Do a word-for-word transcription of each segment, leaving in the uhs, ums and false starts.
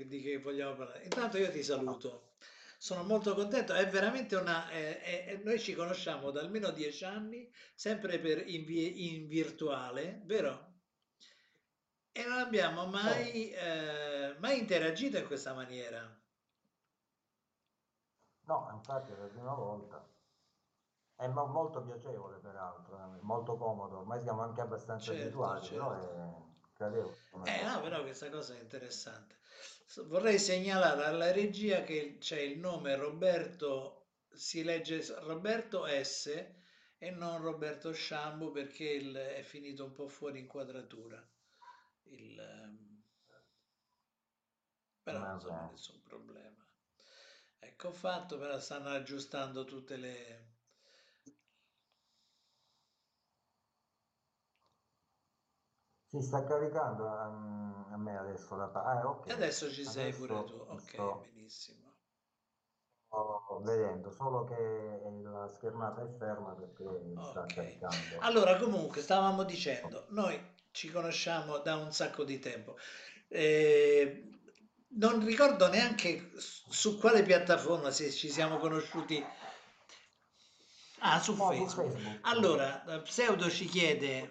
di che vogliamo parlare. Intanto io ti saluto. Sono molto contento, è veramente una... è- è- è- noi ci conosciamo da almeno dieci anni, sempre per in, vi- in virtuale, vero? E non abbiamo Eh, mai, eh, mai interagito in questa maniera. no, infatti è la prima volta. È mo- molto piacevole peraltro, è molto comodo, ormai siamo anche abbastanza Certo, abituati, però certo. è gradevole come Eh, no, cosa. però questa cosa è interessante. S- Vorrei segnalare alla regia che c'è il nome Roberto, si legge s- Roberto S e non Roberto Sciambu perché il- è finito un po' fuori inquadratura. Il, ehm, però insomma Vabbè. nessun problema. Ecco fatto, però stanno aggiustando tutte le... Si sta caricando a, a me adesso la pa- Ah, E ok, adesso ci sei pure tu. adesso ti Ok, sto, benissimo. sto vedendo, solo che la schermata è ferma perché sta Ok, caricando. allora comunque stavamo dicendo, noi ci conosciamo da un sacco di tempo. Eh, non ricordo neanche su quale piattaforma se ci siamo conosciuti. Ah, su No, su Facebook. Facebook. Allora, eh, Pseudo ci chiede,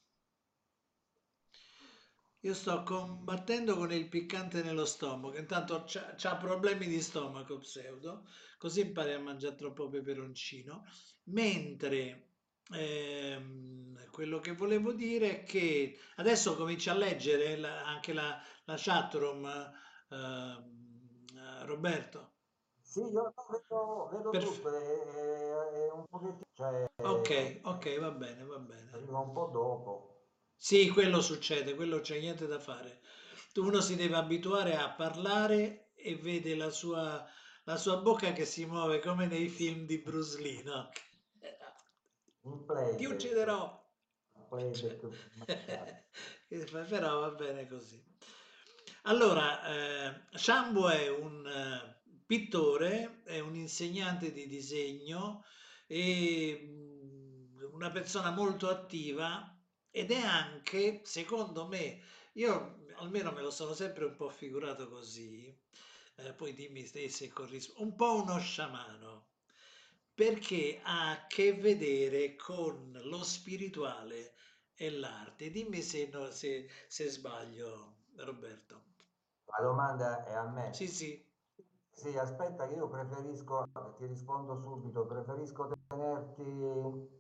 io sto combattendo con il piccante nello stomaco, intanto c'ha, c'ha problemi di stomaco Pseudo, così impari a mangiare troppo peperoncino, mentre ehm, quello che volevo dire è che adesso comincia a leggere la- anche la, la chatroom, ehm, eh, Roberto. Sì, io vedo, vedo tutto, Perf- è, è- è un pochettino, cioè, ok, ok, va bene, va bene. arriva un po' dopo. Sì, quello succede, quello c'è niente da fare. Uno si deve abituare a parlare e vede la sua, la sua bocca che si muove come nei film di Bruce Lee, no? In Ti playback, ucciderò! playback Cioè, macchiato. però va bene così. Allora, eh, Shambo è un eh, pittore, è un insegnante di disegno e mh, una persona molto attiva ed è anche, secondo me, io almeno me lo sono sempre un po' figurato così, eh, poi dimmi se se corrisponde, un po' uno sciamano, perché ha a che vedere con lo spirituale e l'arte. Dimmi se, no- se- se sbaglio, Roberto. La domanda è a Sì, me. sì. Sì, aspetta che io preferisco, ti rispondo subito, preferisco tenerti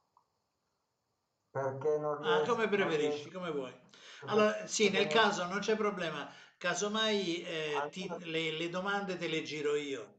perché non Ah, riesco, come non preferisci, riesco, come vuoi. Allora, sì, preferisco nel tenerti caso non c'è problema. Casomai eh, ti- almeno. le, le domande te le giro io.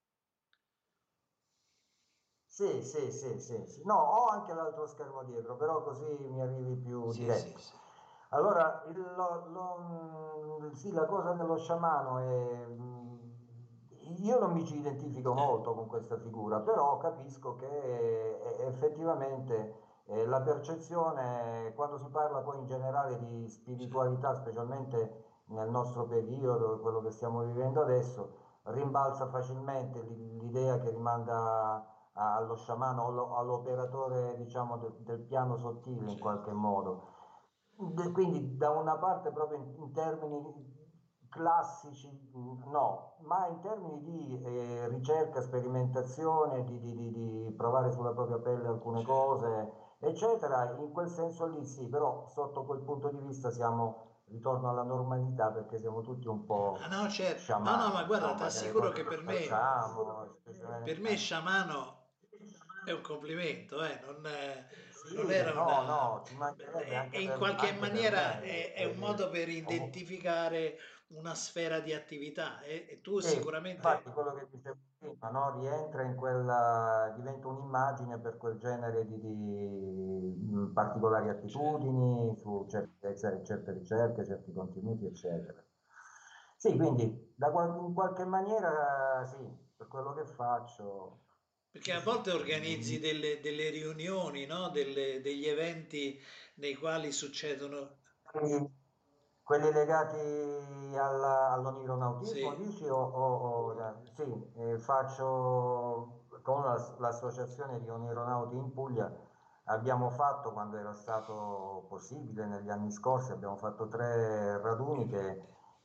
Sì, sì, sì, sì, sì. No, ho anche l'altro schermo dietro, però così mi arrivi più Sì, sì, diretto. sì. Allora, il- lo- lo- mm, sì, la cosa dello sciamano è... mm, io non mi ci identifico Eh, molto con questa figura, però capisco che eh, effettivamente eh, la percezione, quando si parla poi in generale di certo. spiritualità, specialmente nel nostro periodo, quello che stiamo vivendo adesso, rimbalza facilmente l'i- l'idea che rimanda allo sciamano o allo- all'operatore, diciamo, de- del piano sottile in qualche Certo. modo. De- quindi da una parte proprio in, in termini classici, mh, no, ma in termini di eh, ricerca, sperimentazione, di, di- di- di provare sulla propria pelle alcune Certo. cose, eccetera, in quel senso lì sì, però sotto quel punto di vista siamo ritorno alla normalità perché siamo tutti un Ah, po' no, certo. No, no, ma sciamani, guarda, ti insomma, delle assicuro cose che che per me, facciamo, per specialmente... me sciamano è un complimento, eh, non, eh, non Sì, era no, una... no, ci mancherebbe E anche e in per, qualche anche per maniera me. è, è un Eh, modo per oh, identificare una sfera di attività e, e tu sì, infatti sicuramente... quello che dicevo prima, no? Rientra in quella, diventa un'immagine per quel genere di, di, mh, particolari Certo. attitudini su certe, certe ricerche, certi contenuti, eccetera. Sì, quindi da qual- in qualche maniera sì, per quello che faccio, Perché sì, a sì. volte organizzi delle, delle riunioni, no? Delle- degli eventi nei quali succedono... Quelli, quelli legati alla- all'onironautismo, Sì, dici? O, o- o- sì, eh, faccio con la- l'associazione di onironauti in Puglia. Abbiamo fatto, quando era stato possibile negli anni scorsi, abbiamo fatto tre raduni che grande.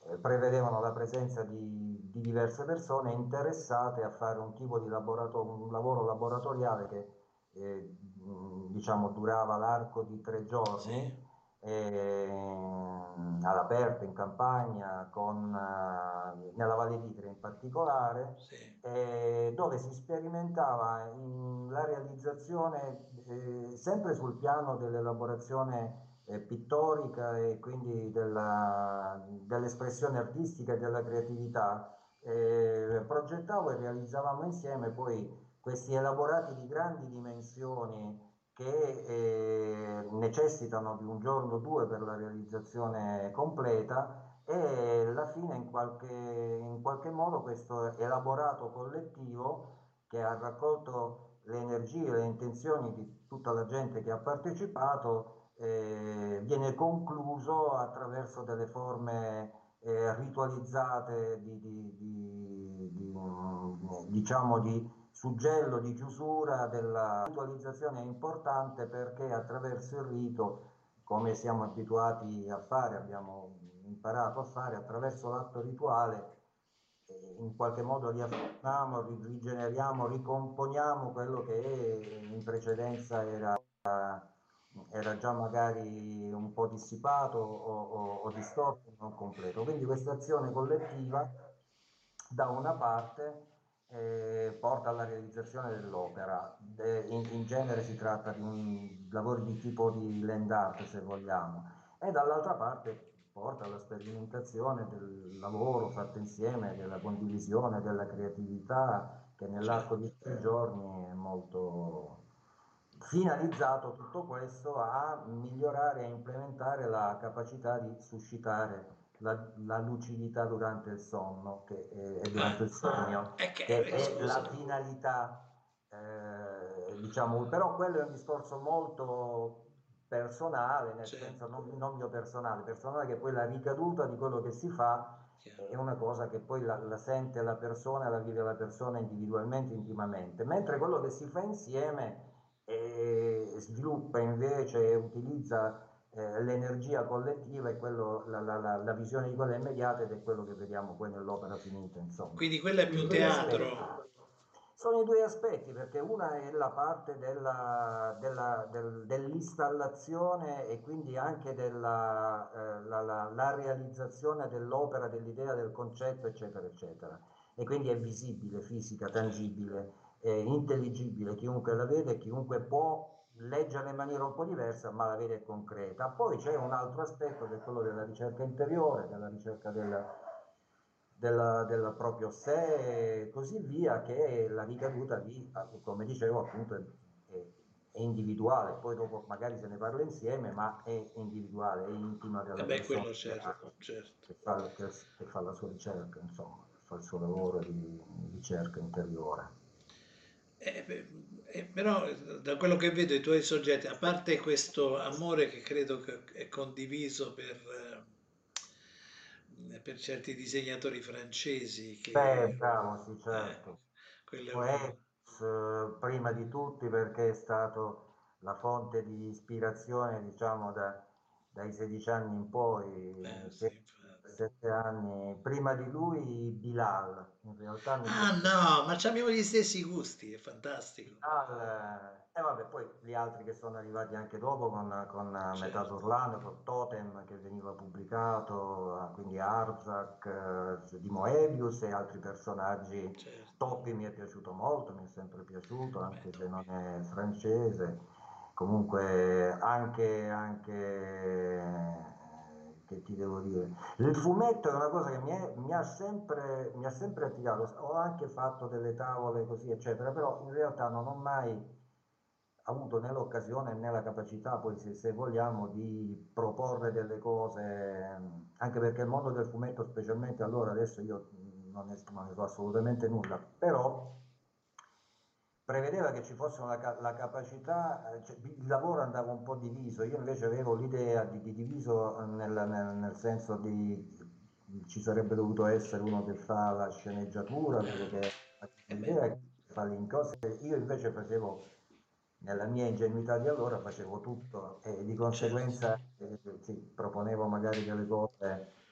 eh, prevedevano la presenza di, di diverse persone interessate a fare un tipo di laborato- un lavoro laboratoriale che eh, mh, diciamo durava l'arco di tre Sì, giorni, ehm, all'aperto in campagna, con, eh, nella Valle d'Itria in particolare, sì, eh, dove si sperimentava in- la realizzazione eh, sempre sul piano dell'elaborazione eh, pittorica e quindi della- dell'espressione artistica e della creatività. Eh, progettavo e realizzavamo insieme poi questi elaborati di grandi dimensioni che eh, necessitano di un giorno o due per la realizzazione completa, e alla fine in qualche, in qualche modo questo elaborato collettivo che ha raccolto le energie e le intenzioni di tutta la gente che ha partecipato eh, viene concluso attraverso delle forme eh, ritualizzate di, di, di, di, mm, diciamo di suggello di chiusura. Della ritualizzazione è importante perché attraverso il rito, come siamo abituati a fare, abbiamo imparato a fare, attraverso l'atto rituale, eh, in qualche modo riaffermiamo, rigeneriamo, ricomponiamo quello che in precedenza era, era già magari un po' dissipato o, o, o distorto, non completo. Quindi questa azione collettiva, da una parte, eh, porta alla realizzazione dell'opera. De- in, in genere si tratta di un lavoro di tipo di land art, se vogliamo, e dall'altra parte porta alla sperimentazione del lavoro fatto insieme, della condivisione, della creatività, che nell'arco di certo. tre giorni è molto finalizzato, tutto questo a migliorare e implementare la capacità di suscitare la, la lucidità durante il sonno, che è, è durante Ah, il sogno, è che, che eh, è la scusa, finalità, eh, diciamo, però quello è un discorso molto personale, nel senso certo, non, non mio personale, personale, che poi la ricaduta di quello che si fa è chiaro. una cosa che poi la, la sente la persona, la vive la persona individualmente, intimamente, mentre quello che si fa insieme eh, sviluppa invece e utilizza eh, l'energia collettiva e quello, la, la, la, la visione di quella immediata, ed è quello che vediamo poi nell'opera finita, insomma. Quindi quello è Quindi più due aspetti. teatro. Sono i due aspetti, perché una è la parte della, della, del, dell'installazione e quindi anche della eh, la, la, la realizzazione dell'opera, dell'idea, del concetto, eccetera, eccetera. E quindi è visibile, fisica, Certo. tangibile, eh, intelligibile, chiunque la vede, chiunque può leggerla in maniera un po' diversa, ma la vede concreta. Poi c'è un altro aspetto che è quello della ricerca interiore, della ricerca del, della, del proprio sé e così via, che la ricaduta di, come dicevo, appunto è, è, è individuale. Poi dopo magari se ne parla insieme, ma è individuale, è intima E della beh, persona quello che, certo, certo. che fa, che, che fa la sua ricerca, insomma, fa il suo lavoro di ricerca interiore. Eh, beh, eh, però eh, da quello che vedo i tuoi soggetti, a parte questo amore che credo che è condiviso per, eh, per certi disegnatori francesi, Beh, che bravo, sì, eh, certo. quello è un... Poetis, eh, prima di tutti perché è stato la fonte di ispirazione, diciamo, da- dai sedici anni in Eh, poi, sì, che infatti. sette anni. Prima di lui Bilal, in realtà mi Ah piace no, ma abbiamo gli stessi gusti, è fantastico. Bilal, eh, e vabbè, poi gli altri che sono arrivati anche dopo con, con eh, Metà Certo, d'Orlando, con Totem che veniva pubblicato, eh, quindi Arzak, eh, di Moebius e altri personaggi. certo. Toppi mi è piaciuto molto, mi è sempre piaciuto, Beh, anche se non Topi. è francese. Comunque anche, anche eh, che ti devo dire? Il fumetto è una cosa che mi, è- mi ha sempre, mi ha sempre attirato. Ho anche fatto delle tavole così, eccetera, però in realtà non ho mai avuto né l'occasione né la capacità, poi se, se vogliamo, di proporre delle cose, ehm, anche perché il mondo del fumetto, specialmente allora, adesso io mh, non ne, non ne so assolutamente nulla, però prevedeva che ci fosse una ca- la capacità, eh, cioè, il lavoro andava un po' diviso. Io invece avevo l'idea di, di diviso nel, nel- nel senso di ci sarebbe dovuto essere uno che fa la sceneggiatura, quello Ah, che ha eh beh, l'idea, che fa le cose. Io invece facevo, nella mia ingenuità di allora, facevo tutto, e di certo. conseguenza eh, sì, proponevo magari delle cose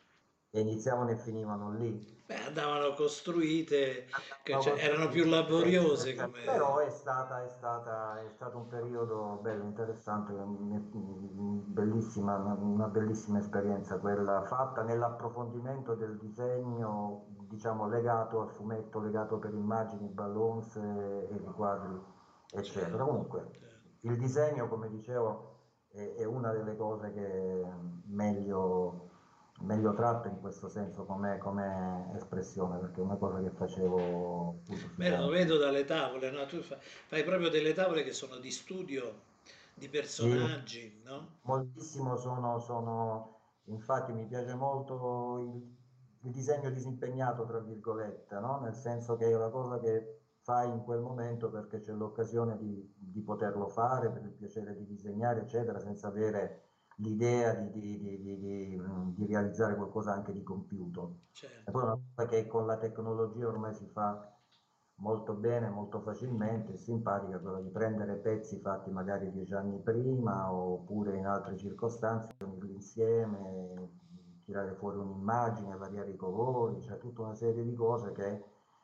e iniziavano e finivano lì. Beh, andavano costruite, che Hanno cioè, erano più costruito, eccetera, laboriose eccetera. Però come... è stata, è stata, è stato un periodo bello, interessante, mm, bellissima, una una bellissima esperienza quella fatta nell'approfondimento del disegno, diciamo, legato al fumetto, legato per immagini, ballons e, e riquadri, eccetera. Certo, Comunque, certo. il disegno, come dicevo, è, è una delle cose che meglio meglio tratto in questo senso come, come espressione, perché è una cosa che facevo appunto sui Beh, lo tempi. vedo dalle tavole, no? Tu fa- fai proprio delle tavole che sono di studio di Sì, personaggi, no? moltissimo sono, sono, infatti mi piace molto il, il disegno disimpegnato, tra virgolette, no? Nel senso che è una cosa che fai in quel momento perché c'è l'occasione di, di poterlo fare, per il piacere di disegnare, eccetera, senza avere l'idea di, di- di- di- di, mh, di realizzare qualcosa anche di compiuto. E poi Certo. una cosa che con la tecnologia ormai si fa molto bene, molto facilmente, è simpatica quella di prendere pezzi fatti magari dieci anni prima oppure in altre circostanze, unirli insieme, tirare fuori un'immagine, variare i colori, cioè tutta una serie di cose che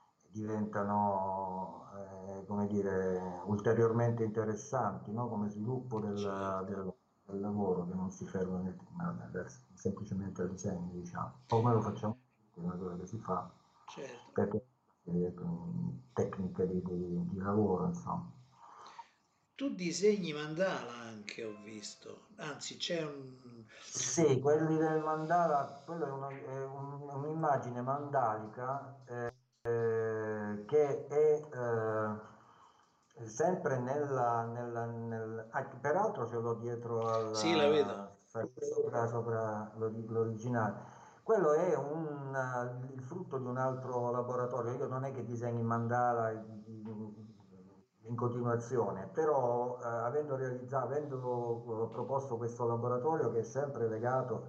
diventano, eh, come dire, ulteriormente interessanti, no? Come sviluppo del, Certo, del- del lavoro che non si ferma nel- nel- semplicemente al disegno, diciamo. Come lo facciamo, è una cosa che si fa certo. perché eh, con tecniche di, di- di lavoro, insomma. Tu disegni mandala anche, ho visto. Anzi, c'è un... Sì, quelli del mandala, quello è una- è un- è un'immagine mandalica eh, che è eh, sempre nella, nella- nel, ah, peraltro ce l'ho dietro Sì, la al vedo. sopra, sopra l'ori- l'originale. Quello è un, eh, il frutto di un altro laboratorio. Io non è che disegni mandala in, in continuazione, però eh, avendo realizzato, avendo eh, proposto questo laboratorio che è sempre legato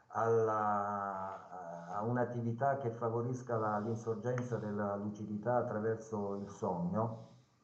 alla- a un'attività che favorisca la- l'insorgenza della lucidità attraverso il sogno,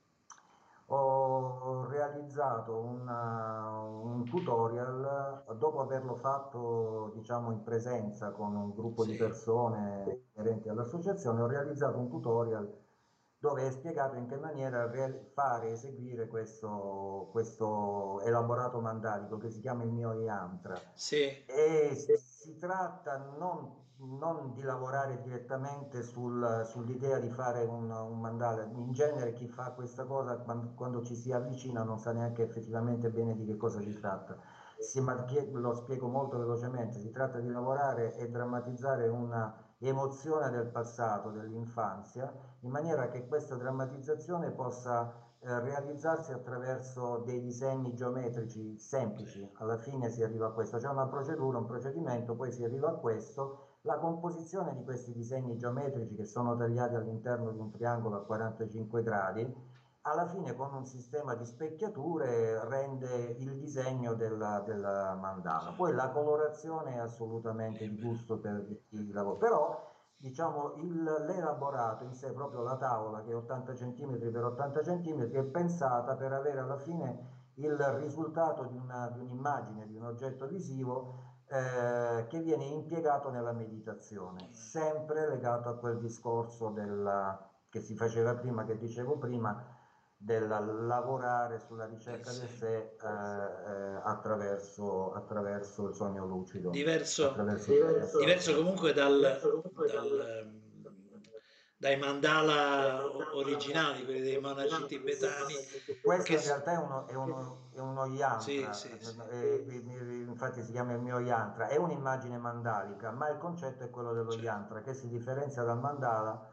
ho realizzato una- un tutorial dopo averlo fatto, diciamo, in presenza con un gruppo di Sì, persone aderenti all'associazione. Ho realizzato un tutorial dove è spiegato in che maniera real- fare, eseguire questo, questo elaborato mandalico che si chiama il mio yantra. sì, E si tratta non, non di lavorare direttamente sul- sull'idea di fare un, un mandala. In genere chi fa questa cosa quando, quando ci si avvicina non sa neanche effettivamente bene di che cosa si tratta. Si, ma- che- lo spiego molto velocemente, si tratta di lavorare e drammatizzare una emozione del passato, dell'infanzia, in maniera che questa drammatizzazione possa eh, realizzarsi attraverso dei disegni geometrici sì, semplici. Alla fine si arriva a questo, c'è una procedura, un procedimento, poi si arriva a questo. La composizione di questi disegni geometrici che sono tagliati all'interno di un triangolo a quarantacinque gradi, alla fine con un sistema di specchiature rende il disegno della, della mandala. certo. Poi la colorazione è assolutamente Eh di beh, gusto per chi lavora, però diciamo il- l'elaborato in sé, proprio la tavola che è ottanta centimetri per ottanta centimetri, è pensata per avere alla fine il risultato di una- di un'immagine, di un oggetto visivo eh, che viene impiegato nella meditazione, sempre legato a quel discorso della- che si faceva prima, che dicevo prima, del lavorare sulla del ricerca del sé. sé eh, eh, attraverso, attraverso il sogno lucido, Diverso, attraverso il diverso diverso. comunque dal, dal, ehm, dai mandala o- originali, quelli dei monaci tibetani, Questo che... in s- realtà è uno, è uno, è uno Sì, yantra, sì, sì. eh, eh, infatti si chiama il mio yantra, è un'immagine mandalica, ma il concetto è quello dello Certo, yantra, che si differenzia dal mandala,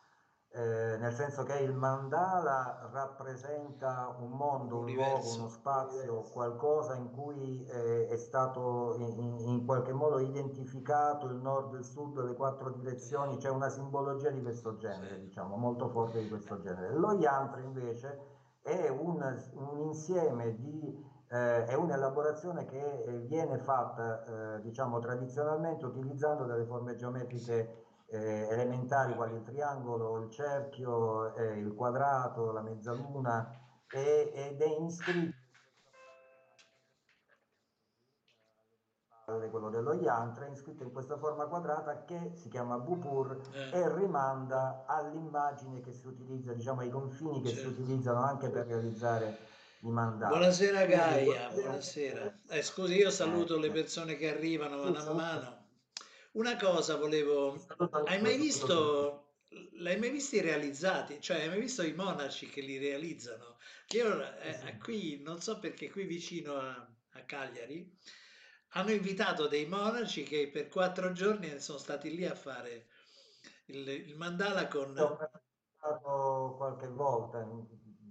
eh, nel senso che il mandala rappresenta un un mondo, un luogo, uno universo. spazio, qualcosa in cui eh, è stato in, in- in qualche modo identificato il nord, il sud, le quattro Sì, direzioni, c'è una simbologia di questo sì. genere, diciamo, molto forte di questo genere. Lo yantra invece è un, un insieme di, eh, è un'elaborazione che eh, viene fatta, eh, diciamo, tradizionalmente utilizzando delle forme Sì, geometriche eh, elementari quali il triangolo, il cerchio, eh, il quadrato, la mezzaluna e- ed è iscritto quello dello yantra, è inscritto in questa forma quadrata che si chiama Bupur Eh, e rimanda all'immagine che si utilizza, diciamo ai confini che si certo. utilizzano anche per realizzare i mandali. Buonasera Quindi Gaia, eh, buonasera. Eh, scusi, io eh, saluto le persone che arrivano sì, mano a saluto, mano. Una cosa ti volevo... saluto Hai anch'io, mai saluto tutti. visto... L'hai mai visti realizzati? Cioè, hai mai visto i monaci che li realizzano? Che io Sì, eh, sì. eh, qui, non so perché, qui vicino a, a Cagliari, hanno invitato dei monaci che per quattro giorni sono stati lì a fare il, il mandala con... Ho partecipato qualche volta in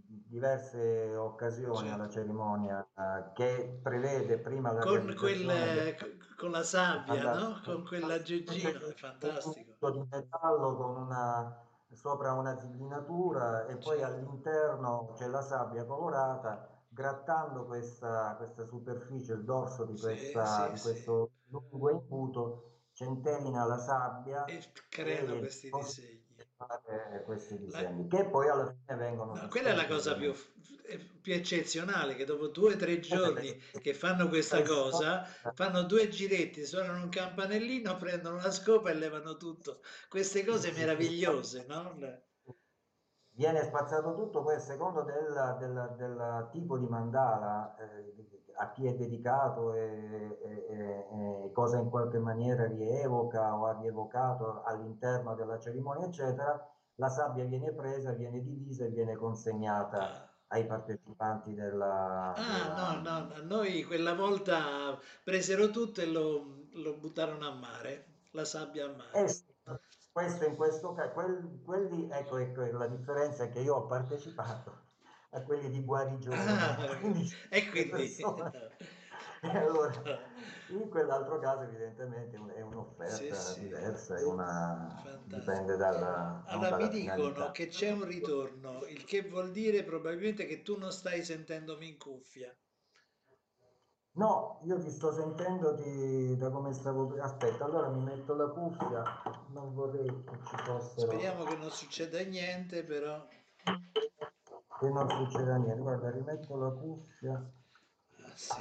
diverse occasioni alla Certo. cerimonia eh, che prevede prima la Con quel, realizzazione del eh, c- con la sabbia, mandale. no? Con quell'aggeggino, è È fantastico. munito di metallo con una, sopra una zigrinatura e poi Certo, all'interno c'è la sabbia colorata. Grattando questa, questa superficie, il dorso di, sì, questa, sì, di sì. questo lungo imbuto, centellina la sabbia E creano e questi possiamo disegni. fare questi La- disegni, che poi alla fine vengono no, quella è la dispersi cosa più, ovviamente. f- eh, più eccezionale, che dopo due o tre giorni che fanno questa cosa, fanno due giretti, suonano un campanellino, prendono la scopa e levano tutto. Queste cose meravigliose, no? Le- Viene spazzato tutto, poi a seconda del, del- del tipo di mandala eh, a chi è dedicato e, e- e- e cosa in qualche maniera rievoca o ha rievocato all'interno della cerimonia, eccetera, la sabbia viene presa, viene divisa e viene Ah, consegnata ai partecipanti della, ah, no, della- no, a noi quella volta presero tutto e lo, lo buttarono a mare, la sabbia a Eh mare. sì, questo in questo caso, quelli, ecco, ecco, la differenza è che io ho partecipato a quelli di guarigione, Ah, quindi e le quindi... persone, e allora in quell'altro caso evidentemente è Sì, un'offerta sì, diversa, è una, fantastico. dipende dalla, non Allora mi dalla dicono finalità. che c'è un ritorno, il che vuol dire probabilmente che tu non stai sentendomi in cuffia. No, io ti sto sentendo di- da come stavo. Aspetta, allora mi metto la cuffia, non vorrei che ci fossero. Speriamo che non succeda niente, però... Che non succeda niente. Guarda, rimetto la cuffia. Ah, sì.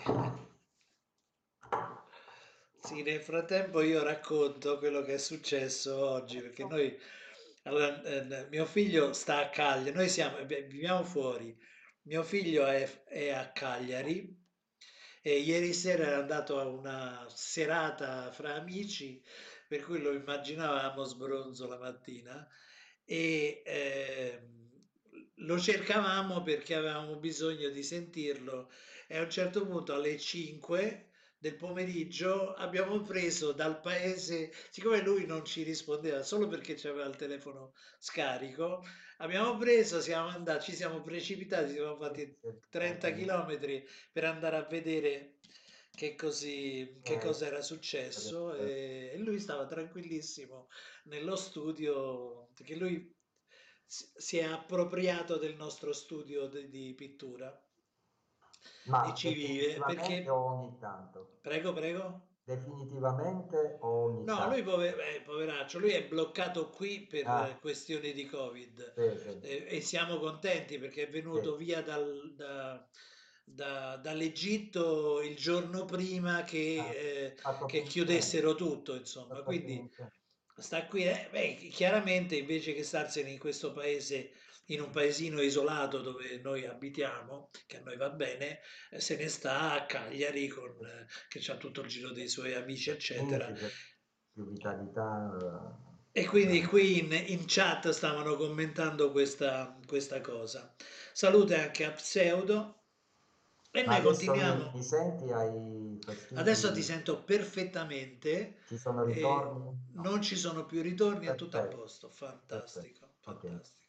Sì, nel frattempo io racconto quello che è successo oggi, perché noi, allora, eh, mio figlio sta a Cagliari, noi siamo, eh, viviamo fuori, mio figlio è, è a Cagliari e ieri sera era andato a una serata fra amici, per cui lo immaginavamo sbronzo la mattina e ehm, lo cercavamo perché avevamo bisogno di sentirlo e a un certo punto alle cinque del pomeriggio abbiamo preso dal paese, siccome lui non ci rispondeva solo perché c'aveva il telefono scarico, abbiamo preso, siamo andati, ci siamo precipitati, ci siamo fatti trenta chilometri per andare a vedere che, così, che Eh, cosa era successo e, e lui stava tranquillissimo nello studio, perché lui si si è appropriato del nostro studio di di pittura e ma ci vive definitivamente perché... o ogni tanto? Prego, prego. Definitivamente o ogni No, lui tanto? pover- eh, poveraccio, lui è bloccato qui per eh, Ah, questioni di Covid sì, sì, eh, e siamo contenti perché è venuto sì. via dal- da- da- dall'Egitto il giorno prima Ah, che, eh, fatto che finire bene, chiudessero tutto, insomma. fatto Quindi finire. sta qui, eh, beh, chiaramente invece che starsene in questo paese, in un paesino isolato dove noi abitiamo, che a noi va bene, eh, se ne sta a Cagliari con, eh, che c'ha tutto il giro dei suoi amici, eccetera. Amici, c'è più vitalità. E eh, quindi eh. qui in, in chat stavano commentando questa, questa cosa. Salute anche a Pseudo e Ma noi adesso mi, continuiamo. mi senti? Hai Adesso ti fastidio? sento perfettamente, Ci sono e ritorni? No. non ci sono più ritorni, è tutto a Perfetto, posto. perfetto. Fantastico, Ok. fantastico.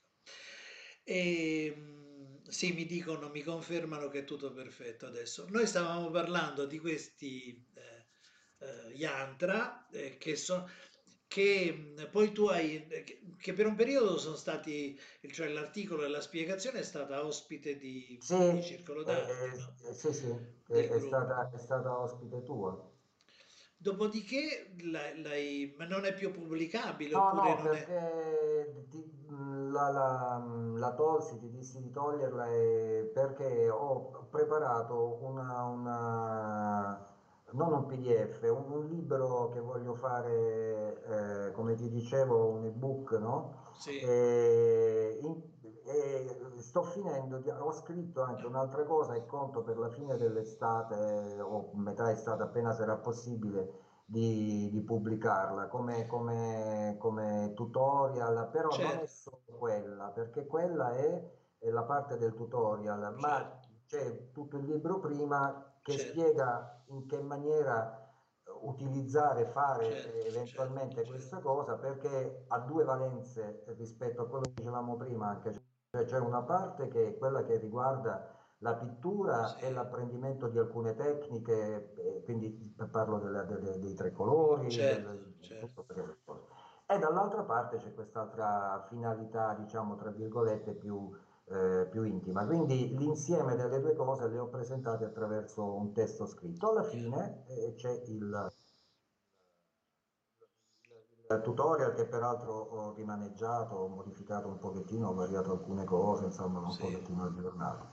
E, mm, sì, mi dicono, mi confermano che è tutto perfetto adesso. Noi stavamo parlando di questi eh, eh, yantra eh, che sono che mh, poi tu hai che, che per un periodo sono stati, cioè l'articolo e la spiegazione è stata ospite di, Sì, di Circolo eh, d'Arte, no? eh, sì, sì, è, Del è stata, gruppo. è stata ospite tua. Dopodiché l'hai, l'hai- ma non è più pubblicabile No, oppure no, non è... perché ti- la, la, la tolsi, ti dissi di toglierla e perché ho preparato una, una non un P D F, un, un libro che voglio fare, eh, come ti dicevo, un ebook, no? Sì, E, in- e sto finendo, di- ho scritto anche un'altra cosa e conto per la fine dell'estate o metà estate, appena sarà possibile, di, di pubblicarla come, come- come tutorial, però non è certo, solo quella, perché quella è, è la parte del tutorial, certo, ma c'è tutto il libro prima che certo, spiega in che maniera eh, utilizzare, fare certo, eh, certo, eventualmente certo. questa cosa, perché ha due valenze rispetto a quello che dicevamo prima, anche, cioè c'è una parte che è quella che riguarda la pittura e Sì, l'apprendimento di alcune tecniche, eh, quindi parlo della- delle- dei tre colori, certo, del, di certo. tutto quelle cose. E dall'altra parte c'è quest'altra finalità, diciamo, tra virgolette, più, eh, più intima. Quindi l'insieme delle due cose le ho presentate attraverso un testo scritto. Alla Chiaro. fine eh, c'è il, il tutorial che peraltro ho rimaneggiato, ho modificato un pochettino, ho variato alcune cose, insomma, un Sì. pochettino aggiornato.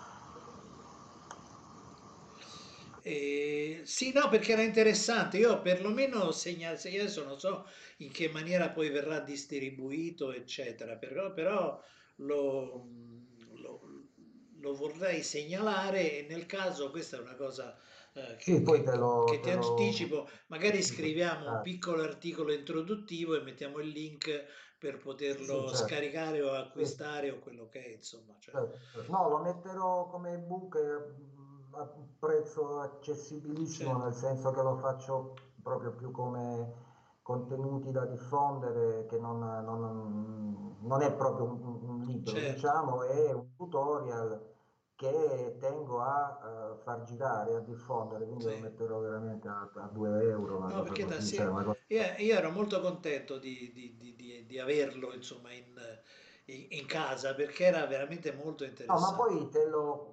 Eh, sì, no, perché era interessante. Io perlomeno segna, se io adesso non so in che maniera poi verrà distribuito, eccetera, però, però lo, lo- lo vorrei segnalare e nel caso, questa è una cosa eh, Sì, che, poi che- te lo, che ti te lo anticipo, magari dico. scriviamo un Ah, piccolo articolo introduttivo e mettiamo il link per sì, sì, poterlo certo. scaricare o Sì, sì, acquistare o quello che è, insomma. Cioè, certo, certo. No, lo metterò come ebook eh, a un prezzo accessibilissimo, certo, nel senso che lo faccio proprio più come contenuti da diffondere, che non, non- non è proprio un, un libro, certo. diciamo, è un tutorial che tengo a eh, far girare, a diffondere, quindi lo Sì. metterò veramente a, a due euro, una No, cosa perché da così, cioè sì, una cosa. io, io ero molto contento di, di- di- di- di averlo, insomma, in, in- in casa perché era veramente molto No, ma interessante. poi te lo,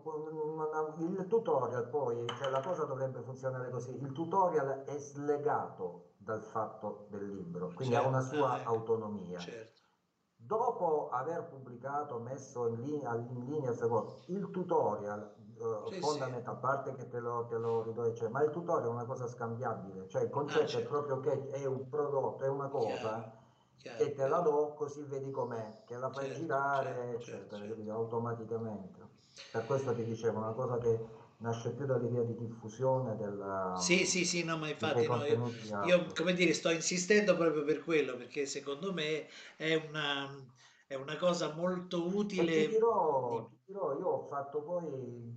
il tutorial poi, cioè la cosa dovrebbe funzionare così, il tutorial è slegato dal fatto del libro, quindi ha una Certo, ah, sua ecco, autonomia. certo. Dopo aver pubblicato, messo in linea, in linea queste cose, il tutorial, eh, Sì, sì, fondamental, a parte che te lo, te lo rido, cioè, ma il tutorial è una cosa scambiabile, cioè il ah, concetto è certo, proprio che è un prodotto, è una chiaro, cosa chiaro, e te la chiaro, do così vedi com'è, che la fai certo, certo, girare, certo, eccetera, certo. capito? Automaticamente. Per questo ti dicevo, una cosa che nasce più dall'idea di diffusione della- Sì, sì, sì, no, ma di quei infatti no, io, contenuti che io, altro. come dire, sto insistendo proprio per quello, perché secondo me è una, è una cosa molto E ti utile. dirò, Dimmi. ti dirò, io ho fatto poi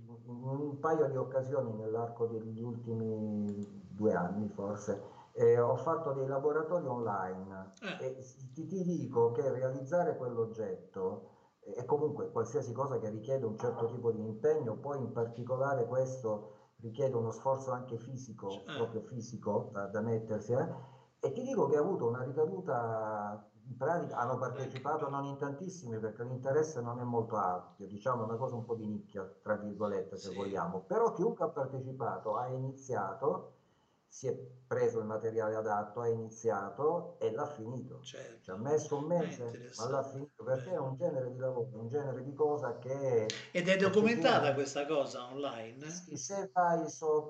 un paio di occasioni nell'arco degli ultimi due anni forse, eh, ho fatto dei laboratori online Ah, e s- ti, ti dico che realizzare quell'oggetto eh, e comunque qualsiasi cosa che richiede un certo tipo di impegno, poi in particolare questo richiede uno sforzo anche fisico, ah, proprio fisico da, da mettersi, eh, e ti dico che ha avuto una ricaduta, in pratica hanno beh, che partecipato bello. non in tantissimi perché l'interesse non è molto ampio, diciamo una cosa un po' di nicchia, tra virgolette, se Sì, vogliamo, però chiunque ha partecipato ha iniziato, si è preso il materiale adatto, ha iniziato e l'ha finito. Ci certo. ha messo un È mese, ma l'ha interessante. finito perché è Bello. un genere di lavoro, un genere di cosa che Ed è documentata effettivamente questa cosa online? sì, se vai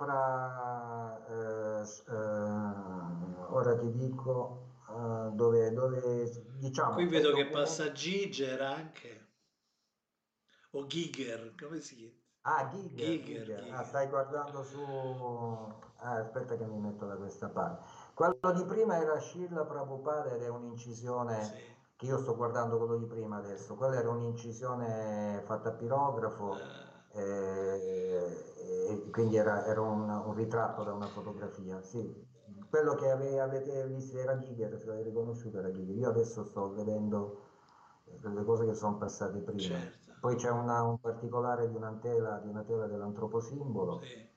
sopra, eh, s- eh, ora ti dico, eh, dove, dove, Qui diciamo, è vedo che documentato. passa Giger anche, o Giger, come si chiama? Ah, Giger, Giger, Giger. Ah, Giger. stai guardando su. Ah, aspetta che mi metto da questa parte. Quello di prima era Srila Prabhupada ed è Sì. un'incisione che io sto guardando quello di prima adesso. Quella era un'incisione fatta a pirografo, Ah, eh, e quindi era, era un, un ritratto da una fotografia. Sì, quello che ave- avete visto era Giger, se l'hai riconosciuto era Giger. Io adesso sto vedendo eh, le cose che sono passate prima. certo. Poi c'è una- un particolare di una tela, di una tela dell'antroposimbolo. Sì.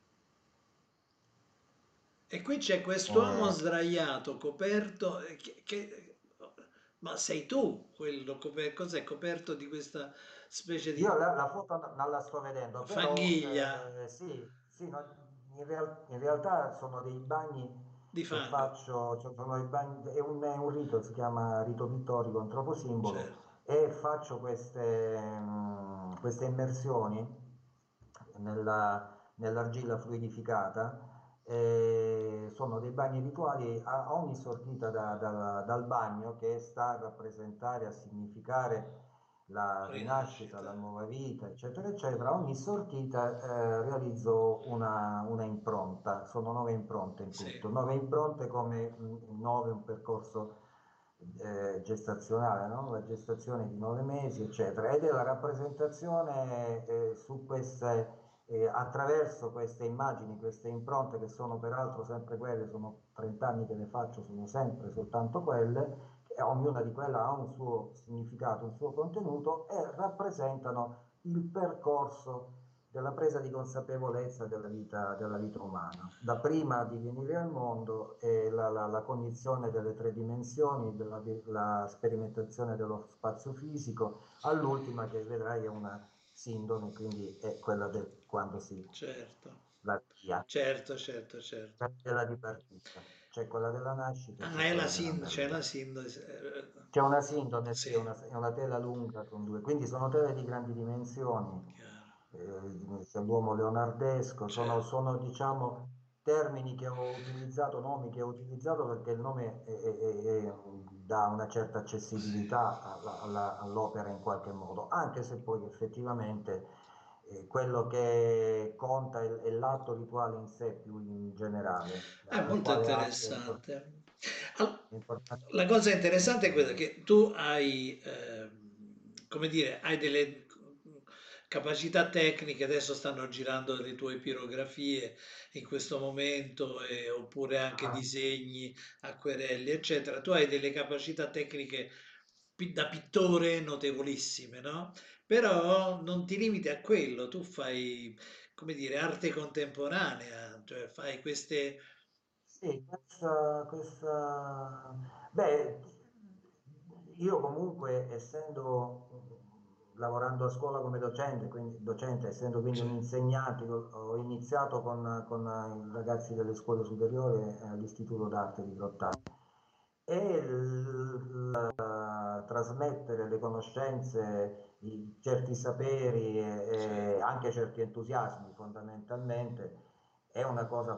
E qui c'è quest'uomo Eh, sdraiato, coperto, eh, che, che- ma sei tu quello coperto, cos'è coperto di questa specie io di la, la foto no- non la sto vedendo, però fanghiglia eh, sì, sì, no, in, real- in realtà sono dei bagni di che fango? faccio, cioè sono i bagni, è un, è un rito, si chiama rito pittorico antroposimbolo, Certo, e faccio queste, mm, queste immersioni nella- nell'argilla fluidificata eh, sono dei bagni rituali a a ogni sortita da- da- dal bagno, che sta a rappresentare, a significare la rinascita, la Rinascita. nuova vita, eccetera, eccetera. A ogni sortita eh, realizzo una, una impronta, sono nove impronte in Sì, tutto, nove impronte come mm, nove un percorso eh, gestazionale, no? La gestazione di nove mesi, eccetera, ed è la rappresentazione eh, su queste, eh, attraverso queste immagini, queste impronte che sono peraltro sempre quelle, sono trenta anni che le faccio, sono sempre soltanto quelle, e ognuna di quelle ha un suo significato, un suo contenuto e rappresentano il percorso della presa di consapevolezza della vita, della vita umana, da prima di venire al mondo e la, la, la cognizione delle tre dimensioni, della, la sperimentazione dello spazio fisico, all'ultima che vedrai è una sindone, quindi è quella del quando si certo, la via, certo, certo, certo. quella di partita. C'è quella della nascita e Ah, c'è è la quella sin- c'è dell'andamento. la sindrome. eh, C'è una sindone, sì, è Sì, una, è una tela lunga con due, quindi sono tele di grandi dimensioni, chiaro, eh, c'è l'uomo leonardesco, sono, certo. sono, diciamo termini che ho utilizzato, nomi che ho utilizzato perché il nome è- è- è- è- dà una certa Sì. accessibilità alla- alla- all'opera in qualche modo, anche se poi effettivamente eh, quello che conta è, è l'atto rituale in sé più in generale, È al molto quale anche è impor- interessante. Al- è importante La cosa interessante è quella mettere. che tu hai, ehm, come dire, hai delle capacità tecniche, adesso stanno girando le tue pirografie in questo momento, e- oppure anche Ah, disegni, acquerelli, eccetera. Tu hai delle capacità tecniche pi- da pittore notevolissime, no? Però non ti limiti a quello, tu fai, come dire, arte contemporanea, cioè fai queste. sì, questa, questa... Beh, io comunque essendo lavorando a scuola come docente, quindi docente, essendo quindi un Cioè, insegnante, ho ho iniziato con, con i ragazzi delle scuole superiori all'Istituto d'Arte di Grottaglie e il- trasmettere le conoscenze, i- certi saperi sì, e, e anche certi entusiasmi fondamentalmente è una cosa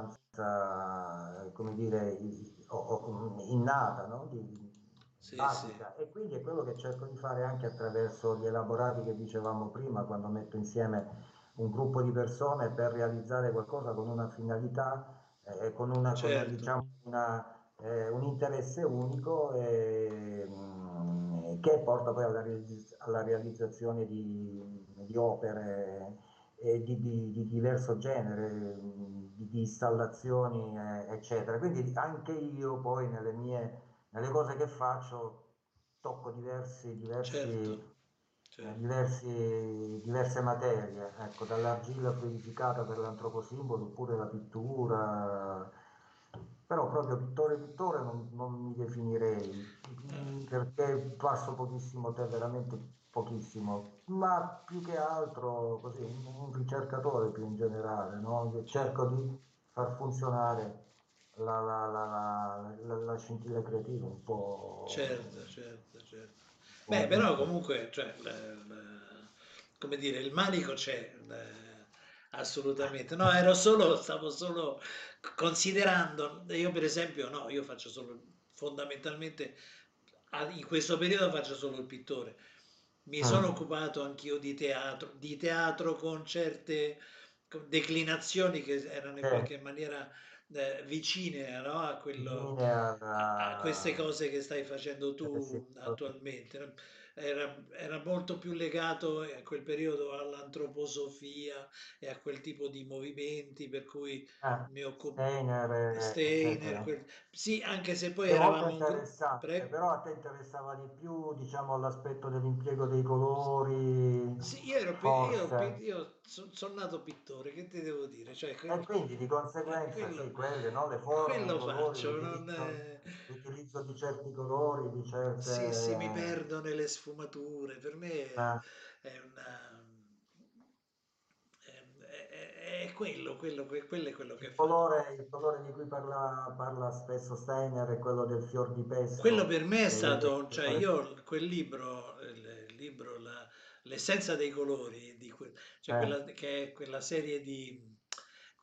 abbastanza, come dire, i- o- o- innata, no? Di- sì, sì, basica e quindi è quello che cerco di fare anche attraverso gli elaborati che dicevamo prima, quando metto insieme un gruppo di persone per realizzare qualcosa con una finalità, eh, con una, con, certo, diciamo, una eh, un interesse unico e, mm, che porta poi alla, realizz- alla realizzazione di, di opere eh, di, di- di diverso genere, mm, di, di installazioni, eh, eccetera. Quindi anche io poi nelle mie, nelle cose che faccio tocco diversi, diversi, certo, eh, certo. diversi- diverse materie, ecco, dall'argilla fluidificata per l'antroposimbolo oppure la pittura, però proprio pittore pittore non, non mi definirei, Ah, mm, perché passo pochissimo tempo, veramente pochissimo, ma più che altro così, un, un ricercatore più in generale, no? Che certo, cerco di far funzionare la, la, la, la, la- la scintilla creativa un po' certo, certo, certo. Beh, però ovunque. comunque, cioè, l- l- come dire, il manico c'è, eh, assolutamente. No, ero solo, stavo solo considerando, io per esempio, no, io faccio solo, fondamentalmente, a- in questo periodo faccio solo il pittore. Mi sono Mm, occupato anch'io di teatro, di teatro con certe con declinazioni che erano in sì, qualche maniera eh, vicine, no, a quello, vicine a, a queste alla... cose che stai facendo eh, sì, tu attualmente, no? Era, era molto più legato a quel periodo all'antroposofia e a quel tipo di movimenti, per cui eh, mi occupo Steiner, eh, Steiner, eccetera. quel- sì, anche se poi È molto eravamo un gruppo. interessante, però a te interessava di più, diciamo, l'aspetto dell'impiego dei colori, Sì, io ero, pi- io, pi- forse. io so- sono nato pittore, che ti devo dire? Cioè, E que- quindi di eh, conseguenza, sì, quello, quelle, no? Le forme, i quello colori, faccio, non l'utilizzo, è- l'utilizzo di certi colori, di sì, sì, mi certe... perdo nelle sfumature, per me è, eh, è una. È, è- è quello, quello, que- quello è quello che il faccio. colore, il colore di cui parla, parla spesso Steiner è quello del fior di Quello per pesto, me è che vede stato, le cioè ore- io quel libro, il, il libro la- L'essenza dei colori, di que- cioè eh, quella, che è quella serie di,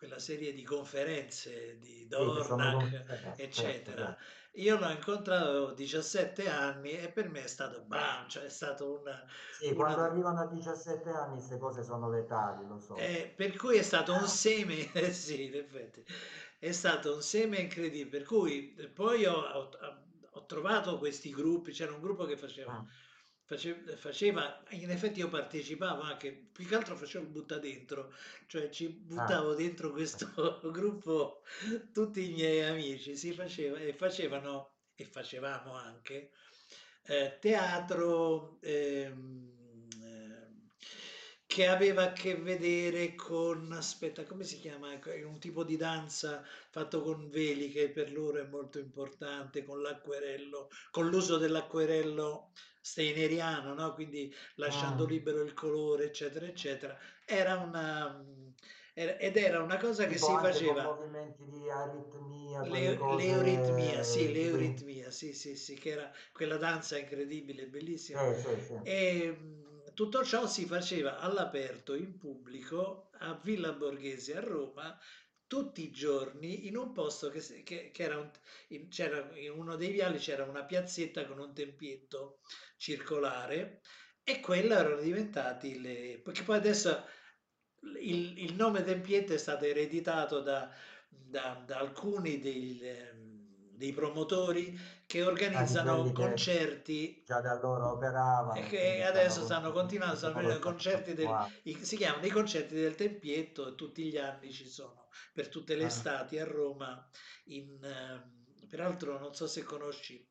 quella serie di conferenze di Sì, che sono Dornach, con... eh, certo, eccetera. certo. Io l'ho incontrato, avevo diciassette anni e per me è stato bam, cioè è stato una, Sì, una quando arrivano a diciassette anni queste cose sono letali, lo so. eh, per cui è stato un seme, eh sì, in effetti, è stato un seme incredibile. Per cui eh, poi ho, ho- ho trovato questi gruppi, c'era un gruppo che faceva, Mm. face- faceva, in effetti io partecipavo anche, più che altro facevo il butta dentro, cioè ci Ah, buttavo dentro questo gruppo tutti i miei amici, si faceva e facevano, e facevamo anche eh, teatro ehm, ehm, che aveva a che vedere con, aspetta, come si chiama? Ecco, è un tipo di danza fatto con veli che per loro è molto importante, con l'acquerello, con l'uso dell'acquerello steineriano, no? Quindi lasciando mm. libero il colore, eccetera, eccetera. Era una, era- ed era una cosa che Tipo si anche con faceva. movimenti di aritmia, quelle Le- L'euritmia, sì, cose di cui... l'euritmia, sì, sì, sì, che era quella danza incredibile, bellissima. Sì, sì, sì. E mh, tutto ciò si faceva all'aperto, in pubblico, a Villa Borghese a Roma, tutti i giorni, in un posto che, si- che- che era un, in, c'era, in uno dei viali c'era una piazzetta con un tempietto circolare e quello erano diventati le... perché poi adesso il, il nome tempietto è stato ereditato da da, da alcuni dei, ehm, dei promotori che Ah, di organizzano quelli che concerti già da allora e operavano e quindi che stanno adesso stanno continuando, continuando, stanno loro venendo stanno concerti del, continuando. i- si chiamano i concerti del Tempietto e tutti gli anni ci sono per tutte le Ah, estati a Roma. In, ehm, peraltro non so se conosci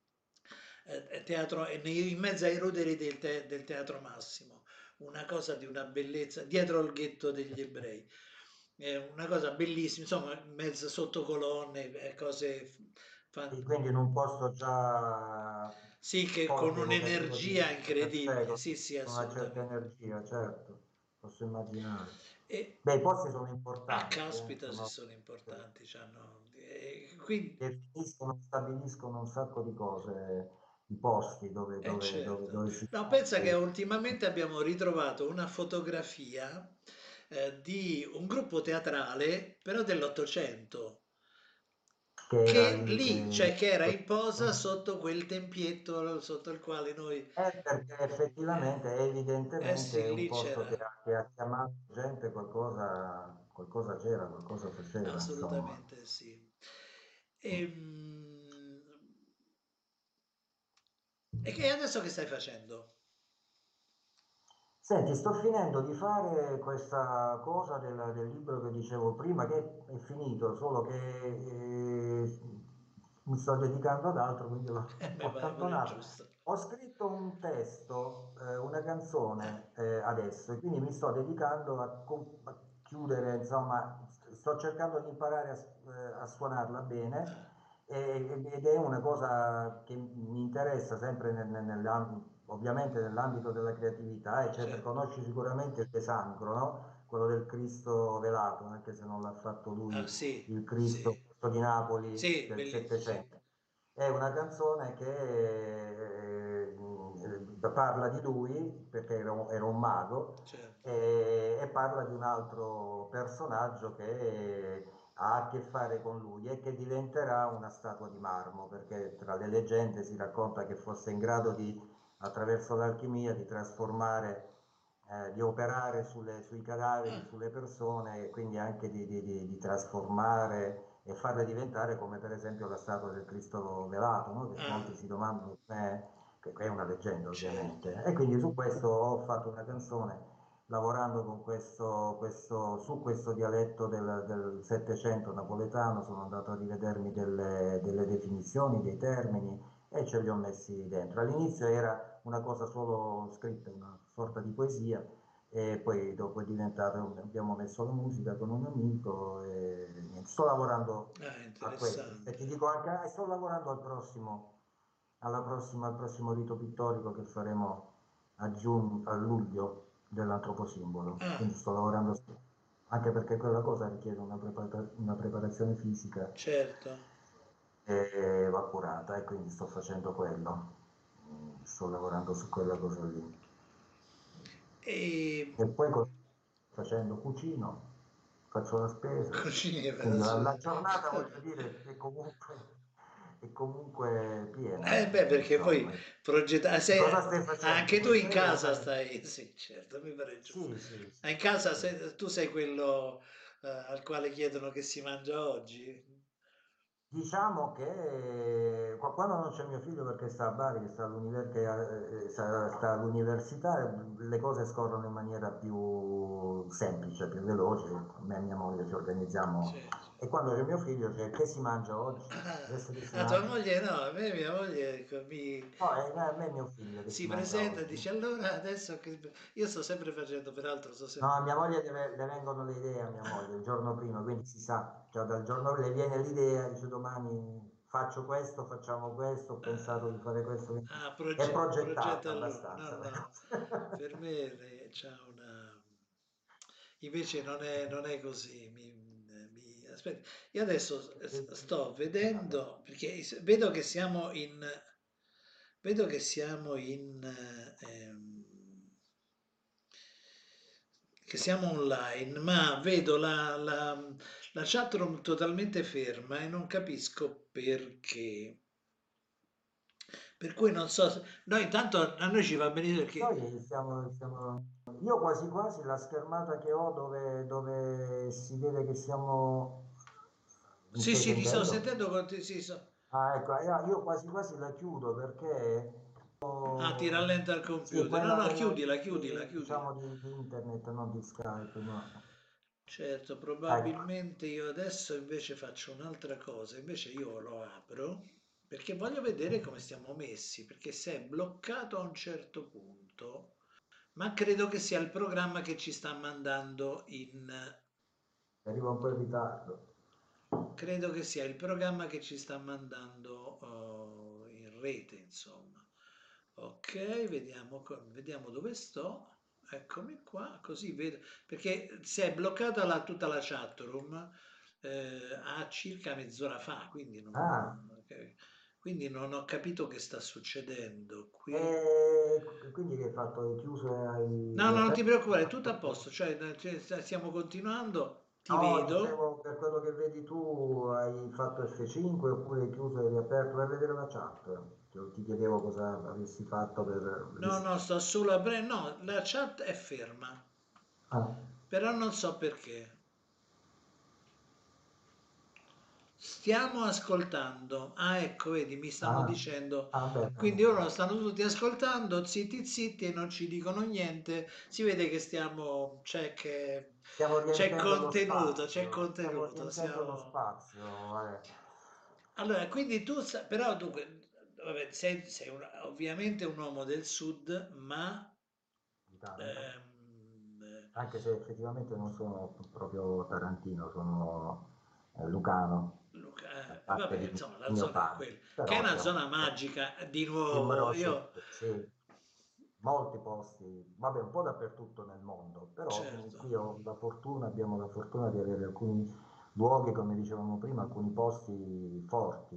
eh, teatro, è nei- in mezzo ai ruderi del, te- del Teatro Massimo, una cosa di una bellezza, dietro al ghetto degli ebrei. È una cosa bellissima, insomma, mezzo sotto colonne, eh, cose sì, fan- quindi in un posto già sì, che con forte, evocativo di un'energia vita per sé, incredibile, con sì, sì, una certa assolutamente. energia, certo, posso immaginare. E, Beh, i posti sono ah, importanti, eh, caspita, se sono... sono importanti, c'hanno- e quindi, definiscono, stabiliscono un sacco di cose, i posti dove, eh dove, dove, certo. dove si No, sta. pensa che ultimamente abbiamo ritrovato una fotografia eh, di un gruppo teatrale, però dell'Ottocento, Che era che lì, lì, che... cioè che era in posa sotto quel tempietto sotto il quale noi... Eh, perché effettivamente, Eh evidentemente, è sì, un lì posto che c'era, ha, che ha chiamato gente, qualcosa, qualcosa c'era, qualcosa faceva, insomma. assolutamente sì. Ehm, E, che adesso che stai facendo? Senti, sto finendo di fare questa cosa del, del libro che dicevo prima, che è finito, solo che eh, mi sto dedicando ad altro, quindi l'ho Eh un beh, po' vai, quello è accantonato. giusto. Ho scritto un testo, eh, una Eh, canzone eh, adesso, e quindi mi sto dedicando a, com- a chiudere, insomma, st- sto cercando di imparare a, s- eh, a suonarla bene e- ed è una cosa che mi interessa sempre nel- nel- nell'ambito, ovviamente nell'ambito della creatività, eccetera. certo. Conosci sicuramente il Desancro, no? Quello del Cristo velato, anche se non l'ha fatto Ah, lui, sì, il Cristo sì, questo di Napoli sì, del bellissimo, sì, Settecento. È una canzone che eh, parla di lui, perché era un, era un mago, certo. e, e parla di un altro personaggio che ha a che fare con lui e che diventerà una statua di marmo, perché tra le leggende si racconta che fosse in grado di, attraverso l'alchimia, di trasformare, eh, di operare sulle- sui cadaveri, Ah, sulle persone e quindi anche di, di- di- di trasformare e farle diventare come per esempio la statua del Cristo velato, no? Che molti ah, si domandano com'è, che è una leggenda certo. ovviamente. E quindi su questo ho fatto una canzone lavorando con questo, questo- su questo dialetto del, del Settecento napoletano, sono andato a rivedermi delle, delle definizioni, dei termini e ce li ho messi dentro. All'inizio era una cosa solo scritta, una sorta di poesia, e poi dopo è diventato, abbiamo messo la musica con un amico e niente, sto lavorando Ah, a questo. E ti interessante. dico anche, ah, sto lavorando al prossimo, alla prossima, al prossimo rito pittorico che faremo a, giugno, a luglio dell'antroposimbolo. Ah, Quindi sto lavorando su- anche perché quella cosa richiede una, prepara- una preparazione fisica certo. e va curata e quindi sto facendo quello. Mm, sto lavorando su quella cosa lì. E E poi co- facendo cucino faccio la spesa, Cucini per quindi la la, sua- la giornata, voglio dire, è comunque, è comunque Eh piena, beh, perché poi insomma. progettare, Cosa se stai facendo? anche tu in Stasera casa sai? stai, sì, certo, mi pare giusto. Sì, sì, Ah, sì, in casa sì. sei- tu sei quello eh, al quale chiedono che si mangia oggi? Diciamo che qua- quando non c'è mio figlio perché sta a Bari, che sta all'univer- che, eh, sta- sta all'università, le cose scorrono in maniera più semplice, più veloce. Me e mia moglie ci Sì, organizziamo. sì. E quando c'è mio figlio, c'è che si mangia oggi? Ah, Adesso che si ah, tua mangia? moglie no, a me mia moglie ecco, mi, No, è a me e mio figlio che si si mangia presenta e oggi. dice allora adesso che... Io sto sempre facendo, peraltro sto No, sempre... a mia moglie deve- le vengono le idee a mia moglie il giorno prima, quindi si sa, già dal giorno le viene l'idea, dice domani faccio questo, facciamo questo, ho pensato di fare questo. Ah, È proge- progetto progettata a lungo. No, abbastanza la no, cosa. per me lei c'ha una... Invece non è, non è così. Mi, mi- Aspetta, io adesso s- sto Vabbè. vedendo, perché s- vedo che siamo in... Vedo che siamo in... ehm, che siamo online, ma vedo la, la, la chatroom totalmente ferma e non capisco perché. Per cui non so, se- noi intanto a noi ci va benissimo perché Noi siamo, siamo- io quasi quasi la schermata che ho dove, dove si vede che siamo... Mi sì, stai sì, ti sto sentendo? sentendo con te, sì, so- Ah, ecco, io io quasi quasi la chiudo perché ah, ti oh, rallenta il sì, computer. No, quella, no, quella chiudila, di, chiudila, chiudila. diciamo di, di internet, non di Skype, no. Certo, Ecco, probabilmente io adesso invece faccio un'altra cosa, invece io lo apro perché voglio vedere come stiamo messi, perché se è bloccato a un certo punto, ma credo che sia il programma che ci sta mandando in... arriva un po' in ritardo. Credo che sia il programma che ci sta mandando eh, in rete, insomma. Ok, vediamo, co- vediamo dove sto. Eccomi qua, così vedo, perché si è bloccata la- tutta la chat room eh, a circa mezz'ora fa, quindi Ah, non, ok, quindi non ho capito che sta succedendo qui. e quindi che hai fatto? Hai chiuso e hai No, no, non ti riaperto? preoccupare, è tutto a posto, cioè, cioè, stiamo continuando, ti No, vedo. dicevo, per quello che vedi tu hai fatto F cinque oppure hai chiuso e riaperto per vedere la chat. Ti ti chiedevo cosa avessi fatto per... No, no, sto solo aprendo. No, la chat è ferma, Ah, però non so perché. Stiamo ascoltando. Ah, ecco, vedi, mi stanno ah, dicendo. ah, beh, meno Quindi ora male. stanno tutti ascoltando, zitti zitti e non ci dicono niente. Si vede che stiamo, c'è che Stiamo c'è riempiendo lo contenuto, c'è spazio, stiamo contenuto. riempiendo lo Siamo... spazio. eh. Allora, quindi tu, sa- però tu, vabbè, sei, sei un- ovviamente un uomo del sud, ma Di Taranto. ehm, eh, Anche se effettivamente non sono proprio tarantino, sono eh, lucano, da Luca, eh, parte vabbè, di, insomma, di la mio zona è padre, quella, che è però una siamo zona magica, di nuovo, numerosi, io, sì, molti posti, vabbè, un po' dappertutto nel mondo, però mh, certo, qui ho la fortuna, abbiamo la fortuna di avere alcuni luoghi, come dicevamo prima, alcuni posti forti,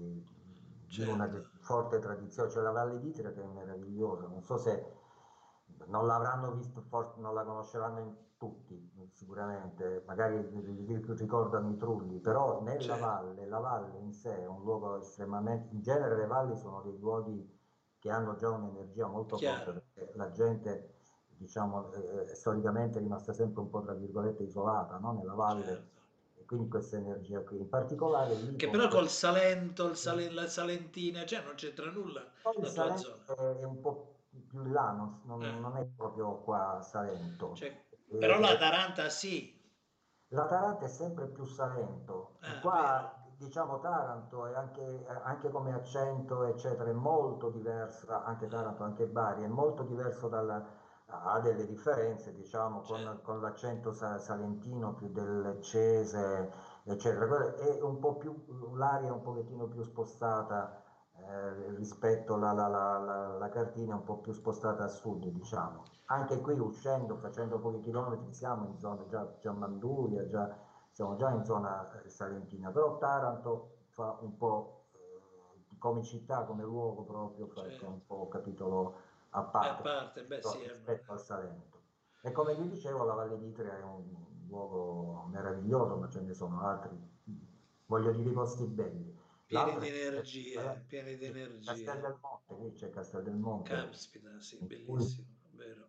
di una certo, forte tradizione, cioè la Valle d'Itria che è meravigliosa, non so se non l'avranno visto, forse non la conosceranno in tutti, sicuramente, magari ri- ri- ricordano i trulli, però nella certo, valle, la valle in sé è un luogo estremamente, in genere le valli sono dei luoghi che hanno già un'energia molto forte chiaro, perché la gente, diciamo, eh, storicamente è rimasta sempre un po' tra virgolette isolata, no? Nella valle certo. e quindi questa energia qui, in particolare lì Che con però col questo. Salento, il Salen- la Salentina, cioè non c'entra nulla Poi il la tua Salento zona. è è un po' più in là, non, non- Eh, non è proprio qua a Salento. cioè, però la E Taranta sì, la Taranta è sempre più Salento. ah, vero, Qua, diciamo, Taranto è anche, anche come accento, eccetera, è molto diversa, anche Taranto, anche Bari, è molto diverso dalla, ha delle differenze, diciamo, con, certo, con l'accento sa- salentino più del Cese, eccetera. Quello è un po' più, l'aria è un pochettino più spostata eh, rispetto alla la, la, la, la cartina, è un po' più spostata a sud, diciamo. Anche qui uscendo, facendo pochi chilometri, siamo in zona già, già Manduria, già, siamo già in zona eh, salentina, però Taranto fa un po' eh, come città, come luogo proprio, fa, fa certo. un po' capitolo a E a parte parte, beh rispetto, sì, eh, rispetto al Salento. E come vi dicevo, la Valle d'Itria è un, un luogo meraviglioso, ma ce ne sono altri, voglio dire i posti belli. Pieni L'altro di è energie, pieni di Castel energie. del Monte, qui c'è Castel del Monte, Caspita, sì, in cui bellissimo, vero.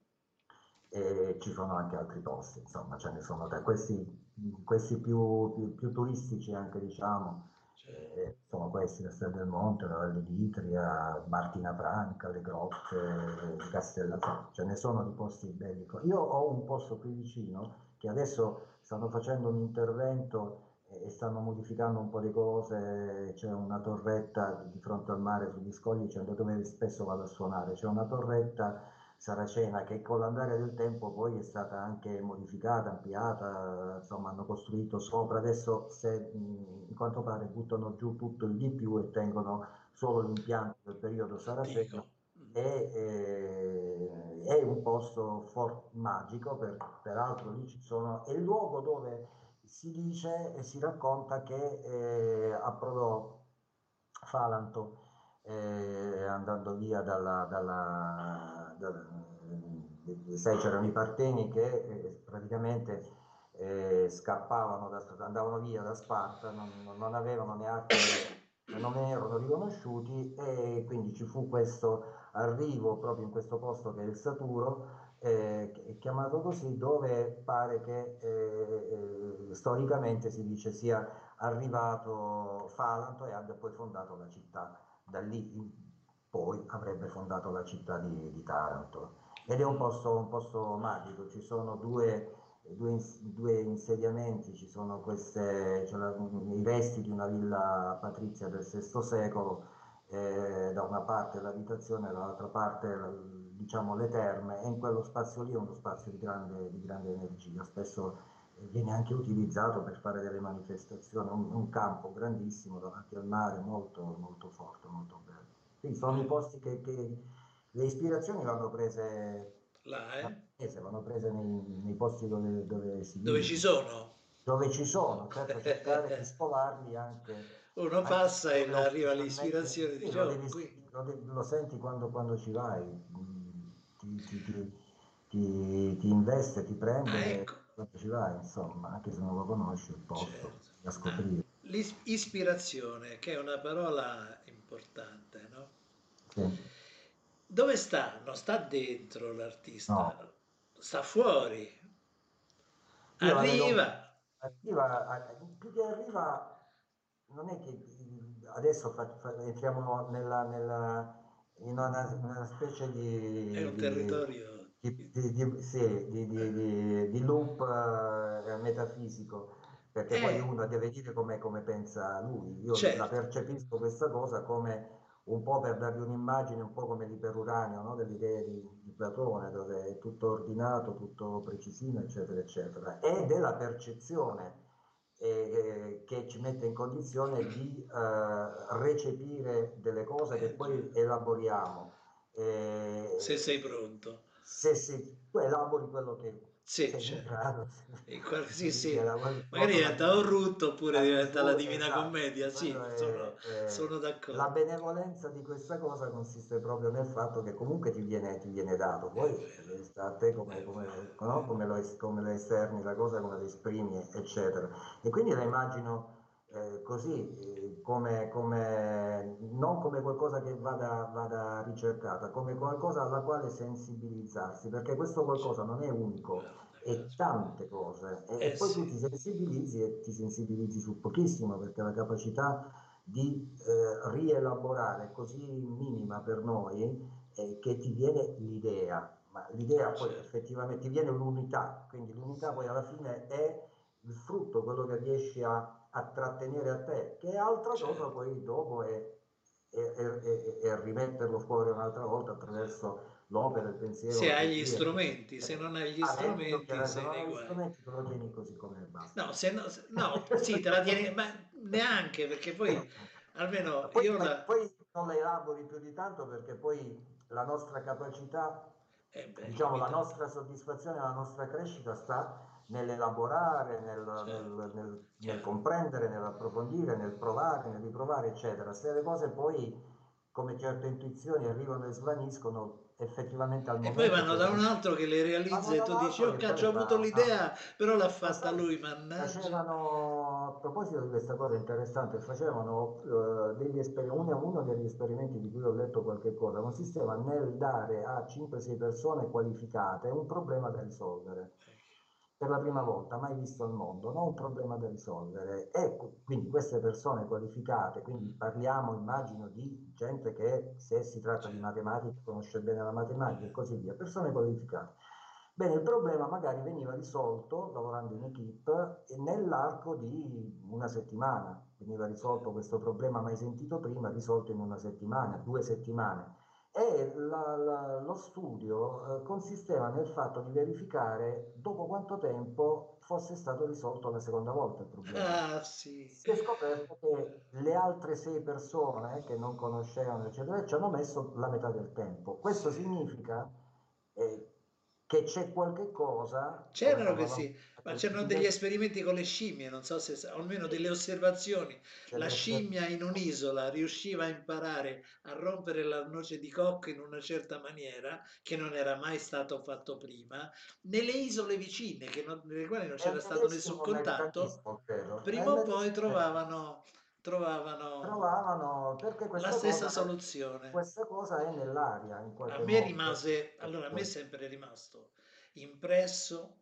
e ci sono anche altri posti, insomma, ce ne sono tre. Questi, questi più, più- più turistici anche, diciamo, Certo. eh, sono questi, Castel del Monte, la Valle d'Itria, Martina Franca, le grotte, eh, Castellazzo, ce ne sono di posti belli. Io ho un posto qui vicino che adesso stanno facendo un intervento e stanno modificando un po' di cose, c'è una torretta di fronte al mare sugli scogli, cioè dove spesso vado a suonare, c'è una torretta saracena che con l'andare del tempo poi è stata anche modificata, ampliata, insomma hanno costruito sopra, adesso se, mh, in quanto pare buttano giù tutto il di più e tengono solo l'impianto del periodo saraceno. Antico. Mm. E, eh, è un posto for- magico, per- peraltro lì ci sono, è il luogo dove si dice e si racconta che eh, approdò Falanto eh, andando via dalla, dalla, dalla- sai, c'erano i parteni che eh, praticamente eh, scappavano, da, andavano via da Sparta, non, non avevano neanche, non erano riconosciuti e quindi ci fu questo arrivo proprio in questo posto che è il Saturo, eh, che- chiamato così, dove pare che eh, eh, storicamente si dice sia arrivato Falanto e abbia poi fondato la città. Da lì in poi avrebbe fondato la città di, di Taranto. Ed è un Wow. posto, un posto magico, ci sono due, due ins- due insediamenti, ci sono queste, c'è la- i resti di una villa patrizia del sesto secolo, eh, da una parte l'abitazione, dall'altra parte la- diciamo le terme, e in quello spazio lì è uno spazio di grande, di grande energia, spesso eh, viene anche utilizzato per fare delle manifestazioni, un, un campo grandissimo davanti al mare, molto, molto forte, molto bello. Quindi sono i Bene. posti che, che le ispirazioni vanno prese, Là, eh? vanno prese, vanno prese nei, nei posti dove, dove si Dove ci vive, sono? dove ci sono, certo cercare di scovarli anche, Uno anche passa e dove arriva ufficialmente, all'ispirazione e sì, dice, lo, oh, devi- qui. lo devi- lo senti quando, quando ci vai, mm, ti, ti- ti- ti- ti investe, ti Ah, prende ecco, quando ci vai, insomma, anche se non lo conosci il posto, certo. da Ah, scoprire. l'ispirazione, che è una parola importante, no? Sì. Dove sta? Non sta dentro No, l'artista, sta fuori. io la vedo un Arriva. po', arriva, a- più che arriva, non è che mm, adesso fa- fa- entriamo nella, nella- in una, una specie È di, un di, territorio. di- di- di- sì, di- di- di- di loop eh, metafisico, perché poi Eh, uno deve dire come, come pensa lui. Io la certo, percepisco questa cosa come un po' per dargli un'immagine, un po' come l'iperuranio, no? Dell'idea di, di Platone, dove è tutto ordinato, tutto precisino, eccetera, eccetera. E della percezione eh, che ci mette in condizione di eh, recepire delle cose che eh, poi già. elaboriamo. Se sei Eh, pronto. se, se tu elabori quello che Sì, sei in certo. grado In qual- sì, di, di sì. elaborare, in Magari modo da, diventa o Ruth oppure da diventa la misura, Divina esatto. Commedia. Quello Sì, sono, è, è- sono la d'accordo. benevolenza di questa cosa consiste proprio nel fatto che comunque ti viene, ti viene dato, È poi vero, eh, sta a te come, è come, vero, no? Come lo, es- come lo esterni la cosa, come lo esprimi, eccetera. E quindi la immagino eh, così, eh, come, come- non come qualcosa che vada, vada ricercata, come qualcosa alla quale sensibilizzarsi, perché questo Cioè, qualcosa non è unico, guarda è caso. tante cose e, e Eh poi tu sì, ti sensibilizzi e ti sensibilizzi su pochissimo, perché la capacità di eh, rielaborare è così minima per noi eh, che ti viene l'idea, ma l'idea poi certo. effettivamente ti viene l'unità, quindi l'unità Sì, poi alla fine è il frutto, quello che riesci a, a trattenere a te, che è altra cosa certo. poi dopo è, è, è- è- è rimetterlo fuori un'altra volta attraverso l'opera, il pensiero, Se la hai gli poesia, eccetera, strumenti, se eccetera. non hai gli Avendolo, strumenti chiaro, se sei non nei hai gli guai. strumenti te lo tieni così come basta. No, se no, se- no, sì, te la tieni, ma neanche perché poi almeno Poi, io la... poi non la elabori più di tanto perché poi la nostra capacità, Eh beh, diciamo, la limitata, nostra soddisfazione, la nostra crescita sta nell'elaborare, nel, certo, nel- nel- nel chiaro. comprendere, nell'approfondire, nel provare, nel riprovare, eccetera. Se le cose poi, come certe intuizioni, arrivano e svaniscono, effettivamente al E poi momento vanno da un potrebbe... altro che le Vanno realizza e da tu un dici, altro oh che poi caccio, ho avuto fa una... l'idea, però l'ha Ma fatta sai, lui, mannaggia. facevano, a proposito di questa cosa interessante, facevano eh, degli esperimenti, uno, uno degli esperimenti di cui ho letto qualche cosa, consisteva nel dare a cinque sei persone qualificate un problema da risolvere. Per la prima volta, mai visto al mondo, no? Un problema da risolvere. E quindi queste persone qualificate, quindi parliamo, immagino, di gente che se si tratta di Cioè, matematica conosce bene la matematica e così via, persone qualificate. Bene, il problema magari veniva risolto lavorando in equipe e nell'arco di una settimana. Veniva risolto questo problema mai sentito prima, risolto in una settimana, due settimane. E la- la- lo studio eh, consisteva nel fatto di verificare dopo quanto tempo fosse stato risolto la seconda volta il problema. ah sì, Si è scoperto che le altre sei persone che non conoscevano, eccetera, ci hanno messo la metà del tempo. Questo sì. significa eh, che c'è qualche cosa, come C'erano che parlavamo sì, ma del c'erano degli cosiddetto esperimenti con le scimmie, non so se, sa- o almeno delle osservazioni. La delle scimmia in osservazioni. un'isola riusciva a imparare a rompere la noce di cocco in una certa maniera, che non era mai stato fatto prima. Nelle isole vicine, che non- nelle quali non È il c'era stato nessun medesimo contatto, meccanismo, credo. È il prima o poi medesimo meccanismo. trovavano, trovavano Trovavano, perché la questa stessa cosa, soluzione. questa cosa è nell'aria in A qualche me modo. rimase, allora a me è sempre rimasto impresso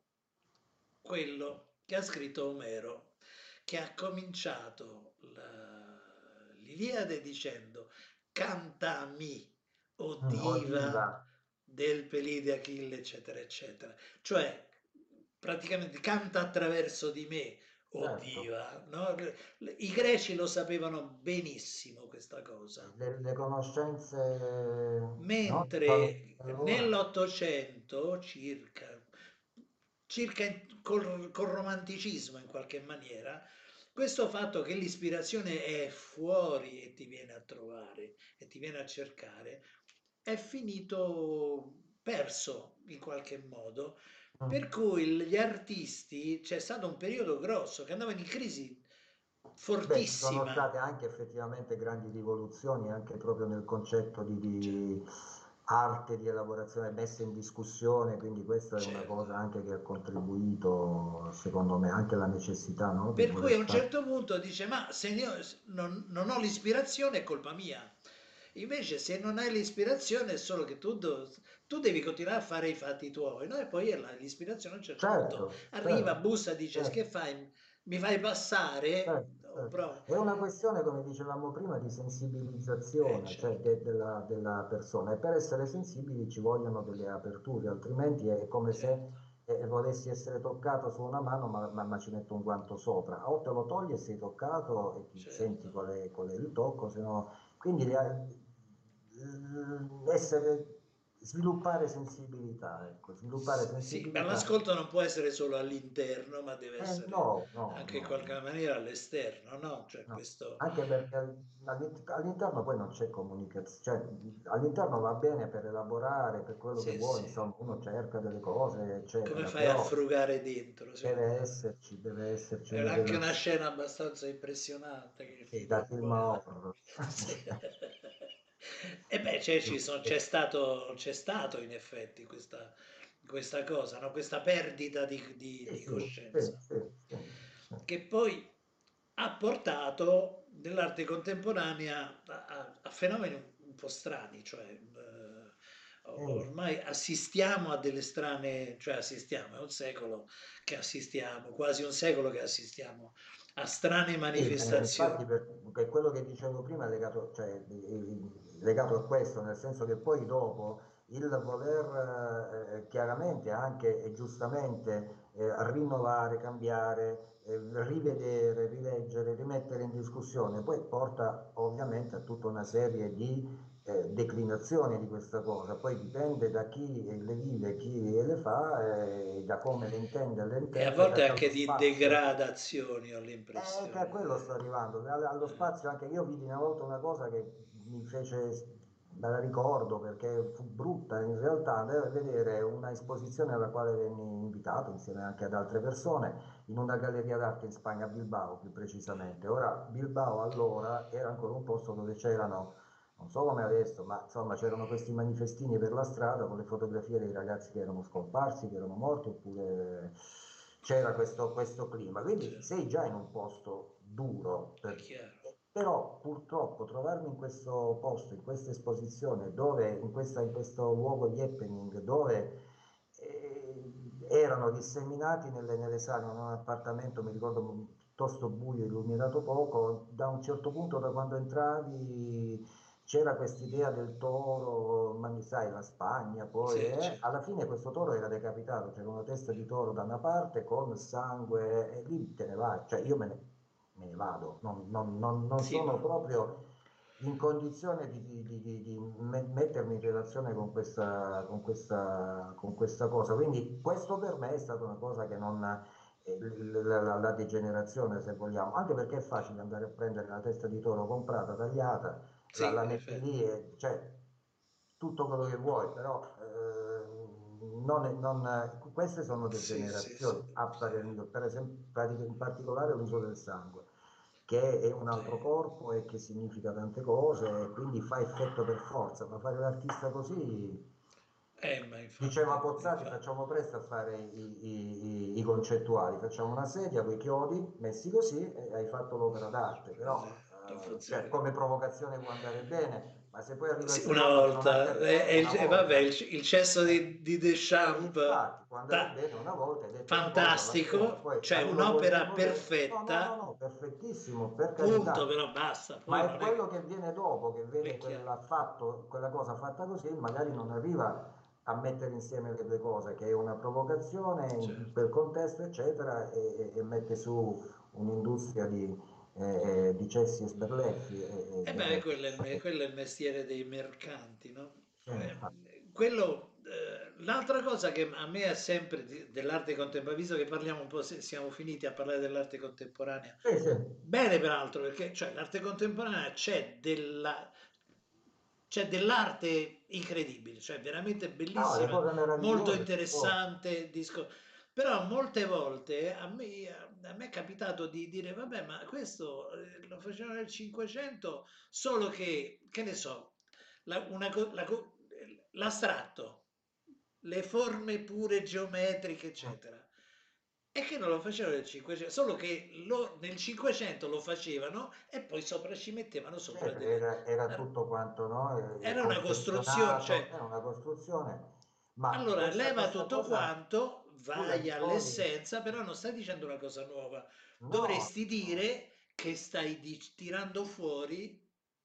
quello che ha scritto Omero, che ha cominciato la- l'Iliade dicendo cantami, o Mm, diva Odiva. del Pelide Achille, eccetera, eccetera. Cioè, praticamente canta attraverso di me, o Certo, diva, no? I greci lo sapevano benissimo questa cosa. le, le conoscenze, no? Mentre Allora, nell'Ottocento circa, circa in- col, col romanticismo in qualche maniera, questo fatto che l'ispirazione è fuori e ti viene a trovare e ti viene a cercare, è finito perso in qualche modo, per mm. cui gli artisti, c'è stato un periodo grosso che andavano in crisi Beh, ci sono fortissima. state anche effettivamente grandi rivoluzioni anche proprio nel concetto di, Cioè, di arte di elaborazione messa in discussione, quindi questa è una certo. cosa anche che ha contribuito, secondo me, anche alla necessità, no, di Per cui voler a un stare. certo punto dice: Ma se io non, non ho l'ispirazione, è colpa mia. Invece, se non hai l'ispirazione, è solo che tu, do- tu devi continuare a fare i fatti tuoi, no? E poi è la- l'ispirazione a un certo punto Certo, arriva, certo, bussa, dice: Che certo. fai? Mi fai passare? Certo, Oh, certo. bravo. È una questione, come dicevamo prima, di Eh, sensibilizzazione, cioè certo, de- della, della persona. E per essere sensibili ci vogliono delle aperture, altrimenti è come se certo, eh, volessi essere toccato su una mano, ma, ma- ma ci metto un guanto sopra. O te lo togli e sei toccato e ti senti certo. qual è, qual è il tocco, se no... Quindi eh, essere, sviluppare sensibilità, ecco, sviluppare S- Sì, ma sensibilità. l'ascolto non può essere solo all'interno, ma deve Eh, essere no, no, anche in no, qualche no. maniera all'esterno, no? Cioè, No, questo. anche perché al- all'in- all'interno poi non c'è comunicazione, cioè all'interno va bene per elaborare, per quello che Sì, vuoi, sì. insomma, uno cerca delle cose, Come eccetera, fai a però frugare dentro? Sì. deve esserci, deve esserci È una anche una relazione scena abbastanza impressionante che sì, finisce da un film po'. horror. Sì. E beh, c'è, ci sono- c'è stato, c'è stato in effetti questa, questa cosa, no? Questa perdita di, di- Sì, di sì, sì, coscienza, sì, sì, sì. che poi ha portato nell'arte contemporanea a, a- a fenomeni un, un po' strani, cioè eh, Eh, ormai assistiamo a delle strane, cioè assistiamo, è un secolo che assistiamo, quasi un secolo che assistiamo a strane Sì, eh, infatti manifestazioni. perché quello che dicevo prima è legato, cioè, eh, legato a questo, nel senso che poi dopo il voler eh, chiaramente anche e giustamente eh, rinnovare, cambiare, eh, rivedere, rileggere, rimettere in discussione, poi porta ovviamente a tutta una serie di eh, declinazioni di questa cosa, poi dipende da chi le vive, chi le fa, eh, da come le intende, le E a interpreta, volte e anche dallo di spazio. degradazioni ho Eh, che a l'impressione. quello sto arrivando, All- allo Eh, spazio anche io vidi una volta una cosa che mi fece, me la ricordo perché fu brutta in realtà, andare a vedere una esposizione alla quale venni invitato insieme anche ad altre persone in una galleria d'arte in Spagna, a Bilbao più precisamente. Ora, Bilbao allora era ancora un posto dove c'erano non so come adesso, ma insomma c'erano questi manifestini per la strada con le fotografie dei ragazzi che erano scomparsi, che erano morti, oppure c'era questo, questo clima. Quindi Cioè, sei già in un posto duro, è per- chiaro. però purtroppo trovarmi in questo posto, in questa esposizione, dove, in, questa- in questo luogo di happening, dove eh, erano disseminati nelle, nelle sale, in un appartamento, mi ricordo piuttosto buio, illuminato poco, da un certo punto da quando entravi c'era quest'idea del toro, ma mi sai, la Spagna, poi Sì, eh, certo. alla fine questo toro era decapitato, c'era una testa di toro da una parte con sangue e lì te ne vai, cioè io me ne, me ne vado, non, non- non- non Sì, sono ma proprio in condizione di, di- di- di- di me- mettermi in relazione con questa, con questa, con questa cosa. Quindi questo per me è stata una cosa che non... eh, l- La, la- la degenerazione, se vogliamo, anche perché è facile andare a prendere la testa di toro comprata, tagliata, la, sì, la metti perfetto. lì e cioè tutto quello che vuoi, però eh, non è- non- queste sono Sì, sì, sì, degenerazioni, a sì, parer mio, per esempio, pratica- in particolare l'uso del sangue, che è un sì. altro corpo e che significa tante cose, e quindi fa effetto per forza, ma fare l'artista così, Eh, ma infatti, diceva Pozzati, infatti. facciamo presto a fare i, i- i- i concettuali, facciamo una sedia con i chiodi messi così e hai fatto l'opera d'arte, però Non eh, cioè, funziona. come provocazione può andare bene, ma se poi arriva il Sì, una fenomeno non volta, accade, e, eh, una e- e vabbè, volta, il, il cesso eh, di, di eh, Deschamps, infatti, può andare ta- bene una volta, hai detto una cosa, va bene, fantastico, poi cioè arriva quel un'opera modello, no, no, no, perfetta, no, perfettissimo, per punto, carità, però basta, ma poi è non è quello che... che viene dopo, che vede È chiaro. quella, fatto, quella cosa fatta così, magari non arriva a mettere insieme le due cose, che è una provocazione in in Certo. quel contesto, eccetera, e, e mette su un'industria di, eh, di cessi e sberleffi. E, E e- beh, e- quello è il, me- quello è il mestiere dei mercanti, no? e infatti, Eh, quello, eh, l'altra cosa che a me è sempre di- dell'arte contemporanea, visto che parliamo un po', se siamo finiti a parlare dell'arte contemporanea, sì, sì. bene peraltro, perché cioè, l'arte contemporanea c'è della, c'è dell'arte incredibile, cioè veramente No, le bellissima, cose molto meravigliose ci sono. interessante, disco. Però molte volte a me, a me è capitato di dire, vabbè, ma questo eh, lo facevano nel cinquecento, solo che, che ne so, la- una co- la co- l'astratto, le forme pure geometriche, eccetera. E che non lo facevano nel cinquecento, solo che lo- nel cinquecento lo facevano e poi sopra ci mettevano sopra Certo, delle... era, era tutto quanto no, eh, Era una costruzione, confezionato, cioè era una costruzione, ma allora, questa, leva questa tutto cosa quanto, tu la vai ritrovi, all'essenza, però non stai dicendo una cosa nuova. no, Dovresti no, dire che stai di- tirando fuori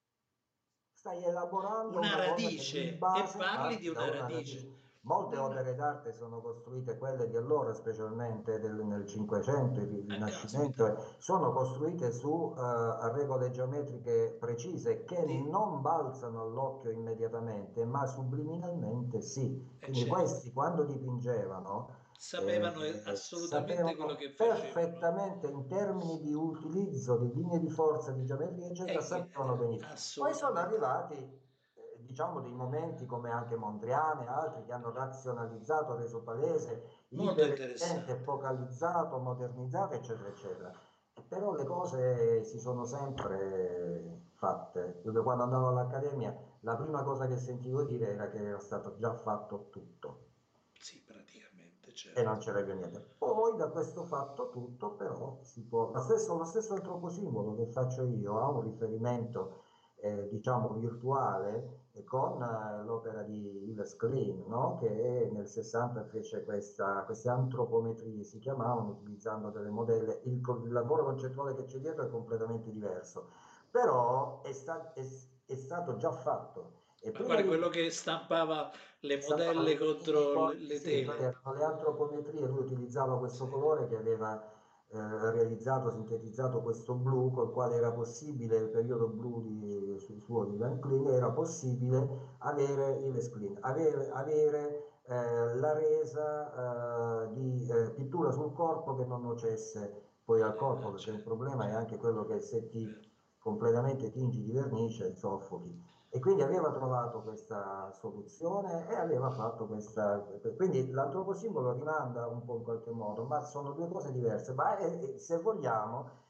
stai elaborando una una cosa che di radice e base parli di parti da una una radice. radice. Molte Non... opere d'arte sono costruite, quelle di allora, specialmente del- nel Cinquecento, il Eh, caspita. Rinascimento, eh, sono costruite su eh, regole geometriche precise che Di... non balzano all'occhio immediatamente, ma subliminalmente sì. Eh, Quindi certo. questi quando dipingevano Sapevano eh, eh, assolutamente quello sapevano che facevano. perfettamente in termini di utilizzo di linee di forza, di geometria, eccetera, E che... sapevano eh, benissimo. Poi sono assolutamente. arrivati, eh, diciamo, dei momenti come anche Mondriane e altri che hanno razionalizzato, reso palese, Molto iperevidente, interessante. focalizzato, modernizzato, eccetera, eccetera. E però le cose si sono sempre fatte. Io quando andavo all'accademia, la prima cosa che sentivo dire era che era stato già fatto tutto Sì, praticamente, e non certo. c'era più niente. Poi da questo fatto tutto però si può, lo stesso, lo stesso antroposimbolo che faccio io ha un riferimento eh, diciamo virtuale eh, con eh, l'opera di Yves Klein, no? Che nel sessanta fece questa, queste antropometrie, si chiamavano, utilizzando delle modelle, il, co- il lavoro concettuale che c'è dietro è completamente diverso, però è, sta- è è stato già fatto. E Ma prima guarda, di quello che stampava le stampava modelle le linee contro con, le sì, le sì, quelle tele. erano le antropometrie, lui utilizzava questo Sì, colore che aveva eh, realizzato, sintetizzato questo blu, col quale era possibile, il periodo blu di, su- suo di Van Cleef, era possibile avere il Clean, avere, avere eh, la resa eh, di eh, pittura sul corpo che non nocesse poi al corpo, eh, perché un certo, problema è certo, anche quello che se ti vero. completamente tingi di vernice soffochi. E quindi aveva trovato questa soluzione e aveva fatto questa... Quindi l'antroposimbolo rimanda un po' in qualche modo, ma sono due cose diverse. Ma eh, eh, se vogliamo,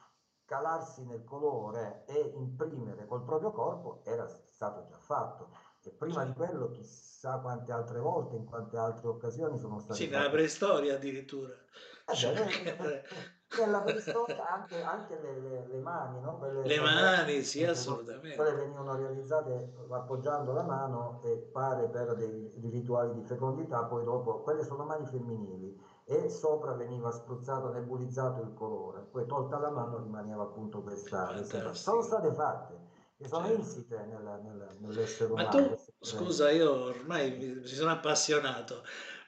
calarsi nel colore e imprimere col proprio corpo era stato già fatto. E prima di certo. quello, chissà quante altre volte, in quante altre occasioni sono Sì, state nella fatte. preistoria addirittura. Eh Ci beh, ne- mancherebbe. nella preistoria anche, anche le, le- le mani, no? Quelle Le famose, mani, sì, che quelle assolutamente. venivano realizzate appoggiando la mano e pare per dei, dei rituali di fecondità, poi dopo, quelle sono mani femminili e sopra veniva spruzzato, nebulizzato il colore, poi tolta la mano rimaneva appunto questa, questa immagine. Sono Fantastico, state fatte e sono certo. insite nella- nella- nell'essere Ma umano, tu, queste scusa, credenze. io ormai mi, mi sono appassionato.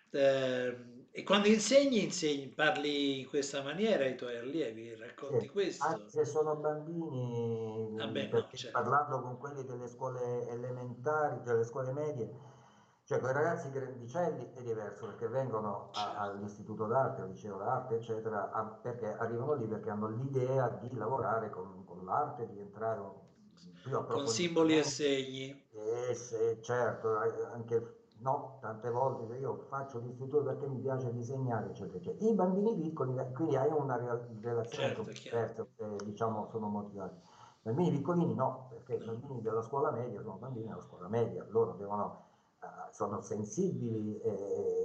Eh, e quando insegni, insegni, parli in questa maniera ai tuoi allievi, Sì, racconti anche questo? se sono bambini, Vabbè, no, perché certo, parlando con quelli delle scuole elementari, delle scuole medie, cioè con i ragazzi grandicelli è diverso perché vengono a- certo. all'istituto d'arte, al liceo d'arte, eccetera, a- perché arrivano lì perché hanno l'idea di lavorare con, con l'arte, di entrare più Con simboli e approfonditamente. segni, E se, certo, eh, anche no, tante volte se io faccio l'istituto perché mi piace disegnare, eccetera, eccetera. I bambini piccoli, eh, quindi hai una rea- relazione anche un certo, po' è chiaro. diversa, se diciamo sono motivati. I bambini piccolini no, perché i No, bambini della scuola media sono bambini della scuola media, loro devono, eh, sono sensibili e,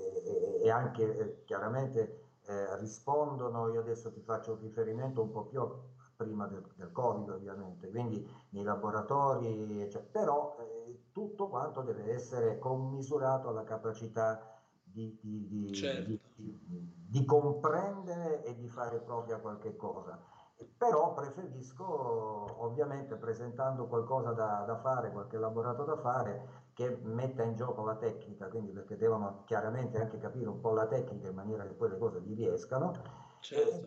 e- e anche eh, chiaramente eh, rispondono. Io adesso ti faccio un riferimento un po' più a- prima del, del Covid ovviamente, quindi nei laboratori, eccetera. Però eh, tutto quanto deve essere commisurato alla capacità di, di- di- di- certo. di- di comprendere e di fare propria qualche cosa. Però preferisco, ovviamente, presentando qualcosa da, da fare, qualche elaborato da fare, che metta in gioco la tecnica, quindi perché devono chiaramente anche capire un po' la tecnica in maniera che poi le cose gli riescano. E, Certo,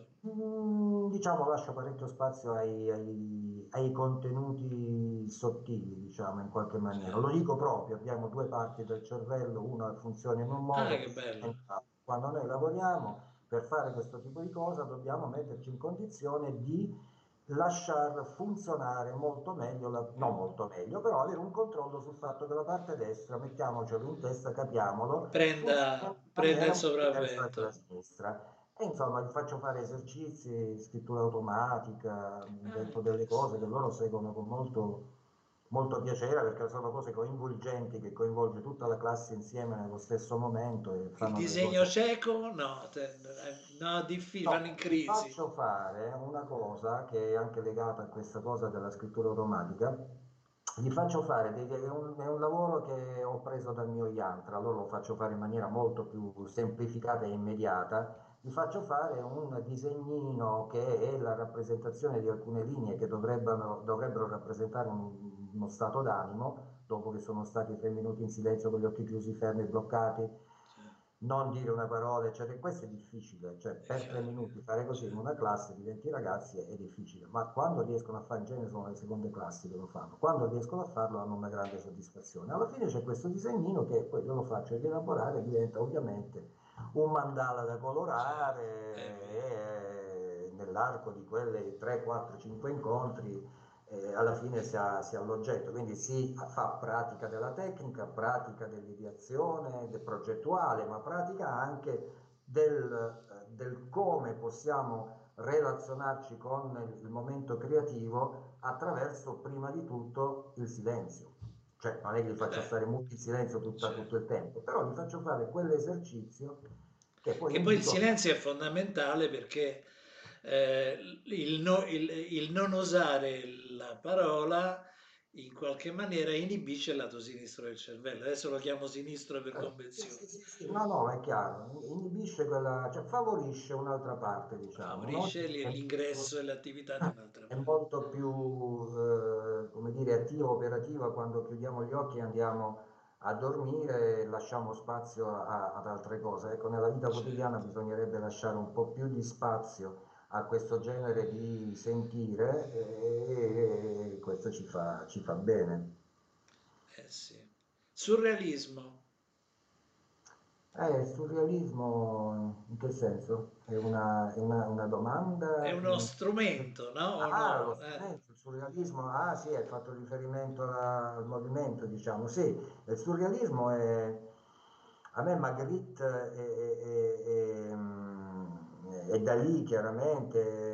mm, diciamo, lascio parecchio spazio ai, ai- ai contenuti sottili, diciamo, in qualche maniera. Lo certo. dico proprio, abbiamo due parti del cervello, una funziona in un Ah, modo, che e bello. nell'altro. Quando noi lavoriamo per fare questo tipo di cosa dobbiamo metterci in condizione di lasciar funzionare molto meglio, la- no molto meglio, però avere un controllo sul fatto che la parte destra, mettiamocelo in testa, capiamolo, funziona Prenda, in prenda maniera il un po' diversa dalla sopravvento. sinistra. E insomma, gli faccio fare esercizi, scrittura automatica, Ah, invento delle cose che interessante. loro seguono con molto, molto piacere perché sono cose coinvolgenti che coinvolge tutta la classe insieme nello stesso momento e Il fanno delle disegno cose. cieco? No, te- eh, no, difficile, vanno in No, gli crisi. faccio fare una cosa che è anche legata a questa cosa della scrittura automatica. Gli faccio fare, dei- è un, è un lavoro che ho preso dal mio Yantra, allora lo faccio fare in maniera molto più semplificata e immediata. Gli faccio fare un disegnino che è la rappresentazione di alcune linee che dovrebbero, dovrebbero rappresentare un- uno stato d'animo, dopo che sono stati tre minuti in silenzio con gli occhi chiusi, fermi, bloccati, Cioè, non dire una parola, eccetera. Questo è difficile, cioè è per tre chiaro che... minuti fare così in Cioè, una classe di venti ragazzi è difficile, ma quando riescono a fare, in genere sono le seconde classi che lo fanno, quando riescono a farlo hanno una grande soddisfazione. Alla fine c'è questo disegnino che poi io lo faccio rielaborare, diventa ovviamente un mandala da certo, è colorare vero. e nell'arco di quelle tre, quattro, cinque incontri eh, alla fine si ha, si ha l'oggetto, quindi si fa pratica della tecnica, pratica dell'ideazione, del progettuale, ma pratica anche del, eh, del come possiamo relazionarci con il, il momento creativo attraverso prima di tutto il silenzio. Cioè non è che li faccio Beh, stare molto in silenzio tutta- tutto certo. il tempo, però gli faccio fare quell'esercizio che poi Che poi il invito a... silenzio è fondamentale perché eh, il, no- il- il non osare la parola in qualche maniera inibisce il lato sinistro del cervello. Adesso lo chiamo sinistro per Eh, Sì, sì, convenzione. sì, sì. No, no, è chiaro, inibisce quella, cioè favorisce un'altra parte, diciamo, no? Favorisce l- È molto, l'ingresso e l'attività di un'altra è parte. molto più, eh, come dire, attiva, operativa quando chiudiamo gli occhi e andiamo a dormire e lasciamo spazio a- ad altre cose. Ecco, nella vita quotidiana Certo, bisognerebbe lasciare un po' più di spazio a questo genere di sentire e, e questo ci fa, ci fa bene. eh sì. Surrealismo. Eh, il surrealismo in che senso? È una, è una- una È domanda? uno In- strumento, no? O Ah, lo no? Eh, strumento, il surrealismo. Ah, sì, hai fatto riferimento alla- al movimento, diciamo. Sì, il surrealismo è... A me Magritte e, e- e- e, mm, e Dalì, chiaramente,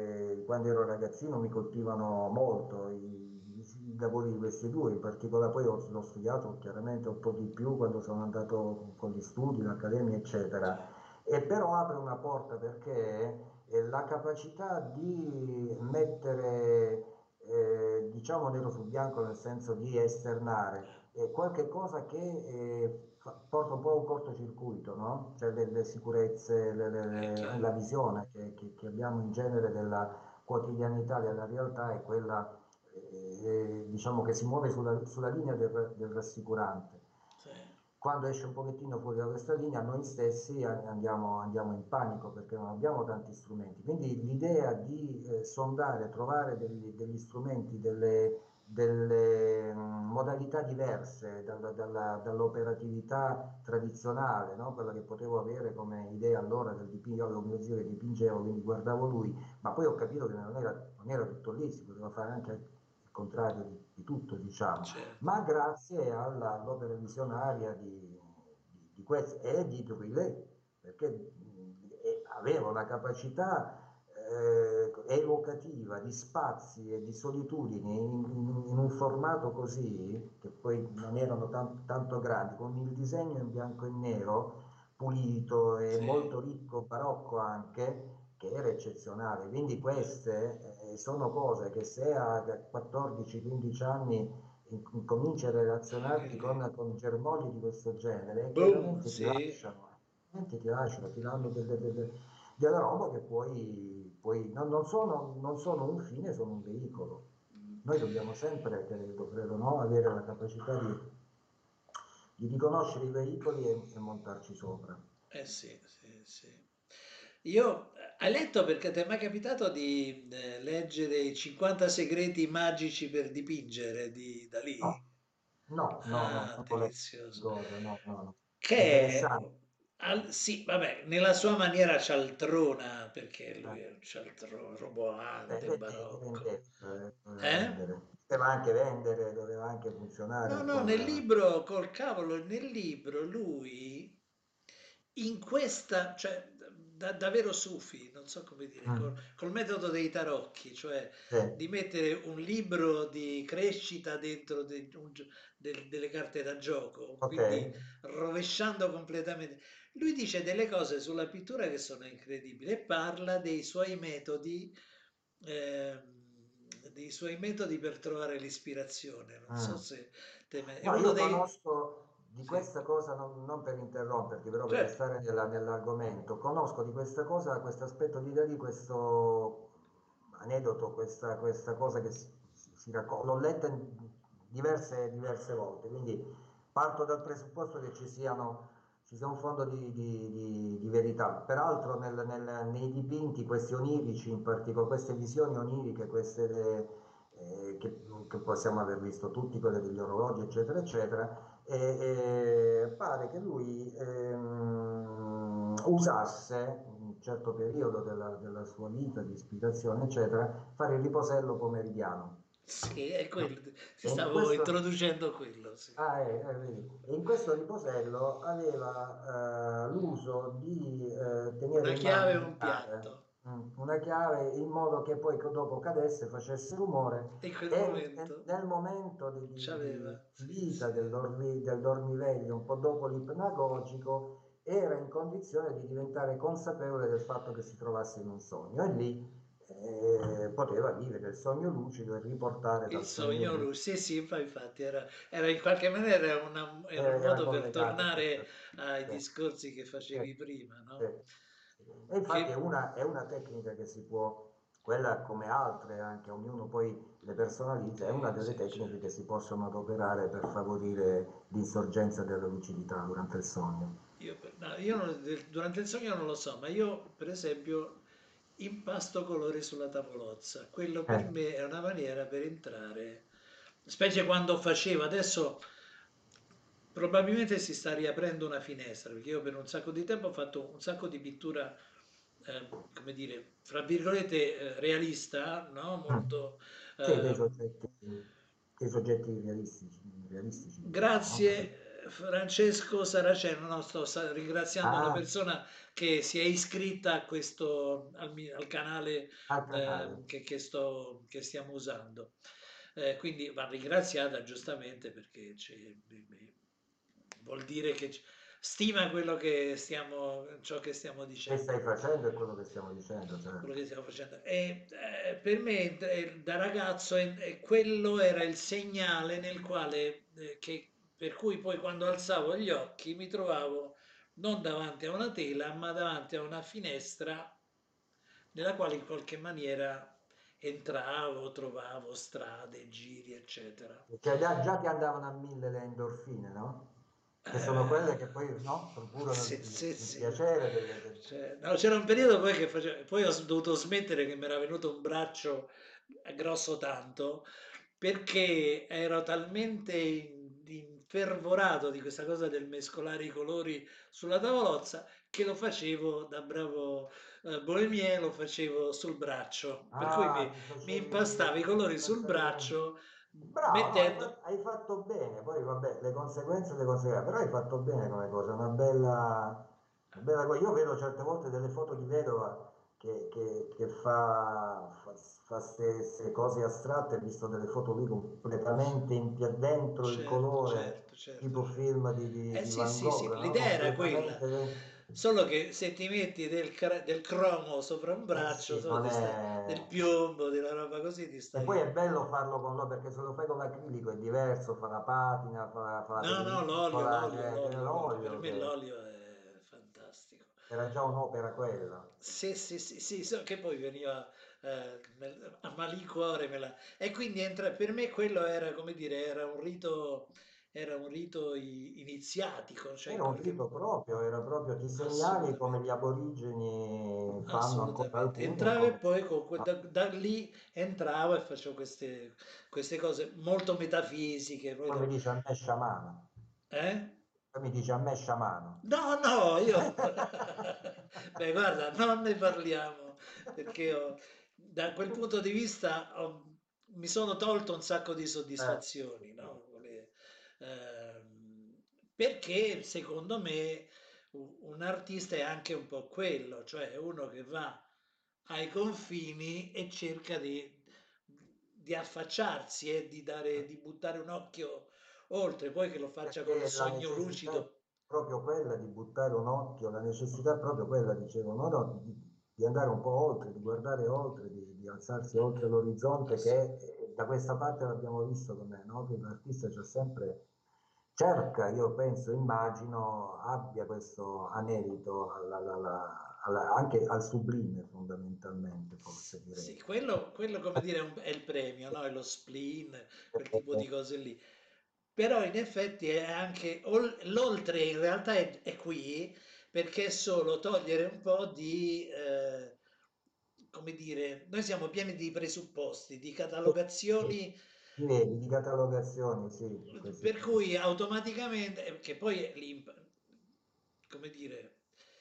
quando ero ragazzino mi colpivano molto i, i lavori di questi due, in particolare poi ho- l'ho studiato chiaramente un po' di più quando sono andato con gli studi, l'accademia, eccetera, e però apre una porta perché eh, la capacità di mettere, eh, diciamo nero su bianco, nel senso di esternare, è qualche cosa che eh, fa- porta un po' a un cortocircuito, no? Cioè le, le sicurezze, le- le- È le- chiaro. la visione che, che- che abbiamo in genere della quotidianità, della realtà è quella, eh, diciamo, che si muove sulla, sulla linea del, del rassicurante. Sì. Quando esce un pochettino fuori da questa linea, noi stessi andiamo, andiamo in panico perché non abbiamo tanti strumenti. Quindi l'idea di eh, sondare, trovare degli, degli strumenti, delle, delle mh, modalità diverse dalla- dalla- dall'operatività tradizionale, no? Quella che potevo avere come idea allora del dipingere, io avevo mio zio che dipingevo, quindi guardavo lui, ma poi ho capito che non era, non era tutto lì, si poteva fare anche il contrario di, di tutto, diciamo, Certo. ma grazie alla- all'opera visionaria di, di, di questo e di Druillet, perché mh, e aveva una capacità eh, evocativa di spazi e di solitudini in, in- in un formato così, che poi non erano tan- tanto grandi, con il disegno in bianco e nero, pulito e Sì. molto ricco, barocco anche, che era eccezionale. Quindi queste eh, sono cose che se a quattordici quindici anni in- cominci a Anche relazionarti lì. con, con germogli di questo genere, Boom, chiaramente ti sì. lasciano, chiaramente ti lasciano, ti danno delle, delle- della roba che poi, poi non, non sono, non sono un fine, sono un veicolo. Noi dobbiamo sempre, credo, credo, no? Avere la capacità di, di riconoscere i veicoli e, e montarci sopra. Eh sì, sì, sì. Io, hai letto, perché ti è mai capitato di eh, leggere i cinquanta segreti magici per dipingere di No, Dalì? no, no, no, Ah, non ho letto delizioso. cose, no, no, no. Che è, Interessante. al- sì, vabbè, nella sua maniera cialtrona, perché Eh. lui è un cialtrone Beh, roboante, vende- barocco. vendeva, eh, doveva Eh? vendere. Doveva anche vendere, doveva anche funzionare No, un no, po' nel la... libro, col cavolo, nel libro lui, in questa, cioè, da- davvero sufi, non so come dire, col, Mm, col metodo dei tarocchi, cioè sì, di mettere un libro di crescita dentro de- un gio- del- delle carte da gioco, ok. quindi rovesciando completamente. Lui dice delle cose sulla pittura che sono incredibili e parla dei suoi metodi, ehm, dei suoi metodi per trovare l'ispirazione. Non so Mm. se te me- è No, uno io dei... conosco di Sì, questa cosa, non, non per interromperti, però per certo, restare nella- nell'argomento, conosco di questa cosa, questo aspetto di Dalì, questo aneddoto, questa, questa cosa che si, si, si raccoglie. L'ho letta in diverse, diverse volte, quindi parto dal presupposto che ci siano, ci sia un fondo di, di- di- di verità. Peraltro nel- nel- nei dipinti, questi onirici in particolare, queste visioni oniriche, queste eh, che, che possiamo aver visto tutti, quelle degli orologi, eccetera, eccetera, e, e pare che lui ehm, usasse in un certo periodo della, della sua vita di ispirazione, eccetera, fare il riposello pomeridiano. sì, è quello, ti E in stavo questo, introducendo quello, sì. ah, eh, eh, vedi. E in questo riposello aveva eh, l'uso di eh, tenere Una in mano chiave e una un chiave, piatto. mm, una chiave in modo che poi dopo cadesse, facesse rumore In quel e nel, momento nel momento di, di- c'aveva, di sì, vita sì. del, dormi- del dormiveglio, un po' dopo l'ipnagogico, era in condizione di diventare consapevole del fatto che si trovasse in un sogno e lì eh, poteva vivere il sogno lucido e riportare Il dal sogno sogno lucido. lui, sì, sì, ma infatti era, era in qualche maniera era, una- era un Era, era modo per collegato a tornare questo. ai Sì, discorsi che sì, facevi prima, sì, no? sì. E infatti è Che una, è una tecnica che si può, quella come altre anche, ognuno poi le personalizza, è una sì, delle sì, tecniche che certo. si possono adoperare per favorire l'insorgenza della lucidità durante il sogno. Io, per- no, io non- del- durante il sogno non lo so, ma io per esempio impasto colori sulla tavolozza. Quello per Eh, me è una maniera per entrare, specie quando facevo, adesso probabilmente si sta riaprendo una finestra, perché io per un sacco di tempo ho fatto un sacco di pittura, eh, come dire, fra virgolette, eh, realista, no? mm. Molto... Sì, dei ehm, soggetti, dei soggetti realistici, realistici diciamo, no? Grazie, Francesco Saraceno, no, sto sa- ringraziando una Ah, persona che si è iscritta a questo, al, mi- al canale al canale. eh, che, che sto, che stiamo usando. Eh, quindi va ringraziata giustamente perché ci- vuol dire che ci- stima quello che stiamo, ciò che stiamo Che stai dicendo, facendo è quello che stiamo dicendo, quello certo. che stiamo facendo. E eh, per me, eh, da ragazzo, eh, eh, quello era il segnale nel quale, eh, che, per cui poi quando alzavo gli occhi mi trovavo non davanti a una tela, ma davanti a una finestra nella quale in qualche maniera entravo, trovavo strade, giri, eccetera. Cioè già, già ti andavano a mille le endorfine, no? Che sono Eh, quelle che poi no, procurano sì, il, sì, il sì. piacere del, del- Cioè, no, c'era un periodo poi che facevo, poi ho s- dovuto smettere che mi era venuto un braccio grosso tanto perché ero talmente in- infervorato di questa cosa del mescolare i colori sulla tavolozza che lo facevo da bravo eh, bohemier, lo facevo sul braccio, per cui Ah, mi, ti mi facevi, impastavo i ti, ti colori sul passavi la... braccio Bravo, no, hai mettendo... fatto, hai fatto bene, poi vabbè, le conseguenze, le conseguenze, però hai fatto bene come cosa, una bella, una bella cosa. Io vedo certe volte delle foto di vedova che, che, che fa, fa queste cose astratte, ho visto delle foto lì completamente in, pia- dentro il Certo, colore, certo, certo, tipo certo. film di, di- Eh di sì, Van sì, Gogh, sì, no? l'idea era quella, Completamente dentro. solo che se ti metti del, cra- del cromo sopra un Eh braccio, sì, so, non ti stai, del è... piombo, della roba così, ti E poi stai... è bello farlo con l'olio perché se lo fai con l'acrilico è diverso, fa la patina, fa la, fa la No, no, l'olio, pellicola, l'olio, che, che l'olio, l'olio, per l'olio, me che l'olio è fantastico. era già un'opera quella. Sì, sì, sì, sì, so che poi veniva eh, nel- a malincuore me la... E quindi entra, per me quello era, come dire, era un rito, era un rito i- iniziatico, cioè in Era un qualche rito modo... proprio, era proprio, ti segnavi come gli Assolutamente. aborigeni fanno ancora Assolutamente. alcuni e Entravo e come... poi con que- da, da lì entravo e facevo queste, queste cose molto metafisiche. Poi Poi mi dopo, dice a me sciamano, eh? poi mi dice a me sciamano. No, no, io... Beh, guarda, non ne parliamo, perché ho- da quel punto di vista ho- mi sono tolto un sacco di Eh, soddisfazioni, no? Quelle, ehm, perché secondo me u- un artista è anche un po' quello, cioè è uno che va ai confini e cerca di, di affacciarsi e di dare, di buttare un occhio oltre, poi che lo faccia col perché la sogno necessità è lucido. proprio quella di buttare un occhio, la necessità è proprio quella, dicevo, no, no, di, di andare un po' oltre, di guardare oltre, di, di alzarsi Eh, oltre l'orizzonte, che assolut- eh, da questa parte l'abbiamo visto com'è, no? Che l'artista c'è sempre, cerca, io penso, immagino, abbia questo anelito alla- alla- alla- alla- anche al sublime fondamentalmente, forse Sì, direi. quello, quello come dire è, un- è il premio, no? È lo spleen, quel tipo di cose lì. Però in effetti è anche ol- l'oltre in realtà è, è qui perché è solo togliere un po' di, eh, come dire, noi siamo pieni di presupposti, di Sì, catalogazioni ti vedi, di catalogazioni, sì, così. per cui automaticamente, eh, che poi è l'imp- come dire,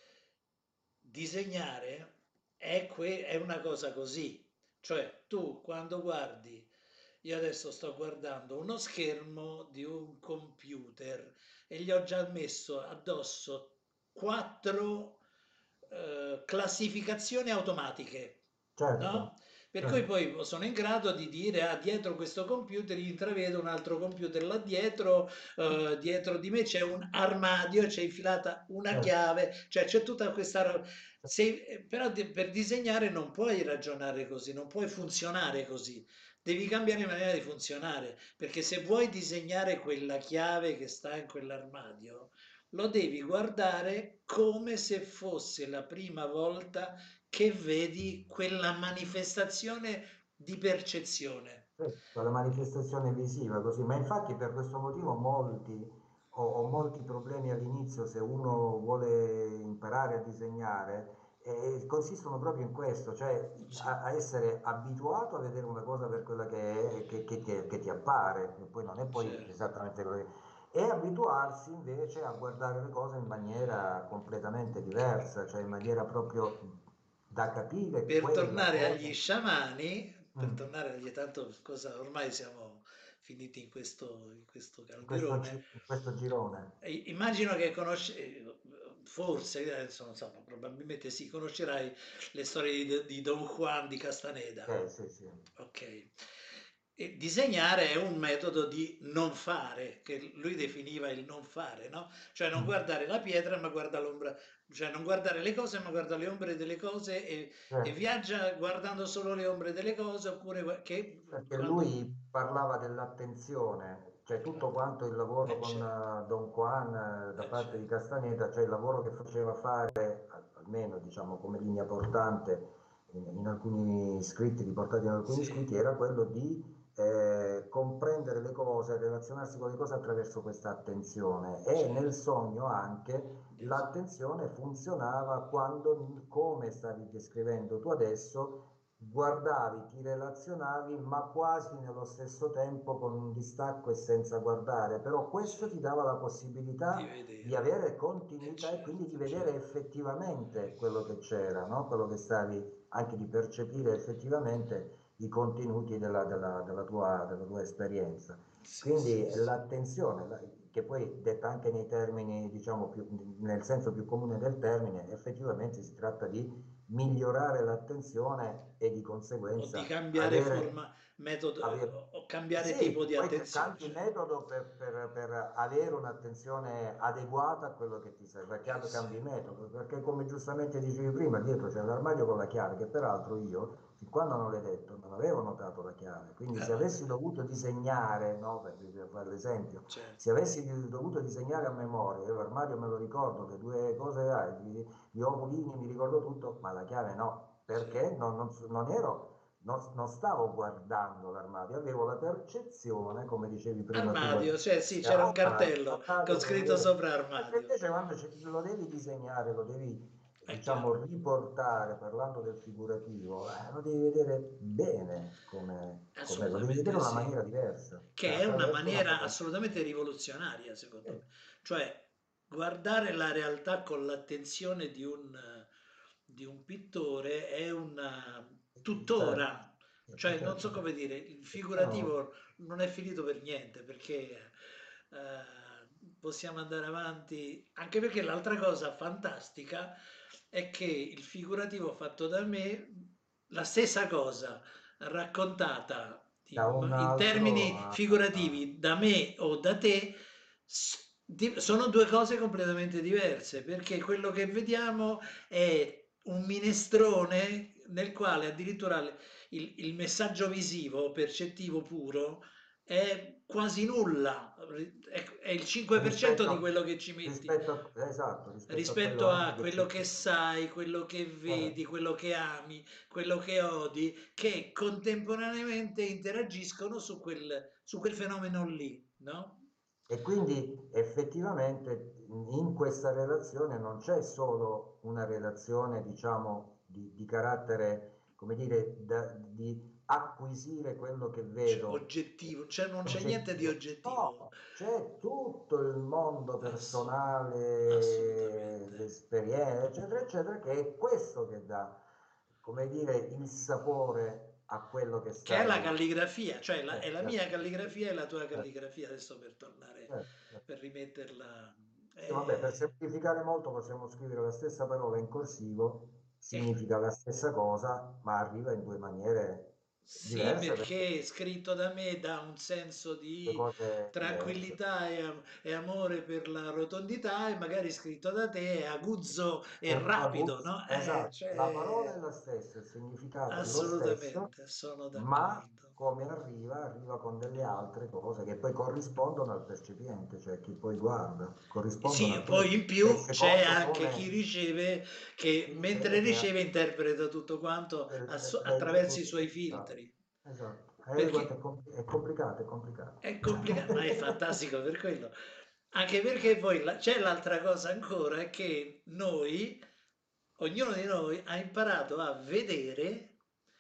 disegnare è, que- è una cosa così, cioè tu quando guardi, io adesso sto guardando uno schermo di un computer e gli ho già messo addosso quattro eh, classificazioni automatiche, no? Certo, Per cui certo, poi sono in grado di dire, ah, dietro questo computer intravedo un altro computer là dietro, eh, dietro di me c'è un armadio, c'è infilata una certo. chiave, cioè c'è tutta questa roba. Se, però di- per disegnare non puoi ragionare così, non puoi funzionare così. Devi cambiare maniera di funzionare, perché se vuoi disegnare quella chiave che sta in quell'armadio, lo devi guardare come se fosse la prima volta che vedi quella manifestazione di percezione. Sì, la manifestazione visiva, così. Ma infatti per questo motivo molti ho, ho molti problemi all'inizio se uno vuole imparare a disegnare, e consistono proprio in questo, cioè Sì, a, a essere abituato a vedere una cosa per quella che è, che, che- che- che ti appare, che poi non è poi certo. esattamente quello che... E abituarsi invece a guardare le cose in maniera completamente diversa, cioè in maniera proprio da capire Per quella tornare agli cosa. sciamani, per Mm. tornare agli tanto cosa, ormai siamo finiti in questo, in questo In questo, calderone. gi- in questo girone. I- Immagino che conosci, forse, adesso non so, ma probabilmente sì, conoscerai le storie di, di Don Juan di Castaneda. Eh, sì, sì. Ok. E disegnare è un metodo di non fare, che lui definiva il non fare, no? Cioè non Mm. guardare la pietra, ma guarda l'ombra, cioè non guardare le cose, ma guarda le ombre delle cose e, e Certo. viaggia guardando solo le ombre delle cose, oppure gua- che Perché quando... lui parlava dell'attenzione, cioè tutto quanto il lavoro Eh, con certo, eh, Don Juan eh, da eh, parte di certo. Castaneda, cioè il lavoro che faceva fare, al- almeno diciamo come linea portante in, in alcuni scritti, riportati in alcuni Sì, scritti, era quello di eh, comprendere le cose, relazionarsi con le cose attraverso questa attenzione. E nel certo. sogno anche l'attenzione funzionava quando, come stavi descrivendo tu adesso, guardavi, ti relazionavi, ma quasi nello stesso tempo con un distacco e senza guardare, però questo ti Certo, dava la di possibilità di vedere, avere eh continuità e quindi di certo, vedere certo, effettivamente quello che c'era, no? Quello che stavi, anche di percepire effettivamente i contenuti della, della- della tua, della tua esperienza. sì, sì, Quindi sì, l'attenzione, la- che poi detta anche nei termini, diciamo, più, nel senso più comune del termine, effettivamente si tratta di migliorare l'attenzione e di o di conseguenza cambiare avere, forma, metodo, avere o cambiare tipo sì, di poi ca- attenzione, cambi cioè. metodo per, per- per avere un'attenzione adeguata a quello che ti serve, Eh perché sì, cambi metodo, perché come giustamente dicevi prima, dietro c'è l'armadio con la chiave, che peraltro io, fin quando non l'hai detto, non avevo notato la chiave, quindi eh se vabbè, avessi dovuto disegnare, no, per, per fare l'esempio, certo, se avessi dovuto disegnare a memoria, io l'armadio me lo ricordo, le due cose, ah, gli, gli oculini mi ricordo tutto, ma la chiave no, certo. perché non, non so- non ero non, non stavo guardando l'armadio, avevo la percezione, come dicevi prima tu, Armadio, cioè sì, eh, c'era un armadio, cartello con armadio, scritto sopra perché armadio. invece quando ci- lo devi disegnare, lo devi, È diciamo, chiaro, riportare, parlando del figurativo, eh, lo devi vedere bene come, come- lo devi vedere assolutamente in una sì. maniera diversa, cioè Che è una attraverso una maniera fotografia. assolutamente rivoluzionaria, secondo Sì, me. Cioè, guardare la realtà con l'attenzione di un, di un pittore è una... sì, certo, tuttora, certo, cioè non so certo. come dire, il No, figurativo non è finito per niente, perché eh, possiamo andare avanti, anche perché l'altra cosa fantastica è che il figurativo fatto da me, la stessa cosa raccontata da in, un in altro termini a, a- figurativi da me o da te s- di- sono due cose completamente diverse, perché quello che vediamo è un minestrone nel quale addirittura il, il- il messaggio visivo, percettivo puro, è quasi nulla, è, è il cinque per cento di rispetto, quello che ci metti rispetto a, esatto, rispetto a quello rispetto anche a che quello ci... che sai, quello che eh, vedi, quello che ami, quello che odi, che contemporaneamente interagiscono su quel, su quel fenomeno lì, no? e quindi effettivamente in questa relazione non c'è solo una relazione, diciamo, di, di carattere, come dire, da- di acquisire quello che Cioè, vedo oggettivo, cioè non c'è niente di oggettivo. oggettivo, No, c'è tutto il mondo Assu- personale, assolutamente. l'esperienza, eccetera, eccetera, che è questo che dà, come dire, il sapore a quello che Che è la stai... calligrafia, cioè la, Eh, è la mia certo, calligrafia e la tua certo, calligrafia, adesso per tornare, certo, certo. per rimetterla. Sì, vabbè, per eh, semplificare molto possiamo scrivere la stessa parola in corsivo, eh, significa la stessa cosa, ma arriva in due maniere Sì, diverse perché perché scritto da me dà un senso due di cose diverse. tranquillità e, am- e amore per la rotondità, e magari scritto da te è aguzzo e E rapido, aguzzo, no? Eh, esatto, la parola è cioè, la stessa, il significato è lo stesso, assolutamente, sono ma d'accordo. come arriva, arriva con delle altre cose che poi corrispondono al percepiente, cioè chi poi guarda, E corrispondono sì, a e quello. poi in E più c'è secondo anche chi come riceve, e che chi mentre riceve che ha riceve interpreta tutto quanto eh, asso- legge attraverso i tutto. suoi Esatto, filtri. esatto. Eh, guarda, è, Perché compl- è complicato, è complicato. è complicato, ma è fantastico per quello. Anche perché poi la- c'è l'altra cosa ancora, è che noi, ognuno di noi ha imparato a vedere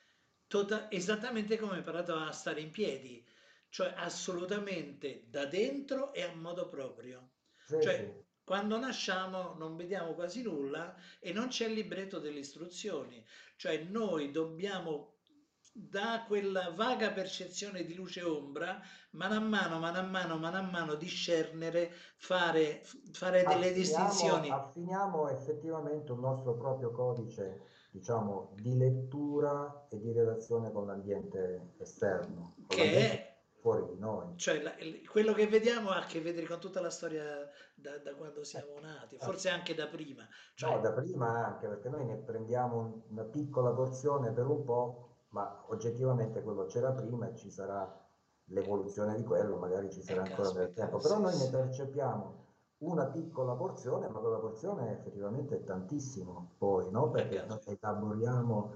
tota- esattamente come ha imparato a stare in piedi, cioè assolutamente da dentro e a modo proprio. Sì, sì, Cioè, quando nasciamo non vediamo quasi nulla e non c'è il libretto delle istruzioni, cioè noi dobbiamo da quella vaga percezione di luce e ombra, mano a mano, mano a mano, mano a mano discernere, fare, fare delle Affiniamo, distinzioni affiniamo effettivamente un nostro proprio codice, diciamo, di lettura e di relazione con l'ambiente esterno, con che l'ambiente è, fuori di noi. cioè la- il- quello che vediamo ha a che vedere con tutta la storia da, da quando Eh, siamo nati, eh, forse anche da prima, No, cioè da prima anche perché noi ne prendiamo un- una piccola porzione per un po', ma oggettivamente quello c'era prima e ci sarà eh, l'evoluzione di quello, magari ci eh, sarà ancora del caspita, tempo, però sì, noi ne sì, percepiamo una piccola porzione, ma quella porzione effettivamente è tantissimo poi, no? eh, Perché noi caspita. elaboriamo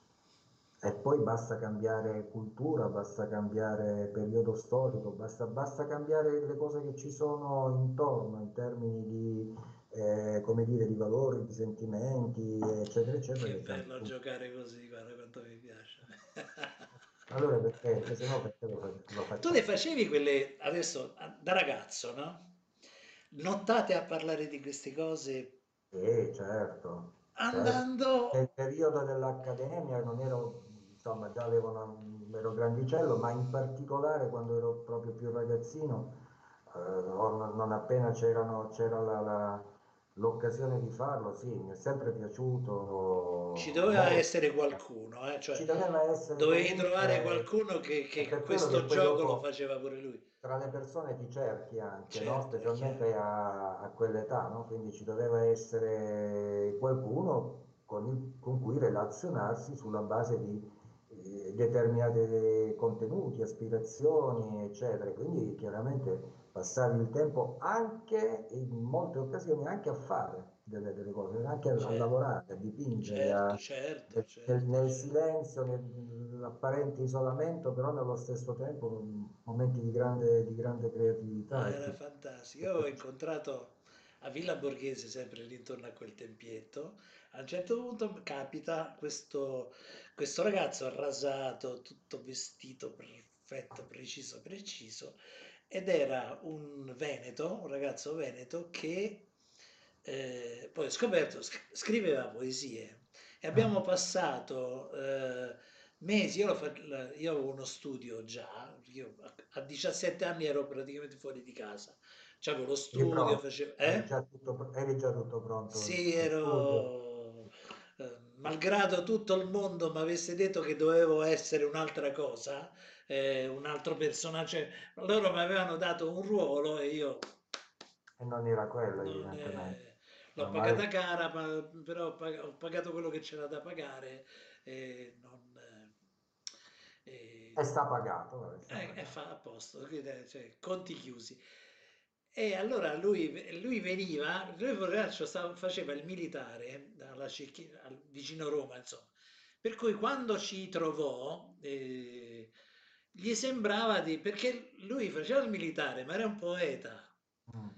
e poi basta cambiare cultura, basta cambiare periodo storico, basta, basta cambiare le cose che ci sono intorno in termini di, eh, come dire, di valori, di sentimenti, eccetera, eccetera, Che che cambia bello tutto. giocare così, guarda quanto mi piace. Allora perché, se no perché lo, fa- lo Tu le facciamo? facevi quelle, adesso da ragazzo, no? Nottate a parlare di queste cose Sì, certo, certo. andando, Nel periodo dell'accademia non ero, insomma, già avevo una- ero grandicello, ma in particolare quando ero proprio più ragazzino, eh, o non non appena c'erano- c'era la- la- l'occasione di farlo, sì, mi è sempre ci piaciuto doveva molto. essere qualcuno, eh? Cioè Ci doveva essere dovevi trovare comunque, qualcuno che, è che per quello che questo poi gioco lo dopo faceva pure lui. tra le persone ti cerchi anche, no? Certo, è chiaro. Specialmente a, a quell'età, no? Quindi ci doveva essere qualcuno con, il- con cui relazionarsi sulla base di eh, determinati contenuti, aspirazioni, eccetera. Quindi chiaramente passavi il tempo anche, in molte occasioni, anche a fare delle, delle cose, anche a, a Certo, lavorare, a dipingere, certo, a- certo, nel, nel- certo, nel certo. silenzio, nell'apparente isolamento, però nello stesso tempo mm, momenti di grande, di grande No, creatività e era tutto. fantastico. E Io ho poi- incontrato a Villa Borghese, sempre lì intorno a quel tempietto, a un certo punto capita questo, questo ragazzo arrasato, tutto vestito perfetto, preciso, preciso, ed era un veneto, un ragazzo veneto che eh, poi ho scoperto sc- scriveva poesie e abbiamo Ah, passato eh, mesi, io, lo fa- la- io avevo uno studio già, io a a diciassette anni ero praticamente fuori di casa, c'avevo lo eri studio, pronto, facevo... eri Eh? già tutto, pr- eri già tutto pronto Sì, in studio. ero... eh, malgrado tutto il mondo mi avesse detto che dovevo essere un'altra cosa, eh, un altro personaggio, cioè, loro mi avevano dato un ruolo e io E non era quello, non, evidentemente. eh, l'ho No, ma è, pagata cara, ma- però ho pag- ho pagato quello che c'era da pagare e non... eh, e e- sta pagato, vabbè, sta e, e pagato. fa a posto, quindi, eh, cioè, conti chiusi. E allora lui, lui veniva, lui poveraccio stava- faceva il militare alla Cecchi- al- vicino Roma, insomma. Per cui quando ci trovò, eh, gli sembrava di... perché lui faceva il militare, ma era un poeta. Mm.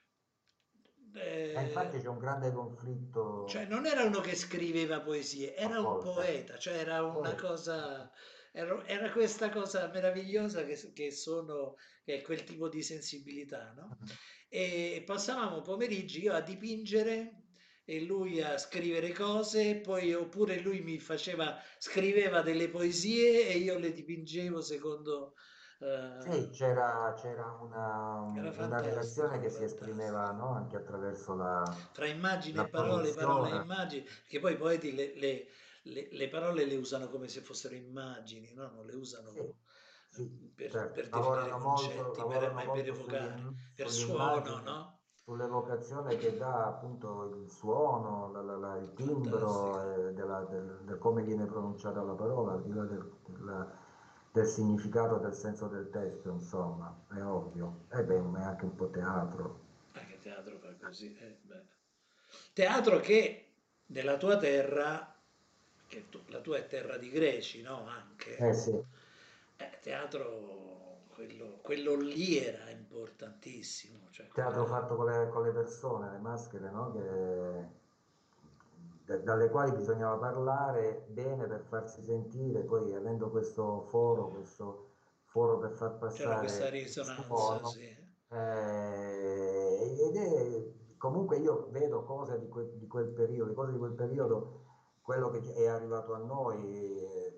E Eh, infatti c'è un grande cioè conflitto non era uno che scriveva poesie, a era un volte. poeta, cioè era una Poi, cosa, era, era questa cosa meravigliosa che, che sono, che è quel tipo di sensibilità, no? mm. E passavamo pomeriggi io a dipingere e lui a scrivere cose, poi oppure lui mi faceva, scriveva delle poesie e io le dipingevo secondo... Sì, eh, c'era c'era una, era una relazione fantastico, che si esprimeva, fantastico. no? Anche attraverso la, Tra immagini e la parole, parole e produzione. immagini, che poi i poeti le, le- le- le parole le usano come se fossero immagini, no? Non le Sì, usano eh, sì, per, certo, per definire lavorano molto, concetti, per, lavorano ma per molto evocare, sull'im- per suono, sull'immagine, no? sull'evocazione che dà appunto il suono, la- la- la- il Fantastico. timbro, eh, della- del, del come viene pronunciata la parola, al di là del, del- del significato, del senso del testo, insomma, è ovvio. E beh, ma è anche un po' teatro. Anche teatro fa così. Eh, beh. Teatro che nella tua terra, che tu- la tua è terra di greci, no? Anche. Eh sì. Eh, teatro, quello, quello lì era importantissimo, cioè quello Teatro era... fatto con le, con le persone, le maschere, no? Che- da- dalle quali bisognava parlare bene per farsi sentire, poi avendo questo foro, questo foro per far C'era questa passare il risonanza, suono, sì. eh, ed è comunque io vedo cose di, que- di quel periodo, cose di quel periodo, quello che è arrivato a noi. eh,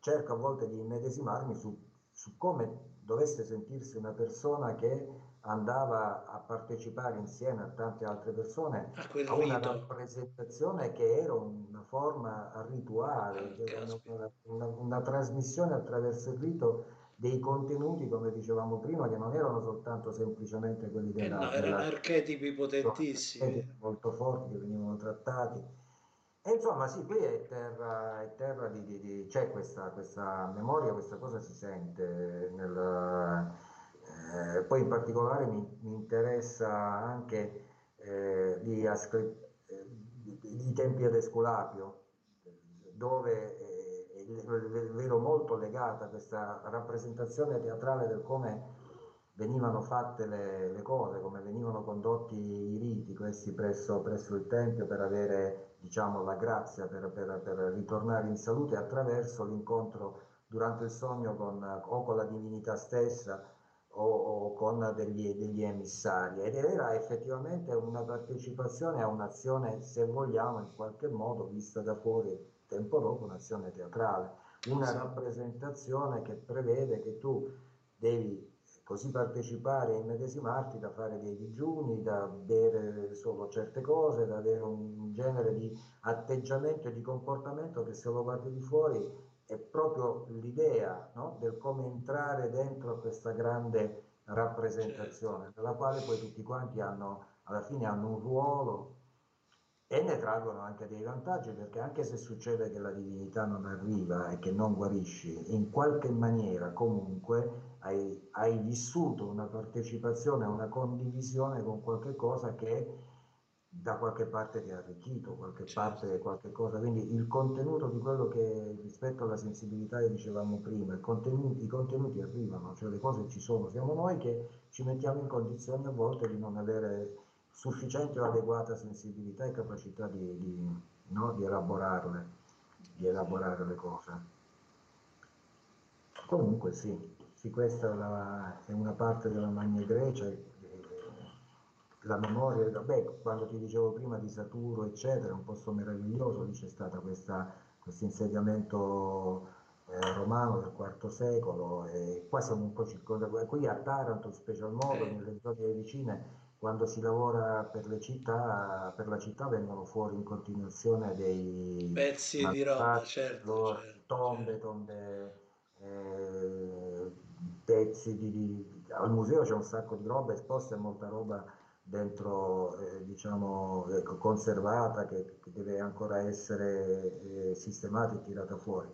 cerco a volte di immedesimarmi su, su come dovesse sentirsi una persona che andava a partecipare insieme a tante altre persone A quel a una rito. rappresentazione che era una forma rituale, Ah, che era una, caspita. una- una trasmissione attraverso il rito dei contenuti, come dicevamo prima, che non erano soltanto semplicemente quelli Eh no, della, erano della archetipi potentissimi. archetipi molto forti che venivano trattati. E insomma, sì, qui è terra, è terra di, di- di- c'è questa, questa memoria, questa cosa si sente nel, eh, poi in particolare mi, mi interessa anche eh, di Ascle- eh, i tempi ad Esculapio, dove eh, eh, vedo molto legata questa rappresentazione teatrale del come venivano fatte le, le cose, come venivano condotti i riti, questi presso, presso il Tempio per avere, diciamo, la grazia, per, per, per ritornare in salute attraverso l'incontro durante il sogno con, o con la divinità stessa o, o con degli, degli emissari. Ed era effettivamente una partecipazione a un'azione, se vogliamo, in qualche modo vista da fuori, tempo dopo, un'azione teatrale, una Sì, rappresentazione che prevede che tu devi così partecipare e immedesimarti da fare dei digiuni, da bere solo certe cose, da avere un genere di atteggiamento e di comportamento che se lo guardi di fuori è proprio l'idea, no? Del come entrare dentro a questa grande certo. rappresentazione, nella quale poi tutti quanti hanno, alla fine hanno un ruolo e ne traggono anche dei vantaggi, perché anche se succede che la divinità non arriva e che non guarisci, in qualche maniera comunque hai, hai vissuto una partecipazione, una condivisione con qualche cosa che da qualche parte ti ha arricchito, qualche Certo, parte, qualche cosa. Quindi il contenuto di quello che rispetto alla sensibilità che dicevamo prima, i contenuti, i contenuti arrivano, cioè le cose ci sono, siamo noi che ci mettiamo in condizioni a volte di non avere sufficiente o adeguata sensibilità e capacità di, di, no, di elaborarle, di elaborare le cose. Comunque sì, sì, questa è, la- è una parte della Magna Grecia, e- e la memoria, vabbè, quando ti dicevo prima di Saturo, eccetera, è un posto meraviglioso, lì c'è stato questo insediamento eh, romano del quarto secolo, e qua siamo un po' circondati, qui a Taranto in special modo, eh, nelle zone vicine, quando si lavora per le città, per la città vengono fuori in continuazione dei pezzi di roba, manufatti, certo, loro- certo, tombe, certo. tombe, eh, pezzi di, di- al museo c'è un sacco di roba esposta e molta roba dentro, eh, diciamo, ecco, conservata che, che deve ancora essere eh, sistemata e tirata fuori.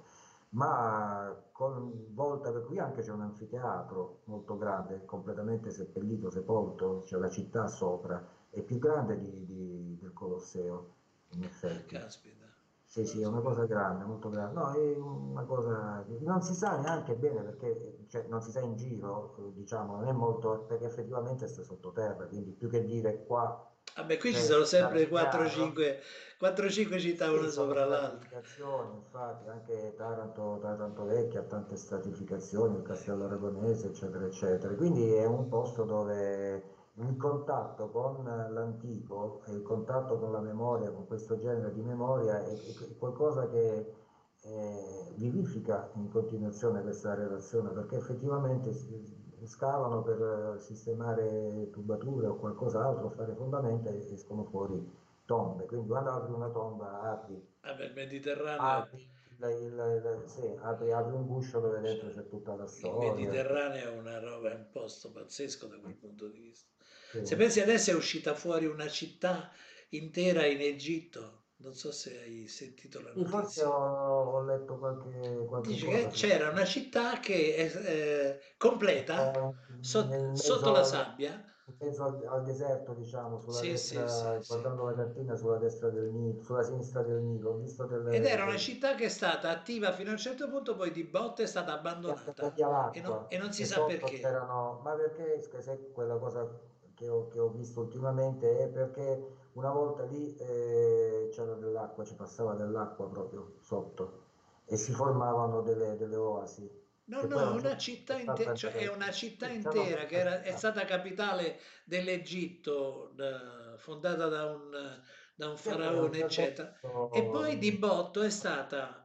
Ma con volta, per qui anche c'è un anfiteatro molto grande, completamente seppellito, sepolto, c'è la città sopra, è più grande di- di- del Colosseo, in Ah, effetti. caspita, Sì, non sì, lo è una sapevo. cosa grande, molto grande. No, è una cosa che non si sa neanche bene perché, cioè, non si sa in giro, eh, diciamo, non è molto, perché effettivamente sta sottoterra, quindi più che dire qua Vabbè, qui ci c'è sono da sempre chiaro. quattro cinque città Sì, una sono sopra l'altra. stratificazioni, infatti, anche Taranto, Taranto Vecchia ha tante stratificazioni, il Castello Ecco. Aragonese, eccetera, eccetera. Quindi è un posto dove il contatto con l'antico e il contatto con la memoria, con questo genere di memoria, è, è qualcosa che eh, vivifica in continuazione questa relazione, perché effettivamente si- scavano per sistemare tubature o qualcos'altro, fare fondamenta e escono fuori tombe. Quindi quando apri una tomba apri, Vabbè, il Mediterraneo, apri, il- il- il- sì, apri, apri un guscio dove cioè, dentro c'è tutta la il storia. Mediterraneo è una roba, è un posto pazzesco da quel punto di vista. Sì. Se pensi adesso è uscita fuori una città intera in Egitto, non so se hai sentito la Sì, forse ho, notizia. ho letto qualche, qualche Dice che cosa su c'era una città che è eh, completa sot- nel sotto mezzo la al, sabbia. in mezzo al, al deserto, diciamo, sulla Sì, sì, sì, destra, sì. guardando la cartina sulla destra del Nilo, sulla sinistra del Nilo, ho visto Ed delle, era una delle città che è stata attiva fino a un certo punto, poi di botte è stata pianta abbandonata via e, no- l'acqua e non si e sa sotto perché. c'erano, ma perché se se quella cosa che ho, che ho visto ultimamente è perché una volta lì eh, c'era dell'acqua, ci passava dell'acqua proprio sotto e si formavano delle, delle oasi No, che poi a no, un una certo punto città è stata intera, cioè è anche, una città sì, ci hanno intera che messo era- è città. stata capitale dell'Egitto, da- fondata da un, da un Sì, poi a un faraone, certo eccetera. E poi di punto botto è stata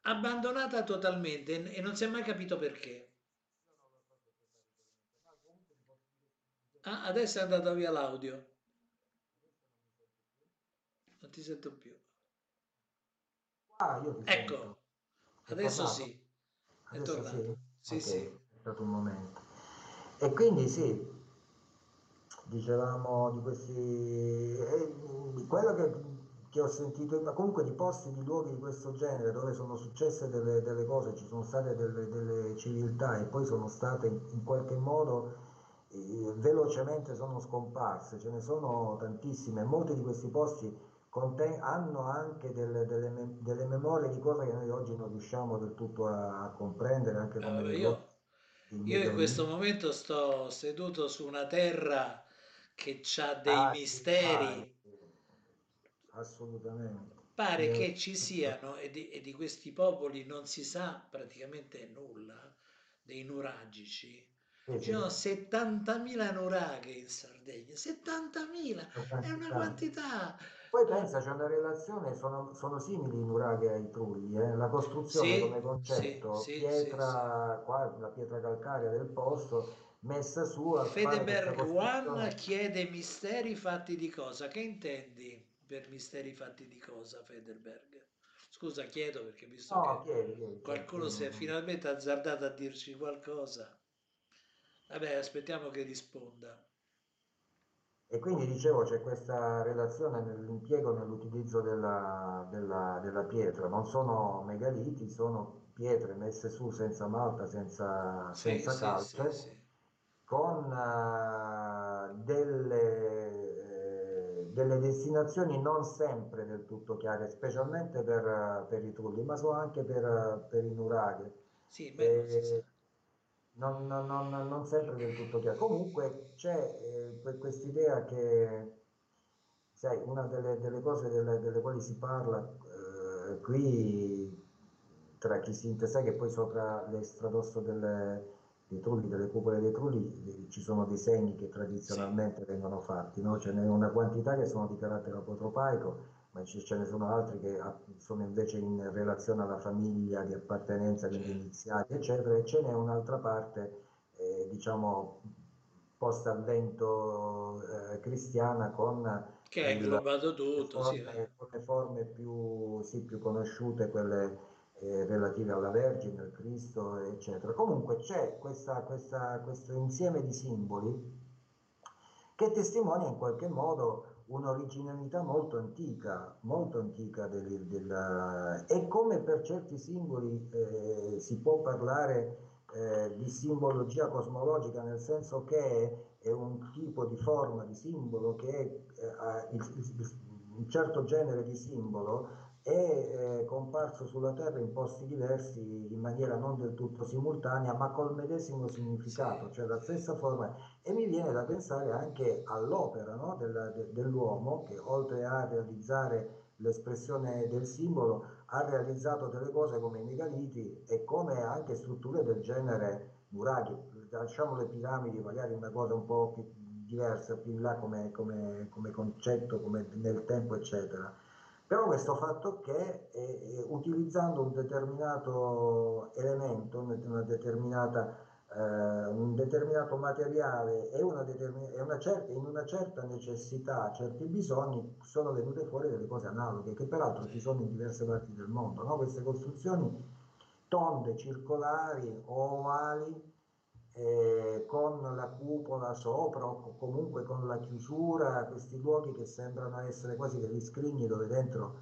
abbandonata totalmente e non si è mai capito perché. Io non lo so se questa ricorrenza, ma comunque ti posso dire che di Ah, questi adesso è posti, andato via l'audio, adesso non mi senti più. non ti sento più. Ah, io ti Ecco, sento. È adesso tornato? sì, è Adesso sì? tornato. Sì, Ok, è sì. stato un momento. E quindi sì, dicevamo di questi... e, mm, quello che, che ho sentito, ma comunque di posti, di luoghi di questo genere dove sono successe delle, delle cose, ci sono state delle, delle civiltà e poi sono state in, in qualche modo eh, velocemente sono scomparse, ce ne sono tantissime. Molti di questi posti conten- hanno anche delle, delle me- delle memorie di cose che noi oggi non riusciamo del tutto a, a comprendere, anche come Eh, dei luoghi Io, del io in Medio questo Oriente. momento sto seduto su una terra che ha dei Ah, sì, ah, misteri. eh, assolutamente. Pare Io- che ci siano, e di, e di questi popoli non si sa praticamente nulla, dei nuragici. sì, Ci sì, sono settantamila nuraghe in Sardegna. settantamila la è una quantità. quantità. Poi Eh, pensa, c'è una relazione, sono, sono simili i nuraghi ai trulli, eh. La costruzione come sì, sì, concetto, sì, sì, sì. pietra, qua, la pietra calcarea del posto, messa su, a fare questa Fedeberg One costruzione. chiede misteri fatti di cosa? Che intendi per misteri fatti di cosa, Federberg? Scusa, chiedo perché visto No, che chiedi, chiedi, certo, qualcuno io si è non- finalmente azzardato a dirci qualcosa. Vabbè, aspettiamo che risponda. E quindi dicevo c'è questa relazione nell'impiego, nell'utilizzo della, della- della pietra, non sono megaliti, sono pietre messe su senza malta, senza, Sì, senza sì, sì, calce, sì. con eh, delle, eh, delle destinazioni non sempre del tutto chiare, specialmente per, per i trulli, ma so anche per, per i nuraghe. Sì, beh, non si sa. Eh, non, non- non- non sempre del tutto chiaro. Comunque c'è eh, questa idea che, sai, una delle, delle cose delle, delle quali si parla eh, qui tra chi si sai che poi sopra l'estradosso delle, dei trulli, delle cupole dei trulli, eh, ci sono dei segni che Sì, tradizionalmente vengono fatti, no? Ce n'è una quantità che sono di carattere apotropaico, ma ce ce ne sono altri che ah, sono invece in relazione alla famiglia di appartenenza, quindi certo. iniziati, eccetera, e ce n'è un'altra parte, eh, diciamo, post-avvento eh, cristiana con Che ha il- inglobato le tutto, sì. forme, con le forme più, sì, più conosciute, quelle eh, relative alla Vergine, al Cristo, eccetera. Comunque c'è questa- questa- questo insieme di simboli che testimonia in qualche modo un'originalità molto antica, molto antica del, del- e come per certi simboli eh, si può parlare eh, di simbologia cosmologica, nel senso che è un tipo di forma di simbolo che eh, ha il- il- un certo genere di simbolo è eh, comparso sulla Terra in posti diversi in maniera non del tutto simultanea, ma col medesimo Sì, significato, cioè la sì. stessa forma. E mi viene da pensare anche all'opera, no, del- de- dell'uomo che oltre a realizzare l'espressione del simbolo ha realizzato delle cose come i megaliti e come anche strutture del genere nuraghi. Lasciamo le piramidi, magari una cosa un po' più diversa, più in là come, come- come concetto, come nel tempo, eccetera. Però questo fatto che eh, eh, utilizzando un determinato elemento, una una determinata eh, un determinato materiale e, una determin- e una certa, in una certa necessità, certi bisogni, sono venute fuori delle cose analoghe, che peraltro Sì. ci sono in diverse parti del mondo, no? Queste costruzioni tonde, circolari o ovali, eh, con la cupola sopra o co- comunque con la chiusura, questi luoghi che sembrano essere quasi degli scrigni dove dentro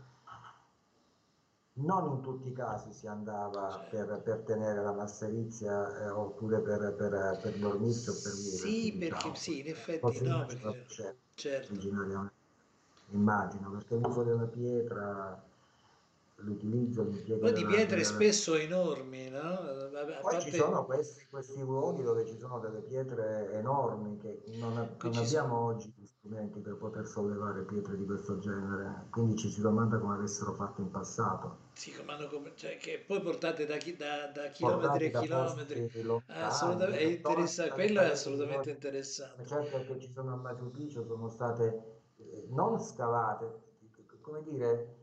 non in tutti i casi si andava per, Certo. per tenere la masserizia eh, oppure per, per, per dormirci o per viverci, Sì, perché diciamo. sì, in effetti Forse no, immagino perché c'è certo. originariamente, immagino, perché l'uso della pietra, l'utilizzo, l'impiego Poi di della, pietre della... spesso enormi, no? Vabbè, a Poi ci parte sono questi, questi luoghi dove ci sono delle pietre enormi che non, qui non ci sono. abbiamo oggi gli strumenti per poter sollevare pietre di questo genere, quindi ci si domanda come avessero fatto in passato. Sì, comando come, cioè, che poi portate da, chi- da- da chilometri e Portati da chilometri. posti lontani, Assolutamente, è delle zone interessante, quello è praticamente di noi, assolutamente come interessante. certo che ci sono a Machu Picchu, sono state eh, non scavate, come dire,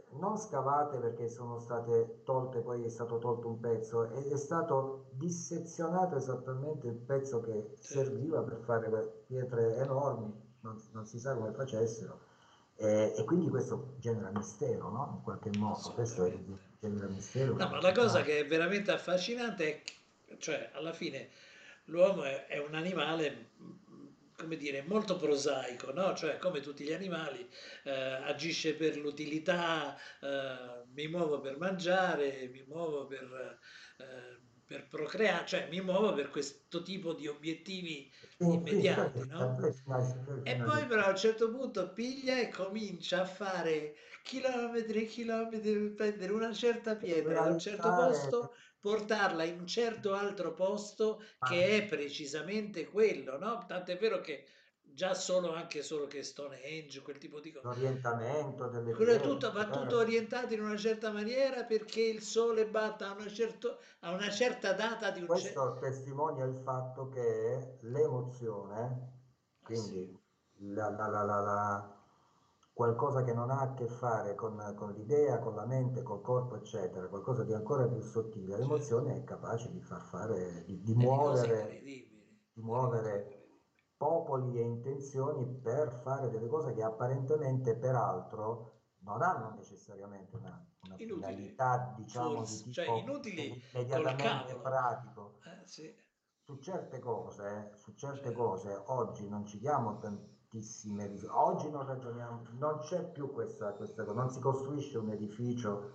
non scavate perché sono state tolte, poi è stato tolto un pezzo, è, è stato dissezionato esattamente il pezzo che certo, serviva per fare que- pietre enormi, non, non si sa come facessero, e, e quindi questo genera mistero, no? In qualche modo, questo è- assolutamente. genera mistero, No, ma la cosa curiosità. che è veramente affascinante è che, cioè, alla fine l'uomo è, è un animale, mm, come dire, molto prosaico, no? Cioè, come tutti gli animali, eh, agisce per l'utilità, eh, mi muovo per mangiare, mi muovo per, eh, per procreare, cioè mi muovo per questo tipo di obiettivi Sì, sì, immediati, per, no? per finalità- per E poi però finalità. a un certo punto piglia e comincia a fare chilometri e chilometri per prendere una certa Per pietra da un certo realizzare, posto, portarla in un certo altro posto ma che è precisamente quello, no? Tant'è vero che già solo, anche solo che Stonehenge, quel tipo di cose, l'orientamento delle quello è pietre, tutto, va tutto certo. orientato in una certa maniera perché il sole batta a una, certo- a una certa data di un certo... Questo testimonia il fatto che l'emozione, Eh sì, quindi la- la- la- la- la- qualcosa che non ha a che fare con, con l'idea, con la mente, col corpo, eccetera, qualcosa di ancora più sottile, certo, l'emozione è capace di far fare, di, di delle cose muovere, incredibili, di delle cose muovere incredibili. popoli e intenzioni per fare delle cose che apparentemente, peraltro, non hanno necessariamente una, una Inutili, finalità, diciamo, di forse, cioè tipo inutili col immediatamente cavolo. pratico. Eh, sì, Su certe cose, su certe certo. cose oggi non ci diamo tantissime risorse, oggi non ragioniamo, non c'è più questa, questa cosa, non si costruisce un edificio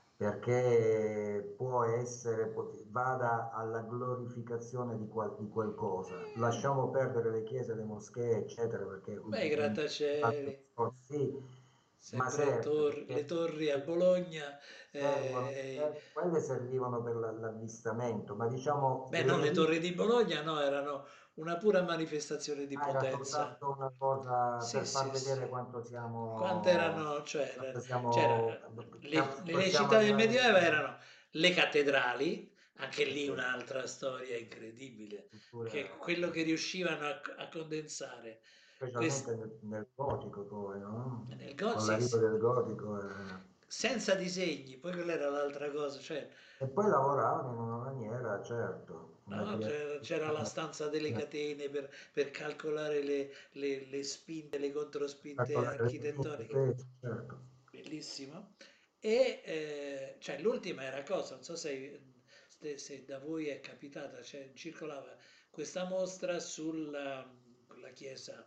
perché può essere, può- vada alla glorificazione di, qual- di qualcosa. Mm, Lasciamo perdere le chiese, le moschee, eccetera, perché un, beh, i un- un altro grattacieli, discorso, sì, ma sempre serve tor- le perché torri a Bologna. servono, eh, ser- quelle servivano per la- l'avvistamento, ma diciamo beh, no, delle le torri di visite. Bologna no, erano una pura manifestazione di Ah, era potenza. soltanto una cosa Sì, per far sì, sì. vedere quanto Quante siamo, erano, cioè, quanto c'era, siamo, le, le possiamo città del arrivare Medioevo fino erano le cattedrali, anche a lì sì, un'altra storia incredibile, che cultura, quello che riuscivano a, a condensare. specialmente Quest- nel, nel gotico poi, no? nel Con Gozi, l'arrivo del gotico. eh. senza disegni, poi quella era l'altra cosa, cioè, E poi lavoravano in una maniera, certo, una no, c'era c'era la creatività, stanza delle una- catene per, per calcolare le, le- le spinte, le controspinte calcolare le spinte, i architettoniche, pesi, certo. bellissimo. E eh, cioè, l'ultima era cosa, non so se, se- se da voi è capitata, cioè, circolava questa mostra sulla la chiesa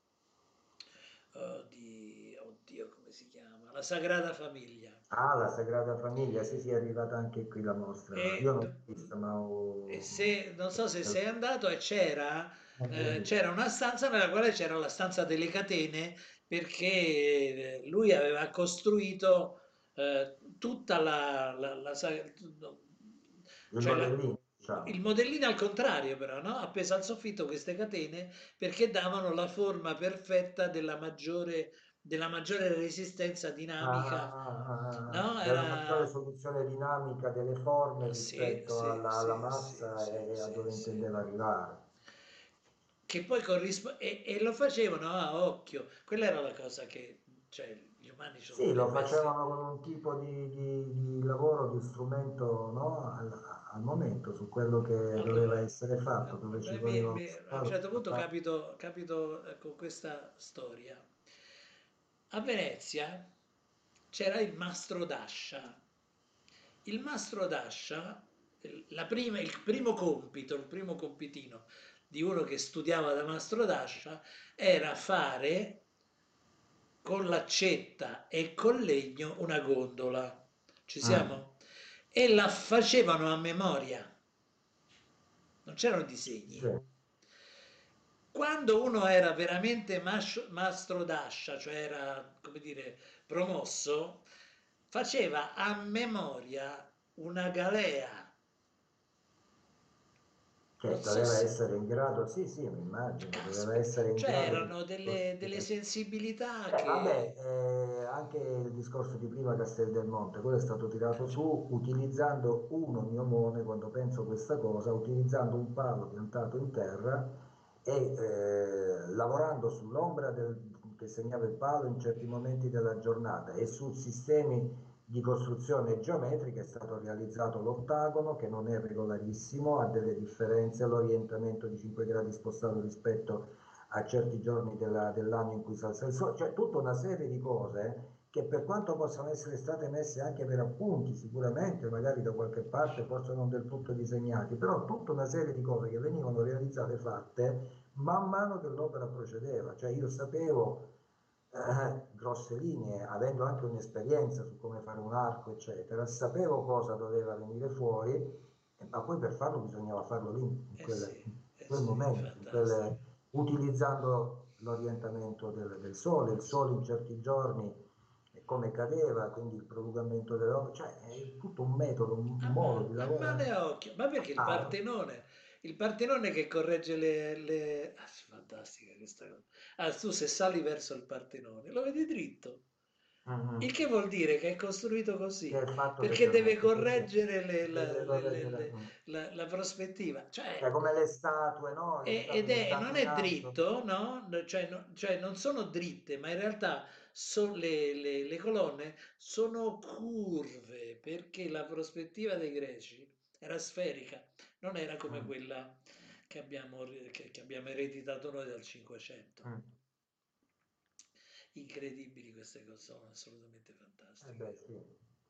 eh, di, oddio, come si chiama? La Sagrada Famiglia. Ah, la Sagrada Famiglia, sì, sì, è arrivata anche qui la mostra. Io E, non l'ho d- vista, ma e ho... se, non so se sei andato e c'era non l'ho eh, vista. c'era una stanza nella quale c'era la stanza delle catene perché eh, lui aveva costruito eh, tutta la, la- la sa- Il cioè la- modellino, il diciamo. modellino al contrario però, no? Appeso al soffitto queste catene perché davano la forma perfetta della maggiore, della maggiore resistenza dinamica, Ah, no? della maggiore Era... soluzione dinamica delle forme Sì, rispetto sì, alla, alla sì, sì, massa sì, e a sì, dove sì. intendeva arrivare. Che poi corrisponde e, e lo facevano a occhio. Quella era la cosa che, cioè, gli umani sono Sì, lo delle bestie. facevano con un tipo di, di- di lavoro, di strumento, no, al, al momento su quello che doveva Allora, essere fatto, dove ci eh, mi- voleva uno mi- a un scavo. certo punto capito, capito eh, con questa storia. A Venezia c'era il mastro d'ascia. Il mastro d'ascia, eh, la prima- il primo compito, il primo compitino di uno che studiava da mastro d'ascia era fare con l'accetta e col legno una gondola. Ci Mm, siamo? E la facevano a memoria, non c'erano disegni. sì, Quando uno era veramente mas- mastro d'ascia, cioè era, come dire, promosso, faceva a memoria una galea. Non certo, so deve se... essere in grado, sì, sì, mi immagino, deve Caspita, essere in cioè grado di erano delle, delle costruire. sensibilità Eh, vabbè, che... eh, anche il discorso di prima Castel del Monte, quello è stato tirato eh, cioè, su utilizzando un ognomone, quando penso questa cosa, utilizzando un palo piantato in terra e eh, lavorando sull'ombra del, che segnava il palo in certi momenti della giornata, e su sistemi di costruzione geometrica è stato realizzato l'ottagono, che non è regolarissimo, ha delle differenze, l'orientamento di cinque gradi spostato rispetto a certi giorni della, dell'anno in cui si alza il sole, cioè tutta una serie di cose che, per quanto possano essere state messe anche per appunti, sicuramente, magari da qualche parte, forse non del tutto disegnati, però tutta una serie di cose che venivano realizzate, fatte man mano che l'opera procedeva. Cioè io sapevo eh, grosse linee, avendo anche un'esperienza su come fare un arco, eccetera, sapevo cosa doveva venire fuori, eh, ma poi per farlo bisognava farlo lì, in, Eh quelle, sì, in eh quel sì, momento, in fantastico. quelle, utilizzando l'orientamento del, del sole, il sole in certi giorni, e come cadeva, quindi il prolungamento delle opere, cioè è tutto un metodo, un A, modo ma- di a lavorare. mano a occhio, ma perché il Ah, Partenone, il Partenone che corregge le, le... Ah, fantastica questa cosa. Ah, tu se sali verso il Partenone, lo vedi dritto. Il mhm. che vuol dire che è costruito Che è così, il fatto che perché deve permette, sì, sì, correggere le- la, deve le- le- correggere, le- mm. la- la prospettiva. Cioè Cioè, come le statue, no? Le e- statue ed che è, stanno non in è alto. dritto, no? No, Cioè, no- cioè non sono dritte, ma in realtà son- le, le- le colonne sono curve, perché la prospettiva dei greci era sferica, non era come Mm, quella che abbiamo, che, che abbiamo ereditato noi dal Cinquecento. mm. Incredibili queste cose, sono assolutamente Eh fantastiche. beh, sì.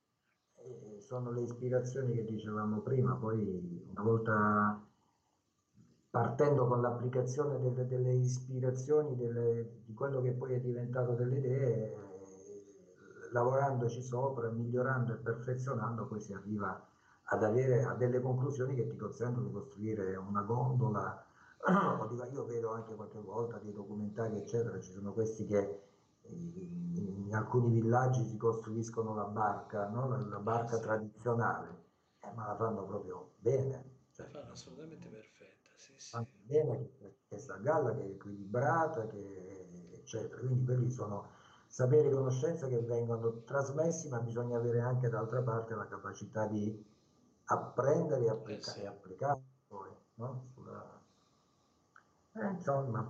E sono le ispirazioni che dicevamo prima, poi una volta partendo con l'applicazione delle, delle ispirazioni, delle- di quello che poi è diventato delle idee, eh, lavorandoci sopra, migliorando e perfezionando, poi si arriva ad avere a delle conclusioni che ti consentono di costruire una gondola. O di- io vedo anche qualche volta dei documentari, eccetera, ci sono questi che in, in alcuni villaggi si costruiscono la barca, no? La, la Ah barca sì, tradizionale, eh, ma la fanno proprio bene, la cioè, fanno assolutamente perfetta, sì sì. fanno bene, che, che sta a galla, che è equilibrata, che, eccetera. Quindi quelli sono saperi e conoscenze che vengono trasmessi, ma bisogna avere anche d'altra parte la capacità di apprendere e, Eh applica- sì. e applicare poi, no? Sulla... eh, insomma,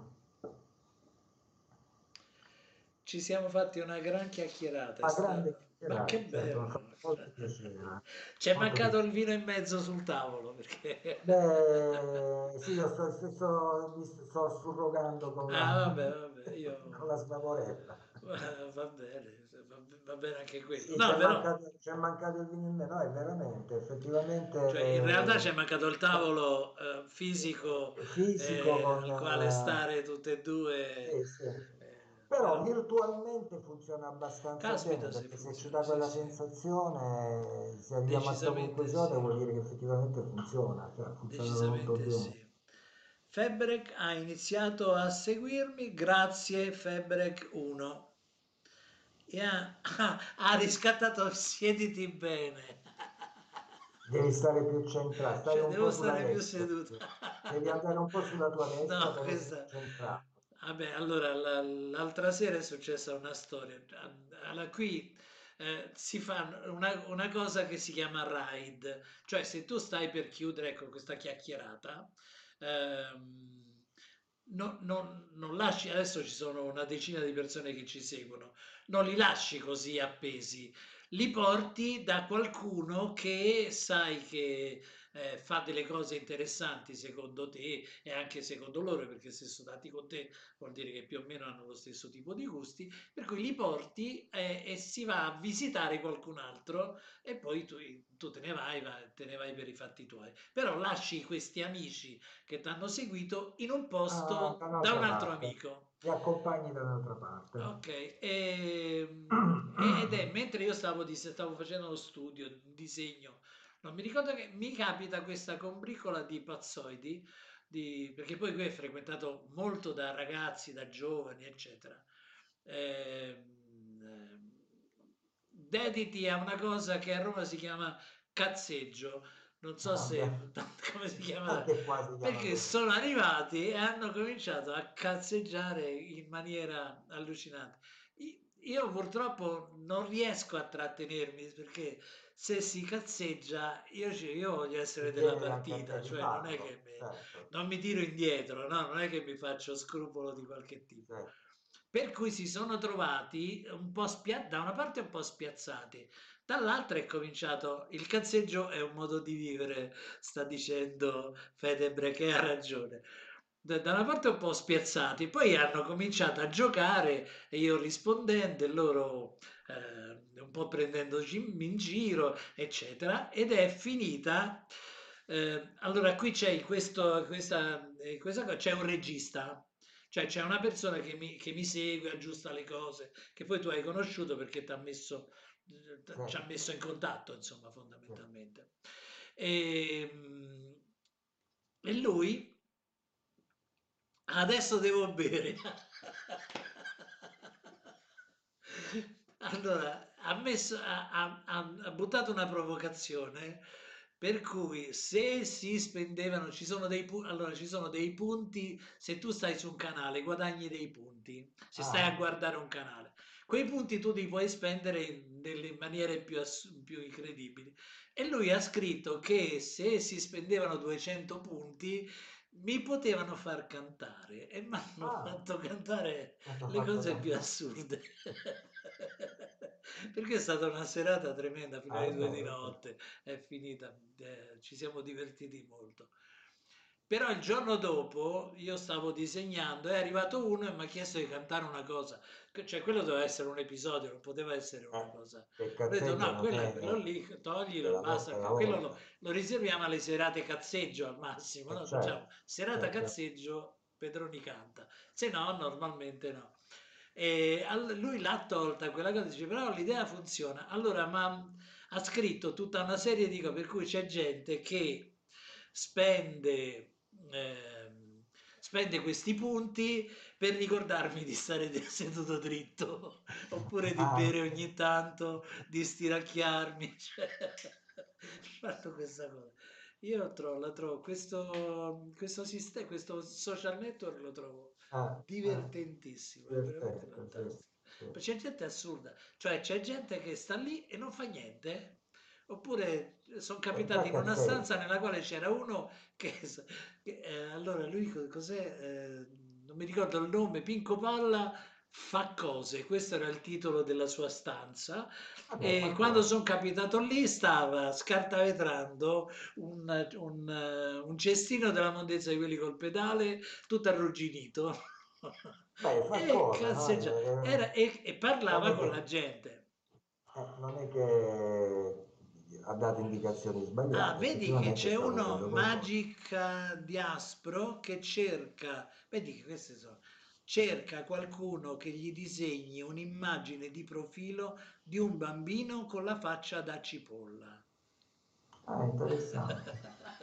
Ci siamo fatti una gran chiacchierata, è una grande stato... Ma che chiacchierata, certo, mi ha bello! fatto molto piacere, Ci è molto mancato piacere. il vino in mezzo sul tavolo, perché... Beh, sì, io sto, sto, sto- mi sto surrogando con Ah, la, vabbè, vabbè, con io... la svaporetta. Va bene, va va bene anche quello. Sì, No, c'è però... mancato, c'è mancato il vino in me, no, è veramente, effettivamente, Cioè, in realtà ci è eh, mancato il tavolo eh, fisico eh, fisico eh, con... al quale eh, stare tutte e due, sì, sì. eh, Però però... virtualmente funziona abbastanza bene, Caspita se perché se ci funziona, dà sì, quella sì, sensazione, se arriviamo a questa decisamente conclusione, sì, vuol dire che effettivamente funziona, cioè funziona molto decisamente bene. sì. Febrek ha iniziato a seguirmi, grazie Febrek uno. E ha, ha- ha riscattato siediti bene. Devi stare più centrato, stai Cioè, un devo po' sulla stare più destra, seduto. devi andare un po' sulla tua destra No, per essere questa... centrato. Vabbè, allora, la- l'altra sera è successa una storia. Allora, qui eh, si fa una, una cosa che si chiama ride, cioè se tu stai per chiudere, ecco, questa chiacchierata, ehm, no- non, non lasci, adesso ci sono una decina di persone che ci seguono, non li lasci così appesi, li porti da qualcuno che sai che eh, fa delle cose interessanti secondo te e anche secondo loro, perché se sono stati con te vuol dire che più o meno hanno lo stesso tipo di gusti, per cui li porti eh, e si va a visitare qualcun altro e poi tu, tu te ne vai, va- te ne vai per i fatti tuoi. Però lasci questi amici che ti hanno seguito in un Ah, da posto da un un'altra altro parte, amico. mi accompagni da un'altra parte. Ok, ehm, ed è mentre io stavo, dis- stavo facendo lo studio, disegno, non mi ricordo che mi capita questa combricola di pazzoidi, di- perché poi qui è frequentato molto da ragazzi, da giovani, eccetera. Ehm, ehm, dediti a una cosa che a Roma si chiama cazzeggio, non so Vabbè, se come si chiama, anche qua si chiama perché così. sono arrivati e hanno cominciato a cazzeggiare in maniera allucinante. I- Io purtroppo non riesco a trattenermi perché se si cazzeggia io, ci- io voglio Ti essere della viene anche a partita, te di cioè non è che farlo, mi- certo, non mi tiro indietro, no? Non è che mi faccio scrupolo di qualche tipo. certo. per cui si sono trovati un po' spia da una parte un po' spiazzati, dall'altra è cominciato il cazzeggio è un modo di vivere, sta dicendo Fedebre, che ha ragione. Da da una parte un po' spiazzati, poi hanno cominciato a giocare e io rispondendo e loro eh, un po' prendendoci in giro, eccetera, ed è finita. Eh, allora, qui c'è questo, questa, eh, questa cosa, c'è un regista, cioè c'è una persona che mi, che mi segue, aggiusta le cose, che poi tu hai conosciuto perché ti ha messo, Sì, ci ha messo in contatto, insomma, sì. fondamentalmente. E, e lui adesso devo bere. Allora, ha messo, ha, ha- ha- ha buttato una provocazione per cui se si spendevano, ci sono dei, pu- allora, ci sono dei punti, se tu stai su un canale guadagni dei punti, se stai a Ah, guardare un canale. Quei punti tu li puoi spendere in delle maniere più, ass- più incredibili. E lui ha scritto che se si spendevano duecento punti mi potevano far cantare e mi hanno ah, fatto cantare mi ha le fatto cose più cantare. assurde. Perché è stata una serata tremenda fino Eh, alle due beh, di vabbè. notte, è finita, eh, ci siamo divertiti molto. Però il giorno dopo io stavo disegnando, è arrivato uno e mi ha chiesto di cantare una cosa, che- cioè quello doveva essere un episodio, non poteva essere una Eh, cosa. che il Ho detto cazzeggio no, non quello è è quello lì, toglilo e della volta basta, alla che quello lo, volta. lo riserviamo alle serate cazzeggio al massimo, E no? Facciamo certo, serata certo. cazzeggio, Pedroni canta, se no normalmente no. E all- lui l'ha tolta quella cosa, dice però l'idea funziona. Allora, ma ha scritto tutta una serie di cose, per cui c'è gente che spende, ehm, spende questi punti per ricordarmi di stare seduto dritto, oppure di Ah, bere ogni tanto, di stiracchiarmi. Cioè, ho fatto questa cosa. Io trovo, la trovo questo, questo sistema, questo social network lo trovo ah, ah, divertentissimo, è veramente divertente, sì, fantastico. sì. Ma c'è gente assurda, cioè c'è gente che sta lì e non fa niente. Oppure sono E fa capitato in una stanza cazzeggio. nella quale c'era uno che, che, eh, allora lui co- cos'è? Eh, non mi ricordo il nome, Pinco Palla fa cose, questo era il titolo della sua stanza. Vabbè, E fa quando cose. sono capitato lì stava scartavetrando un, un, eh, un cestino della mondezza di quelli col pedale tutto arrugginito. Beh, fa E cose, no? cazzeggia, Eh, era, e, e non parlava è con la che, gente. eh, non è che ha dato indicazioni Ah, sbagliate, vedi che effettivamente c'è sta uno facendo qualcosa. Magic Diaspro che cerca, vedi che queste sono, cerca qualcuno che gli disegni un'immagine di profilo di un bambino con la faccia da cipolla. Ah, interessante.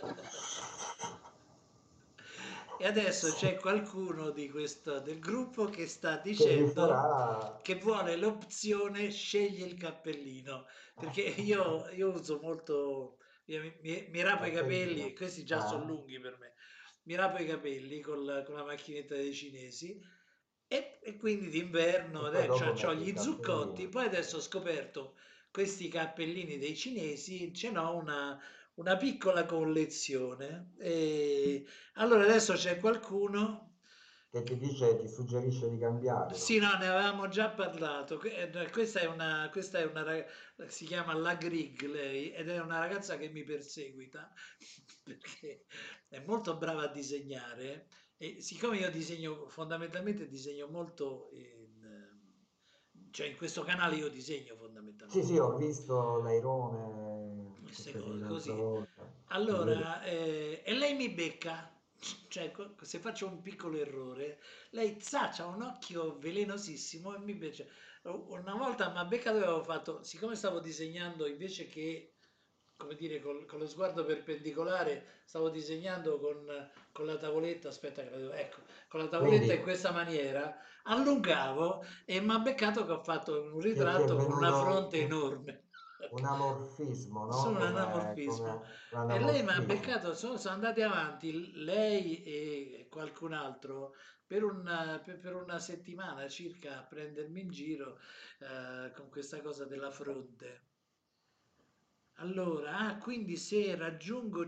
E adesso c'è qualcuno di questo, del gruppo che sta Che gli dicendo farà... che vuole l'opzione scegli il cappellino, perché io, io uso molto, io mi, mi- mi rapo i capelli, e Cappellino. questi già sono Ah, lunghi per me, mi rapo i capelli con la, con la macchinetta dei cinesi e, e quindi e d'inverno poi dopo ho metti il gli zuccotti, cappellino. poi adesso ho scoperto questi cappellini dei cinesi, ce n'ho una, una piccola collezione. E allora adesso c'è qualcuno. Che ti dice, ti suggerisce di Sì, cambiarlo. no, ne avevamo già parlato. Que- eh, Questa è una, questa è una, raga- si chiama La Grig lei, ed è una ragazza che mi perseguita perché è molto brava a disegnare e siccome io disegno, fondamentalmente disegno molto in, ehm, cioè in questo canale io disegno Sì, sì, fondamentalmente ho visto l'Airone che queste facevi cose l'altra così. volta. Sì, vedi. Allora, eh, e lei mi becca, cioè co- se faccio un piccolo errore, lei sa, c'ha un occhio velenosissimo e mi becca. Una volta mi ha beccato e avevo fatto, siccome stavo disegnando invece che, come dire, col- con lo sguardo perpendicolare, stavo disegnando con, con la tavoletta, aspetta che la devo, ecco, con la tavoletta in Quindi questa maniera, allungavo e mi ha beccato che ho fatto un ti, ti è ritratto con una venuto fronte un, enorme. un amorfismo, no? Sono un Come, anamorfismo. come un E lei mi ha anamorfismo. beccato, sono, sono andati avanti, lei e qualcun altro, per una, per, per una settimana circa a prendermi in giro eh, con questa cosa della fronte. Allora, ah, quindi se raggiungo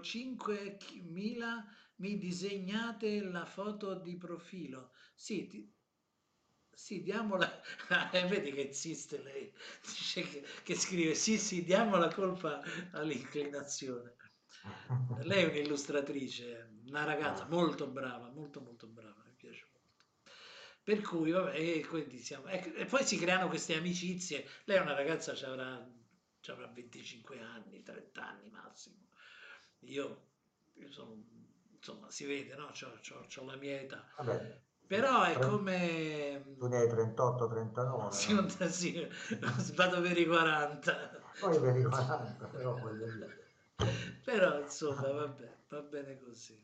cinquemila mi disegnate la foto di profilo. Sì, ti- Sì, diamola, eh, vedi che insiste lei, dice che, che scrive, sì, sì, diamo la colpa all'inclinazione. Lei è un'illustratrice, una ragazza Ah, molto brava, molto molto brava, mi piace molto. Per cui, vabbè, e quindi siamo, e, e poi si creano queste amicizie. Lei è una ragazza, ci avrà, ci avrà venticinque anni, trenta anni massimo. Io, io sono, insomma, si vede, no? C'ho, c'ho- c'ho la mia età. vabbè, sì, Però è tre- tu come... ne hai trentotto trentanove, Sì, no? un- sì, vado per i quaranta. Poi per i quaranta, però voglio dire. Però insomma, vabbè, va bene così.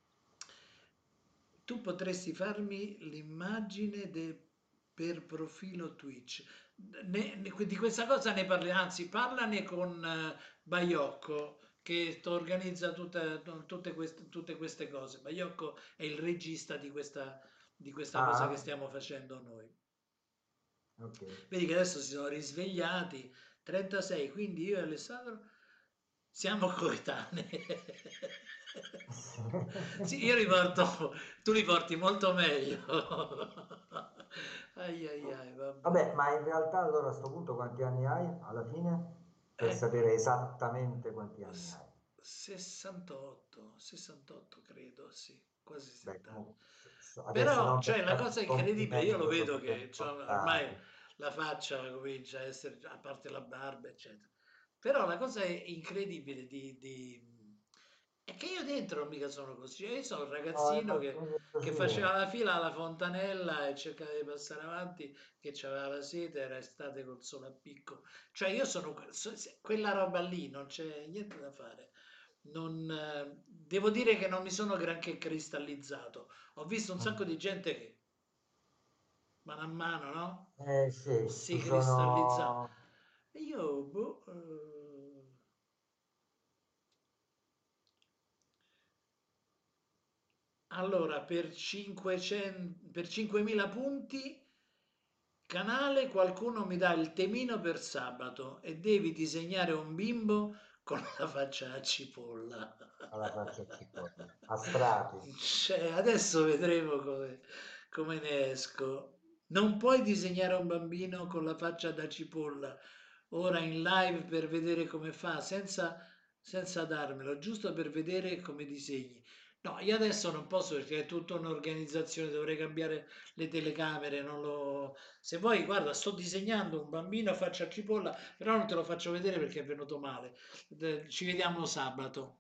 Tu potresti farmi l'immagine de- per profilo Twitch. Ne- ne- di questa cosa ne parli, anzi, parlane con eh, Baiocco che to- organizza tutte, tutte queste, tutte queste cose. Baiocco è il regista di questa, di questa cosa che Ah, stiamo facendo noi. ok. Vedi che adesso si sono risvegliati, trentasei, quindi io e Alessandro siamo coetanei. Sì, io li porto, tu li porti molto meglio. Ai ai ai, vabbè. Vabbè, ma in realtà allora a sto punto quanti anni hai alla fine? Per Eh, sapere esattamente quanti anni s- hai. sessantotto, sessantotto credo, sì, quasi Beh, settanta. comunque, s- adesso Però, non per cioè, la farti cosa il incredibile, io lo complimento vedo perché è che insomma, ormai importante. la faccia comincia a essere, a parte la barba, eccetera. Però la cosa è incredibile di, di- è che io dentro non mica sono così. Cioè, io sono un No, è ragazzino che, molto che così. faceva la fila alla fontanella e cercava di passare avanti, che c'aveva la sete, era estate col sole a picco. Cioè, io sono que- so- se- quella roba lì, non c'è niente da fare. Non, eh, devo dire che non mi sono granché cristallizzato. Ho visto un sacco Mm. di gente che mano a mano, no? Eh sì, Si ci cristallizza. sono... E io, boh, eh, allora per cinquecento, per cinquemila punti canale qualcuno mi dà il temino per sabato e devi disegnare un bimbo con la faccia a cipolla. alla faccia cipolla, a strati. Cioè, adesso vedremo come, come ne esco. Non puoi disegnare un bambino con la faccia da cipolla ora in live per vedere come fa, senza, senza darmelo, giusto per vedere come disegni. No, io adesso non posso perché è tutta un'organizzazione, dovrei cambiare le telecamere, non lo... Se vuoi, guarda, sto disegnando un bambino a faccia a cipolla, però non te lo faccio vedere perché è venuto male. Eh, Ci vediamo sabato.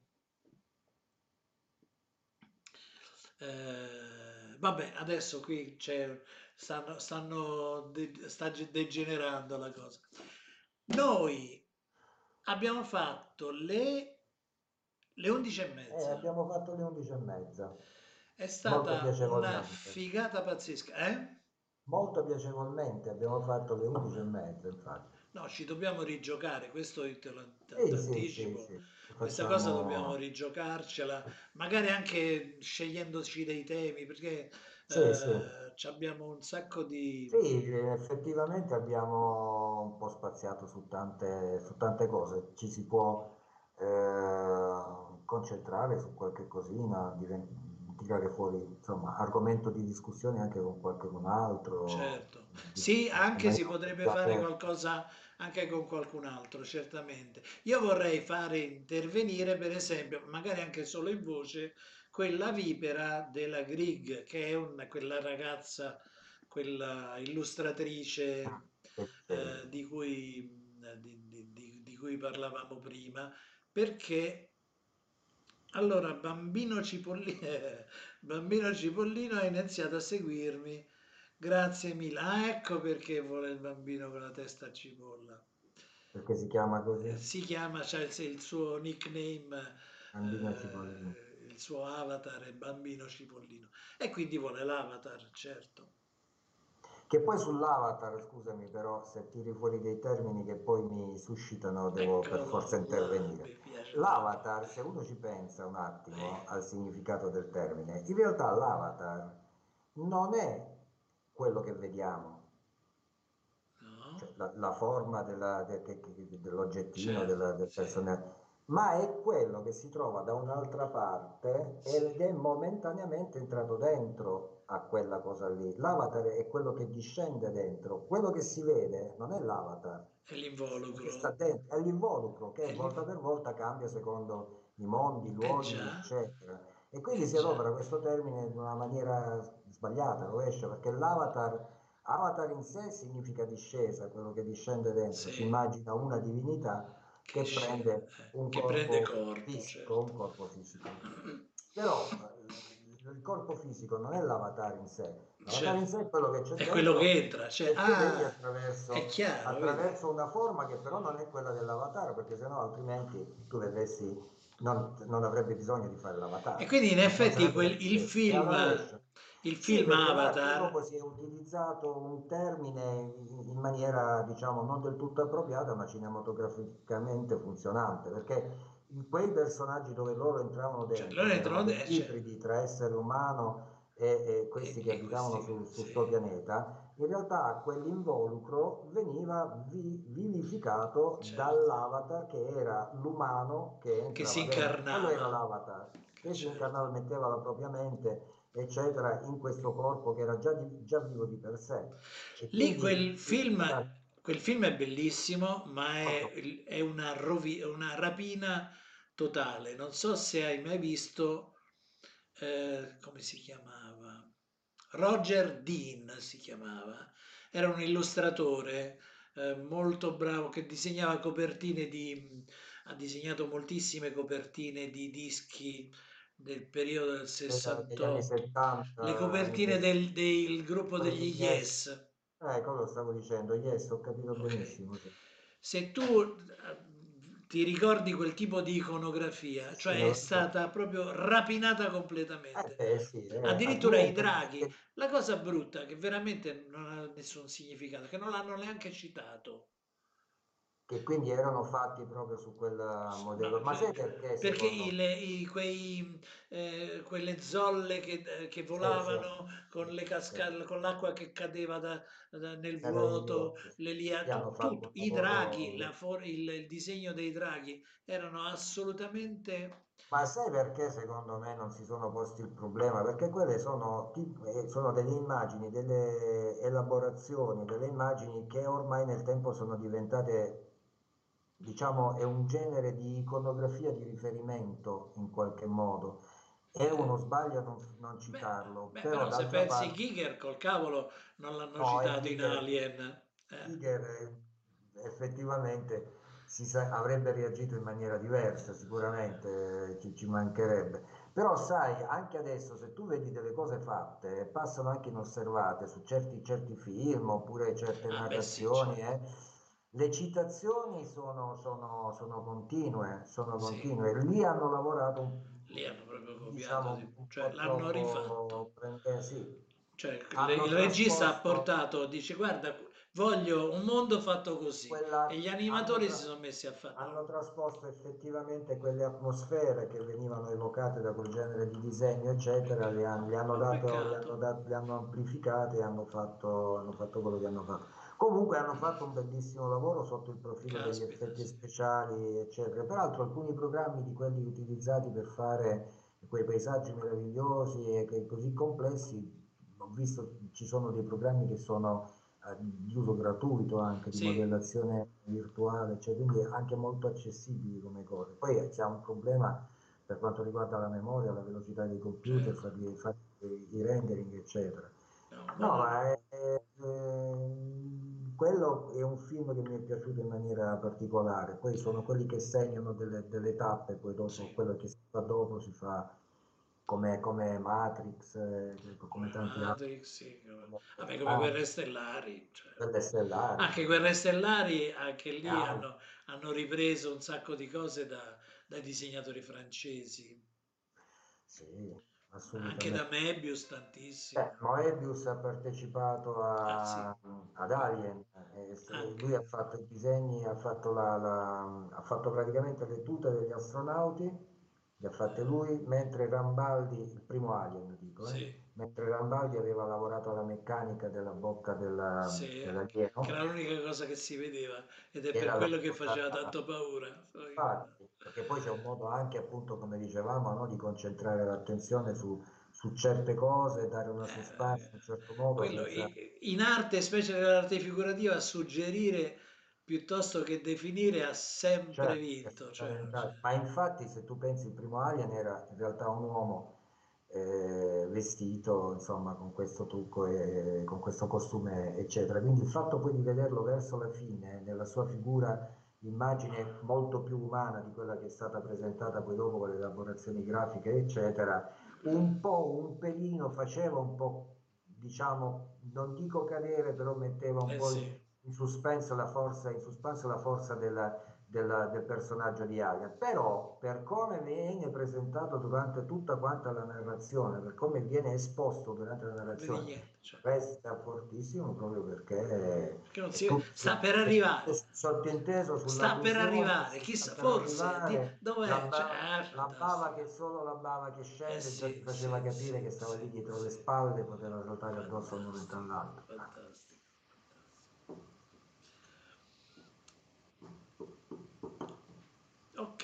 Eh, vabbè, adesso qui c'è, stanno, stanno de- sta ge- degenerando la cosa. Noi abbiamo fatto le, le undici e Eh, mezza. abbiamo fatto le undici e mezza, È molto stata una piacevolmente. figata pazzesca, eh? Molto piacevolmente abbiamo fatto le undici e mezza, infatti. No, ci dobbiamo rigiocare, questo io te lo te- Sì, sì, sì, t'anticipo. sì, Questa cosa dobbiamo facciamo... rigiocarcela, magari anche scegliendoci dei temi, perché Sì, sì. eh, ci abbiamo un sacco di... Sì, effettivamente abbiamo un po' spaziato su tante, su tante cose. Ci si può eh, concentrare su qualche cosina, diven- tirare fuori, insomma, argomento di discussione anche con qualcun altro, Certo, di- sì, anche insomma, si io potrebbe più fare aperto. qualcosa anche con qualcun altro, certamente. Io vorrei fare intervenire, per esempio, magari anche solo in voce, quella vipera della Grieg, che è una, quella ragazza, quella illustratrice Sì, sì. eh, di cui, di, di- di- di cui parlavamo prima, perché allora Bambino Cipollino, Bambino Cipollino ha iniziato a seguirmi. Grazie mille. Ah, ecco perché vuole il bambino con la testa a cipolla. Perché si chiama così? Eh, Si chiama, c'ha il, il suo nickname, Bambino Cipollino. eh, il suo avatar è Bambino Cipollino. E quindi vuole l'avatar, certo. Che poi sull'avatar, scusami, però se tiri fuori dei termini che poi mi suscitano, devo per forza Eccolo là, intervenire. mi piace proprio. L'avatar, se uno ci pensa un Eh, attimo al significato del termine, in realtà l'avatar non è quello che vediamo, no? cioè la, la forma della- de- che- che- dell'oggettino, Certo, della- del sì. personaggio. ma è quello che si trova da un'altra parte Sì, ed è momentaneamente entrato dentro a quella cosa lì. L'avatar è quello che discende dentro, quello che si vede non è l'avatar, è quello che sta l'involucro. dentro, è l'involucro È che volta l'in- per volta cambia secondo i mondi, i Eh luoghi, già, eccetera. E quindi eh si già, adopera questo termine in una maniera sbagliata, rovescia, perché l'avatar, avatar in sé significa discesa, quello che discende dentro, si sì, immagina una divinità che che scende, prende eh, un che prende corpo corpo, fisico, certo. un corpo fisico. Però eh, il corpo fisico non è l'avatar in sé, l'avatar in Certo, sé è quello che c'è è quello che dentro entra, cioè, e tu vedi ah, è attraverso, chiaro, vedi? attraverso una forma che però non è quella dell'avatar, perché sennò altrimenti tu vedresti, non, non avrebbe bisogno di fare E l'avatar, quindi in non, non effetti sarebbe quel- il necessario. È alla film, rovescia. il Sì, film perché là poi Avatar, dopo si è utilizzato un termine in in maniera, diciamo, non del tutto appropriata, ma cinematograficamente funzionante, perché in quei personaggi dove loro entravano cioè loro dentro, che erano entrano, degli de- cioè, ibridi tra essere umano e, e e, questi che e abitavano questi, sul, su sì, sto pianeta, in realtà quell'involucro veniva vi- vivificato certo, dall'avatar che era l'umano che che si entrava dentro. Quello era incarnava, l'avatar, che che si certo. incarnava, metteva la propria mente, eccetera, in questo corpo che era già, di- già vivo di per sé. E Lì quindi quel il film, personaggio quel film è bellissimo, ma è, molto è una, rovi- una rapina totale. Non so se hai mai visto, eh, come si chiamava? Roger Dean si chiamava. Era un illustratore eh, molto bravo che disegnava copertine di, ha disegnato moltissime copertine di dischi del periodo del del- degli anni sessantotto, le settanta, anni copertine sessanta, del, del gruppo quelli degli di Yes. Yes. Eh, cosa stavo dicendo? Yes, ho capito Ok. benissimo. Sì, Se tu eh, ti ricordi quel tipo di sì, iconografia, sì, cioè me è lo ricordo. stata proprio rapinata Eh, completamente. beh, sì, eh, ah, Addirittura i diventano draghi, anche la cosa brutta che veramente non ha nessun significato, che non l'hanno neanche citato. che quindi erano fatti proprio su quel No, modello. Ma sai che- perché perché secondo i- me? le- i- quei, eh, quelle zolle che, eh, che Sì, sì, volavano con sì, le sì. cascate, con l'acqua che cadeva da- da- nel vuoto, Meraviglioso. le lia- Sì, hanno tu- fatto tutto, un i draghi, lavoro. la for- il, il disegno dei draghi erano assolutamente... Ma sai perché secondo me non si sono posti il problema? Perché quelle sono, tip- eh, sono delle immagini, delle elaborazioni, delle immagini che ormai nel tempo sono diventate, diciamo, è un genere di iconografia di riferimento in qualche modo. È eh, uno sbaglio non, non beh, citarlo, beh, però però se d'altra pensi parte, Giger col cavolo non l'hanno no, è citato in Giger. Alien. Eh, Iger eh, effettivamente si sa- avrebbe reagito in maniera diversa, sicuramente eh, ci, ci mancherebbe. Però sai, anche adesso se tu vedi delle cose fatte, passano anche inosservate su certi, certi film oppure certe ah beh sì, narrazioni, certo. eh, le citazioni sono, sono- sono continue, sono Sì. continue. Lì hanno lavorato, Lì un- hanno proprio copiato, diciamo, di- un cioè po' l'hanno rifatto. troppo, prende- sì, Cioè il, hanno il regista ha trasposto portato, dice guarda, voglio un mondo fatto così e quella, gli hanno, animatori si tra- sono messi a fare, hanno no, trasposto effettivamente quelle atmosfere che venivano evocate da quel genere di disegno, eccetera, le, han- le hanno un dato, le hanno peccato, dat- le hanno amplificate e hanno fatto, hanno fatto quello che hanno fatto. Comunque hanno fatto un bellissimo lavoro sotto il profilo degli caspita, effetti sì. speciali, eccetera. Peraltro alcuni programmi di quelli utilizzati per fare quei paesaggi meravigliosi e che così complessi, ho visto ci sono dei programmi che sono eh, di uso gratuito anche, di Sì, modellazione virtuale, cioè, quindi anche molto accessibili come cose. Poi eh, c'è un problema per quanto riguarda la memoria, la velocità dei computer, certo, fargli, fare i rendering, eccetera. no, ma No, non- ma è, è- ehm, quello è un film che mi è piaciuto in maniera particolare. Poi sono quelli che segnano delle, delle tappe, poi dopo sì, quello che si fa dopo si fa come, come Matrix, eh, come come tanti altri, Matrix, sì, come, come vabbè, come ah, Guerre Stellari, cioè. Guerre Stellari, Anche come Guerre Stellari, anche e lì altri. hanno, hanno ripreso un sacco di cose da- dai disegnatori francesi, Sì, anche da assolutamente. Möbius Eh, tantissimo. Moebius ha partecipato Ah sì, a- ad Alien, e se- anche. lui ha fatto i disegni, ha fatto, la- la- ha fatto praticamente le tute degli astronauti, le ha fatte lui, mentre Rambaldi, il primo Alien dico, eh, Sì, mentre Rambaldi aveva lavorato alla meccanica della bocca della- sì, che dell'alieno, era l'unica cosa che si vedeva ed è che per era la quello che bocca, faceva tanto paura. Poi, infatti, perché poi c'è un modo anche, appunto, come dicevamo, no, di concentrare l'attenzione su, su certe cose, dare una sostanza Eh, in un certo modo quello senza... i- in arte, specie nell'arte figurativa, suggerire piuttosto che definire ha sempre Certo, è vinto. Cioè, non c'è- fondamentale. Ma infatti, se tu pensi, il primo Alien era in realtà un uomo eh, vestito, insomma, con questo trucco e con questo costume, eccetera. Quindi il fatto poi di vederlo verso la fine, nella sua figura, immagine molto più umana di quella che è stata presentata poi dopo con le elaborazioni grafiche, eccetera, un po', un pelino faceva un po', diciamo, non dico cadere, però metteva un Eh po' sì, in in suspenso la forza, in suspenso la forza della, del, del personaggio di Alien, però per come viene presentato durante tutta quanta la narrazione, per come viene esposto durante la non vedi narrazione, niente. Cioè, resta fortissimo proprio perché che non è si... tutto, Sta per è tutto arrivare, sottinteso sta per sull'allusione, arrivare, si sta chissà, per forse, di- arrivare, la dov'è? Cioè, bava, ah, la bava fantastico. che solo la bava che Eh scende già ti sì, faceva sì, capire che sì, stava sì, lì dietro le sì. spalle e poteva saltare addosso a un momento Fantastico, all'altro. fantastico, fantastico. Ok,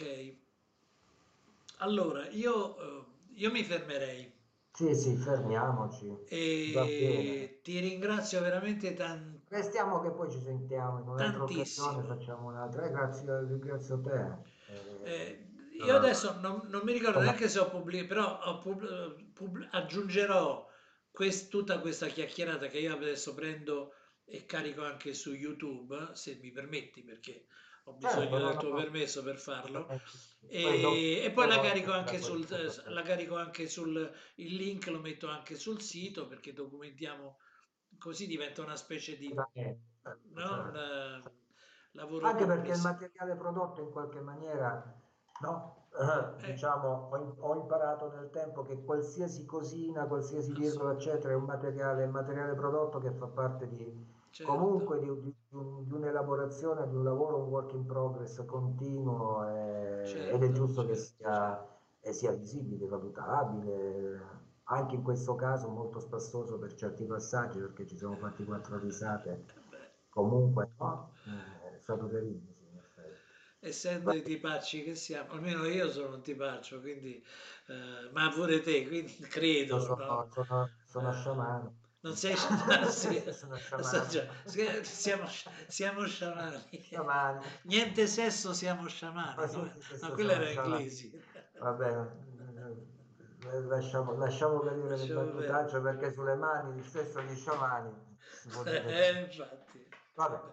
allora io, eh, io mi fermerei Sì, sì, fermiamoci, va bene. e ti ringrazio veramente tan- Restiamo che poi ci sentiamo in un'altra occasione, tantissimo. facciamo un'altra. Eh, grazie, ringrazio te. Eh, Eh, io allora, adesso non, non mi ricordo insomma, neanche se ho pubblicato, però ho pub- pub- aggiungerò quest- tutta questa chiacchierata che io adesso prendo e carico anche su YouTube, se mi permetti, perché ho certo, bisogno no, del no, tuo no, permesso per farlo. assolutamente sì. Poi dopo E, e poi la però carico da anche quel sul, punto di la carico anche sul, il link lo metto anche sul sito perché documentiamo, così diventa una specie di, vista, certo, no? Un, certo. eh, lavoro Anche perché il commisso. materiale prodotto in qualche maniera, no? Eh, Eh, diciamo, ho, im- ho imparato nel tempo che qualsiasi cosina, qualsiasi virgola, assolutamente, eccetera, è un materiale, è un materiale prodotto che fa parte di, certo, comunque di, di- di un- di un'elaborazione, di un lavoro, un work in progress continuo, eh, ed è certo, giusto che certo, certo. sia, eh, sia visibile, valutabile, anche in questo caso molto spastoso per certi passaggi, perché ci siamo fatti quattro risate. Eh beh, Comunque, no? Eh, è stato carino, sì, in effetti. essendo Va i bene, tipacci che siamo, almeno io sono un tipaccio, quindi, eh, ma pure te, quindi io credo, sono, no? sono, sono Eh, sciamano. non sei, sì, Sono so già, sciamano. siamo, siamo sciamani. Sciamani. Niente sesso, siamo sciamani, Ma no? sì, sì, No, sì, quello sono era sciamani. inglesi. Va bene, eh, lasciamo, lasciamo cadere le Lasciamo perdere. battutacce perché sulle mani il sesso agli sciamani si può dire Eh, tanto. infatti. Vabbè,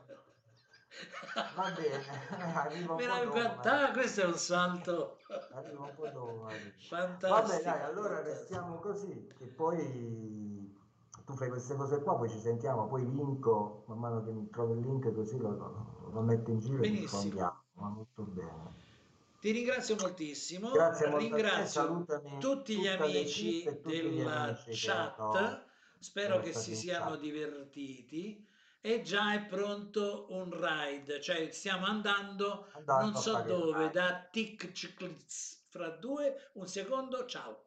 va bene, arriva un Me po' l'ha dopo, ma guardata, questo è un salto arriva un po' dopo. Arriva. Vabbè, dai, fantastico, allora fantastico. restiamo così, che poi tu fai queste cose qua, poi ci sentiamo, poi linko, man mano che mi trovi il link così lo, lo- lo metto in giro e Benissimo. diffondiamo, va molto bene. Ti ringrazio moltissimo, Grazie molto a te, ringrazio salutami tutti gli tutta l'equipe amici e tutti gli della amici che hanno, chat, spero sono che si stati in siano chat. divertiti e già è pronto un ride, cioè stiamo andando non Andando a so fare il dove, live. da Tic Ciclitz. Fra due, un secondo, ciao,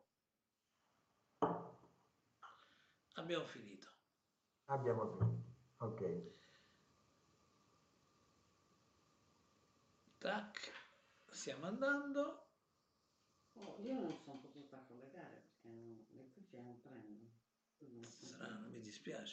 abbiamo finito. Abbiamo finito. Ok. Tac, stiamo andando. Oh, io non sono potuta collegare perché non- le cuffie non prendono. Quindi non Strano, mi sentivo. dispiace.